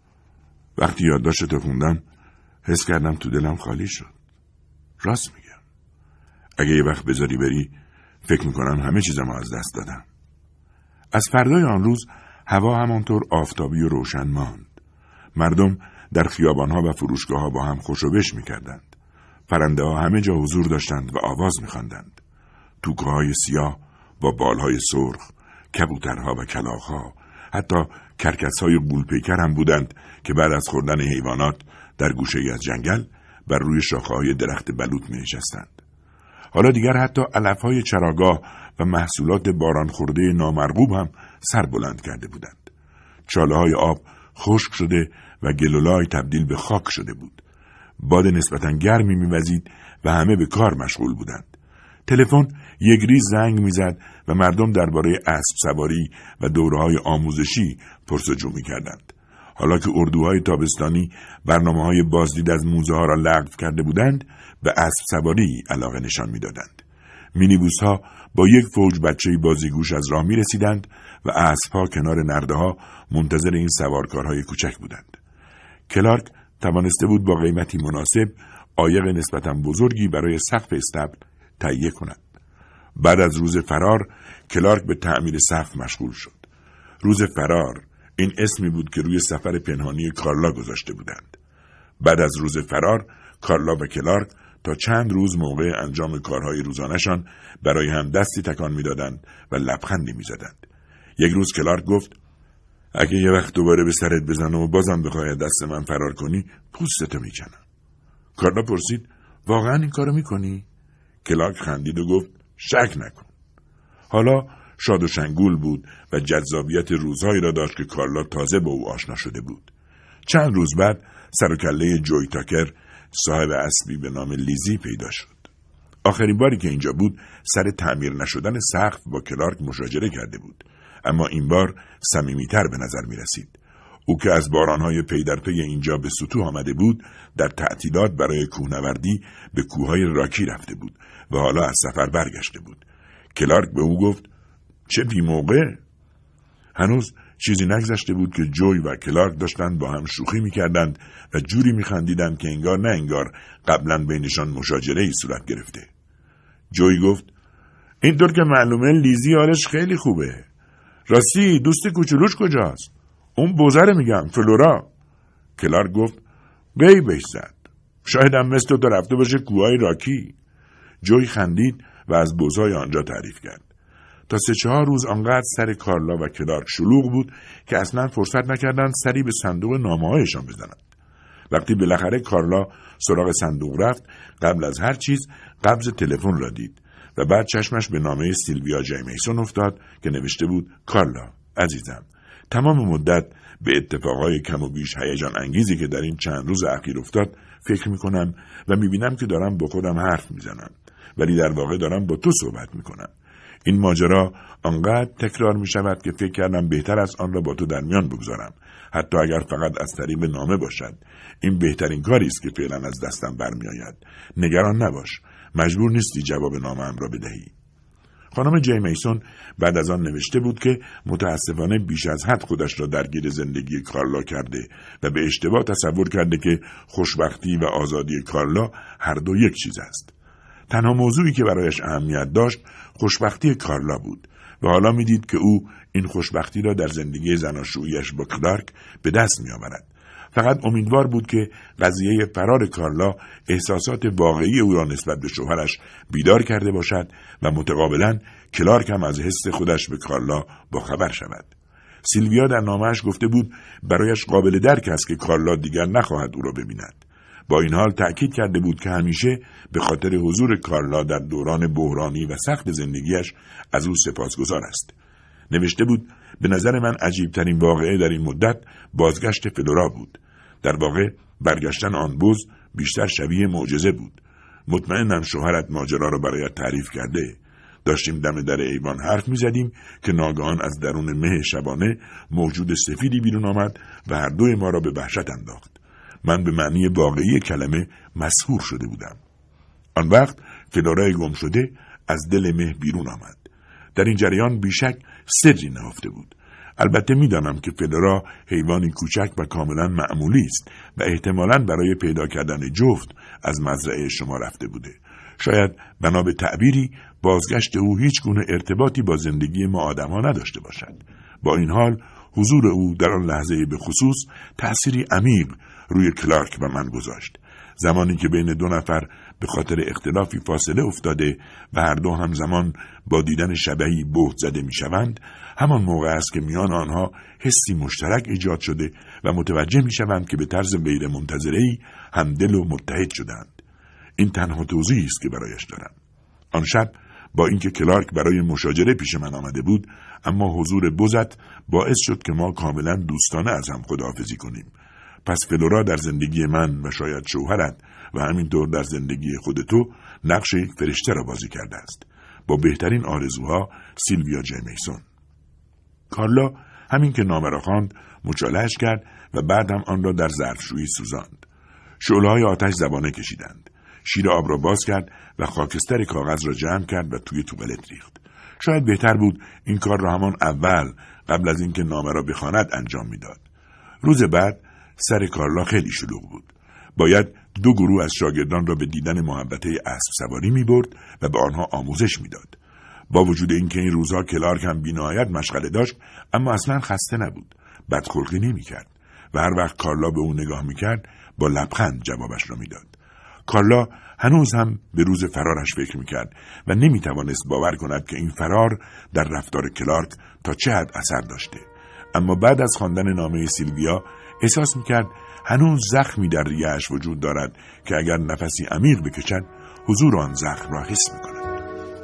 وقتی یادداشتتو خوندم حس کردم تو دلم خالی شد. راست میگم، اگه یه وقت بذاری بری فکر میکنم همه چیزمو از دست دادم. از فردای آن روز هوا همانطور آفتابی و روشن ماند. مردم در خیابانها و فروشگاه‌ها با هم خوشوبش میکردند. پرنده ها همه جا حضور داشتند و آواز میخواندند. توکه‌های سیاه با بالهای سرخ، کبوترها و کلاغ‌ها، حتی کرکس‌های غول‌پیکر هم بودند که بعد از خوردن حیوانات در گوشه‌ای از جنگل بر روی شاخه‌های درخت بلوط می‌نشستند. حالا دیگر حتی علف‌های چراگاه و محصولات باران خورده نامرغوب هم سر بلند کرده بودند. چاله‌های آب خشک شده و گلولای تبدیل به خاک شده بود. باد نسبتاً گرمی می‌وزید و همه به کار مشغول بودند. تلفن یک ریز زنگ می‌زد و مردم درباره اسب سواری و دوره‌های آموزشی پرس‌وجو می‌کردند. حالا که اردوهای تابستانی برنامه‌های بازدید از موزه‌ها را لغو کرده بودند، به اسب سواری علاقه نشان می‌دادند. مینیبوس‌ها با یک فوج بچه‌ای بازیگوش از راه می‌رسیدند و اسب‌ها کنار نرده‌ها منتظر این سوارکارهای کوچک بودند. کلارک توانسته بود با قیمتی مناسب عایق نسبتاً بزرگی برای سقف استبل تهیه کند. بعد از روز فرار کلارک به تعمیر سقف مشغول شد. روز فرار این اسمی بود که روی سفر پنهانی کارلا گذاشته بودند. بعد از روز فرار کارلا و کلارک تا چند روز موقع انجام کارهای روزانه‌شان برای هم دستی تکان می‌دادند و لبخندی می‌زدند. یک روز کلارک گفت اگه یه وقت دوباره به سرت بزنم و بازم بخوای دست من فرار کنی پوستتو میکنم. کارلا پرسید واقعا این کارو میکنی؟ کلارک خندید و گفت شک نکن. حالا شاد و شنگول بود و جذابیت روزهایی را داشت که کارلا تازه با او آشنا شده بود. چند روز بعد سر و کله جوی تاکر صاحب اسبی به نام لیزی پیدا شد. آخرین باری که اینجا بود سر تعمیر نشدن سقف با کلارک مشاجره کرده بود، اما این بار صمیمیتر به نظر می رسید. او که از بارانهای پی در پی اینجا به سطوح آمده بود، در تعطیلات برای کوهنوردی به کوههای راکی رفته بود و حالا از سفر برگشته بود. کلارک به او گفت چه بی موقع؟ هنوز چیزی نگذشته بود که جوی و کلارک داشتند با هم شوخی می‌کردند و جوری می‌خندیدند که انگار نه انگار قبلا بینشان مشاجره‌ای صورت گرفته. جوی گفت اینطور که معلومه لیزی حالش خیلی خوبه. راستی دوست کوچولوش کجاست؟ اون بزره میگم، فلورا. کلارک گفت غیبش زد. شاید هم مثل تو رفته باشه کوههای راکی. جوی خندید و از بزهای آنجا تعریف کرد. تا سه چهار روز آنقدر سر کارلا و کلارک شلوغ بود که اصلا فرصت نکردند سری به صندوق نامه‌هایشان بزنند. وقتی بالاخره کارلا سراغ صندوق رفت، قبل از هر چیز قبض تلفن را دید و بعد چشمش به نامه سیلویا جی میسون افتاد که نوشته بود کارلا عزیزم، تمام مدت به اتفاقای کم و بیش هیجان انگیزی که در این چند روز اخیر افتاد فکر میکنم و میبینم که دارم با خودم حرف میزنم، ولی در واقع دارم با تو صحبت میکنم. این ماجرا آنقدر تکرار می شود که فکر کردم بهتر از آن را با تو در میان بگذارم، حتی اگر فقط از طریق نامه باشد. این بهترین کاری است که فعلا از دستم برمی آید. نگران نباش، مجبور نیستی جواب نامه‌ام را بدهی. خانم جی میسون بعد از آن نوشته بود که متاسفانه بیش از حد خودش را درگیر زندگی کارلا کرده و به اشتباه تصور کرده که خوشبختی و آزادی کارلا هر دو یک چیز است. تنها موضوعی که برایش اهمیت داشت خوشبختی کارلا بود و حالا میدید که او این خوشبختی را در زندگی زناشویی‌اش با کلارک به دست می آورد. فقط امیدوار بود که قضیه فرار کارلا احساسات واقعی او را نسبت به شوهرش بیدار کرده باشد و متقابلا کلارک هم از حس خودش به کارلا با خبر شود. سیلویا در نامه‌اش گفته بود برایش قابل درک است که کارلا دیگر نخواهد او را ببیند. با این حال تأکید کرده بود که همیشه به خاطر حضور کارلا در دوران بحرانی و سخت زندگیش از او سپاسگزار است. نوشته بود به نظر من عجیبترین واقعه در این مدت بازگشت فلورا بود. در واقع برگشتن آن بز بیشتر شبیه معجزه بود. مطمئنم شوهرت ماجرا را برایت تعریف کرده. داشتیم دم در ایوان حرف می زدیم که ناگهان از درون مه شبانه موجود سفیدی بیرون آمد و هر دوی ما را به وحشت انداخت. من به معنی واقعی کلمه مسحور شده بودم. آن وقت فلورای گم شده از دل مه بیرون آمد. در این جریان بیشک سری نهفته بود. البته میدانم که فلورا حیوانی کوچک و کاملا معمولی است و احتمالاً برای پیدا کردن جفت از مزرعه شما رفته بوده. شاید بنا به تعبیری بازگشت او هیچ گونه ارتباطی با زندگی ما آدم‌ها نداشته باشد. با این حال حضور او در آن لحظه به خصوص تأثیری عمیق روی کلارک و من گذاشت. زمانی که بین دو نفر به خاطر اختلافی فاصله افتاده و هر دو همزمان با دیدن شبحی بهت زده می شوند، همان موقع است که میان آنها حسی مشترک ایجاد شده و متوجه می شوند که به طرز غیر منتظره‌ای همدل و متحد شدند. این تنها توضیحی است که برایش دارم. آن شب با اینکه کلارک برای مشاجره پیش من آمده بود، اما حضور بزت باعث شد که ما کاملا دوستانه از هم خداحافظی کنیم. پس فلورا در زندگی من و شاید شوهرت و همینطور در زندگی خود تو نقش یک فرشته را بازی کرده است. با بهترین آرزوها، سیلویا جی میسون. کارلا همین که نامه را خواند مچاله‌اش کرد و بعد هم آن را در ظرفشویی سوزاند. شعله‌های آتش زبانه کشیدند. شیر آب را باز کرد و خاکستر کاغذ را جمع کرد و توی توالت ریخت. شاید بهتر بود این کار را همان اول قبل از اینکه نامه را بخواند انجام میداد. روز بعد سر کارلا خیلی شلوغ بود. باید دو گروه از شاگردان را به دیدن محوطه اسب سواری می برد و به آنها آموزش می داد. با وجود اینکه این روزها کلارک هم بی‌نهایت مشغله داشت، اما اصلا خسته نبود. بدخلقی نمی کرد و هر وقت کارلا به او نگاه می کرد با لبخند جوابش را می داد. کارلا هنوز هم به روز فرارش فکر می کرد و نمی توانست باور کند که این فرار در رفتار کلارک تا چه حد اثر داشته. اما بعد از خواندن نامه سیلویا احساس میکرد هنوز زخمی در ریه‌اش وجود دارد که اگر نفسی عمیق بکشد حضور آن زخم را حس میکند.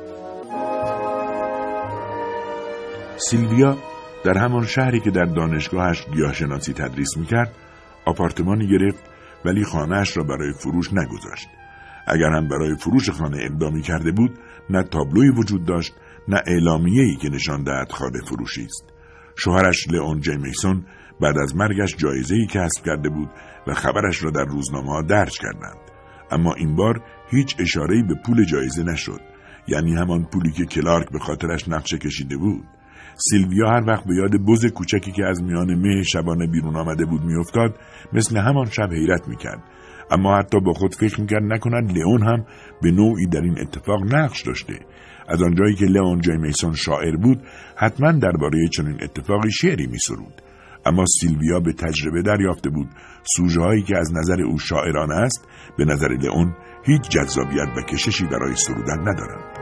سیلویا در همان شهری که در دانشگاهش گیاهشناسی تدریس میکرد آپارتمانی گرفت ولی خانه‌اش را برای فروش نگذاشت. اگر هم برای فروش خانه اقدامی کرده بود، نه تابلویی وجود داشت، نه اعلامیه‌ای که نشان دهد خانه فروشی است. شوهرش لئون جی میسون بعد از مرگش جایزه‌ای کسب کرده بود و خبرش را در روزنامه‌ها درج کردند. اما این بار هیچ اشاره‌ای به پول جایزه نشد، یعنی همان پولی که کلارک به خاطرش نقشه کشیده بود. سیلویا هر وقت به یاد بز کوچکی که از میان مه شبانه بیرون آمده بود میافتاد، مثل همان شب حیرت میکرد. اما حتی با خود فکر میکرد نکند لئون هم به نوعی در این اتفاق نقش داشته. از آنجایی که لئون جی میسون شاعر بود، حتما درباره چنین اتفاقی شعری میسرود. اما سیلویا به تجربه دریافته بود سوژه هایی که از نظر او شاعرانه است، به نظر لئون هیچ جذابیت و کششی برای سرودن ندارند.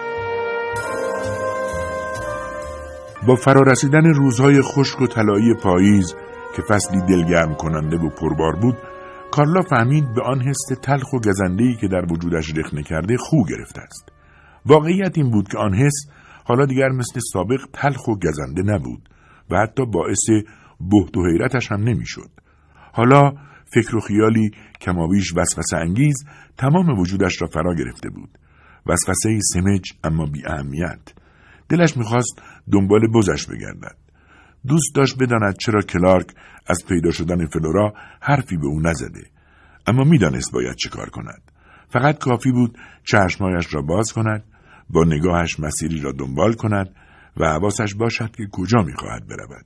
با فرارسیدن روزهای خشک و طلایی پاییز که فصلی دلگرم کننده و پربار بود، کارلا فهمید به آن حس تلخ و گزنده‌ای که در وجودش رخنه کرده خو گرفته است. واقعیت این بود که آن حس حالا دیگر مثل سابق تلخ و گزنده نبود و حتی باعث بهت و حیرتش هم نمیشد. حالا فکر و خیالی کمابیش وسوسه انگیز تمام وجودش را فرا گرفته بود. وسوسه‌ای سمج اما بی اهمیت. دلش میخواست دنبال بزش بگردد. دوست داشت بداند چرا کلارک از پیدا شدن فلورا حرفی به او نزده. اما میدانست باید چه کار کند. فقط کافی بود چشمایش را باز کند، با نگاهش مسیری را دنبال کند و حواسش باشد که کجا میخواهد برود.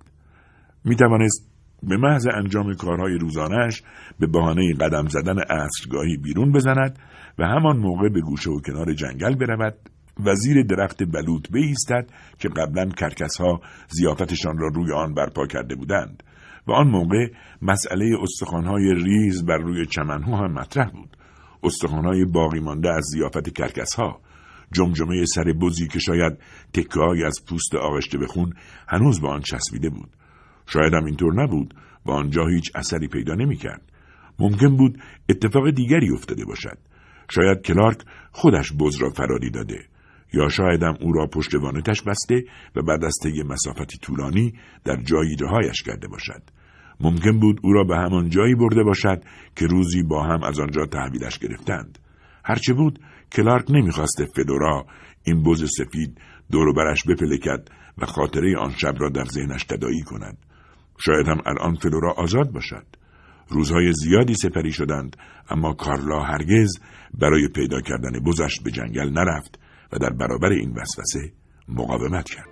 میتوانست به محض انجام کارهای روزانه‌اش به بهانه قدم زدن عصرگاهی بیرون بزند و همان موقع به گوشه و کنار جنگل برود و زیر درخت بلوط بایستد که قبلا کرکس‌ها ضیافتشان را روی آن برپا کرده بودند و آن موقع مسئله استخوان‌های ریز بر روی چمن‌ها هم مطرح بود. استخوان‌های باقی مانده از ضیافت کرکس‌ها، جمجمه سر بزی که شاید تکه‌هایی از پوست آغشته به خون هنوز به آن چسبیده بود. شاید هم اینطور نبود و آنجا هیچ اثری پیدا نمی‌کرد. ممکن بود اتفاق دیگری افتاده باشد. شاید کلارک خودش بز را فراری داده، یا شاید هم او را پشت وانتش بسته و بعد از طی مسافتی طولانی در جایی رهایش کرده باشد. ممکن بود او را به همان جایی برده باشد که روزی با هم از آنجا تحویلش گرفتند. هرچه بود، کلارک نمیخواست فلورا، این بز سفید، دور و برش بپلکد و خاطره آن شب را در ذهنش تداعی کند. شاید هم الان فلورا آزاد باشد. روزهای زیادی سپری شدند، اما کارلا هرگز برای پیدا کردن بزش به جنگل نرفت و در برابر این وسوسه مقاومت کرد.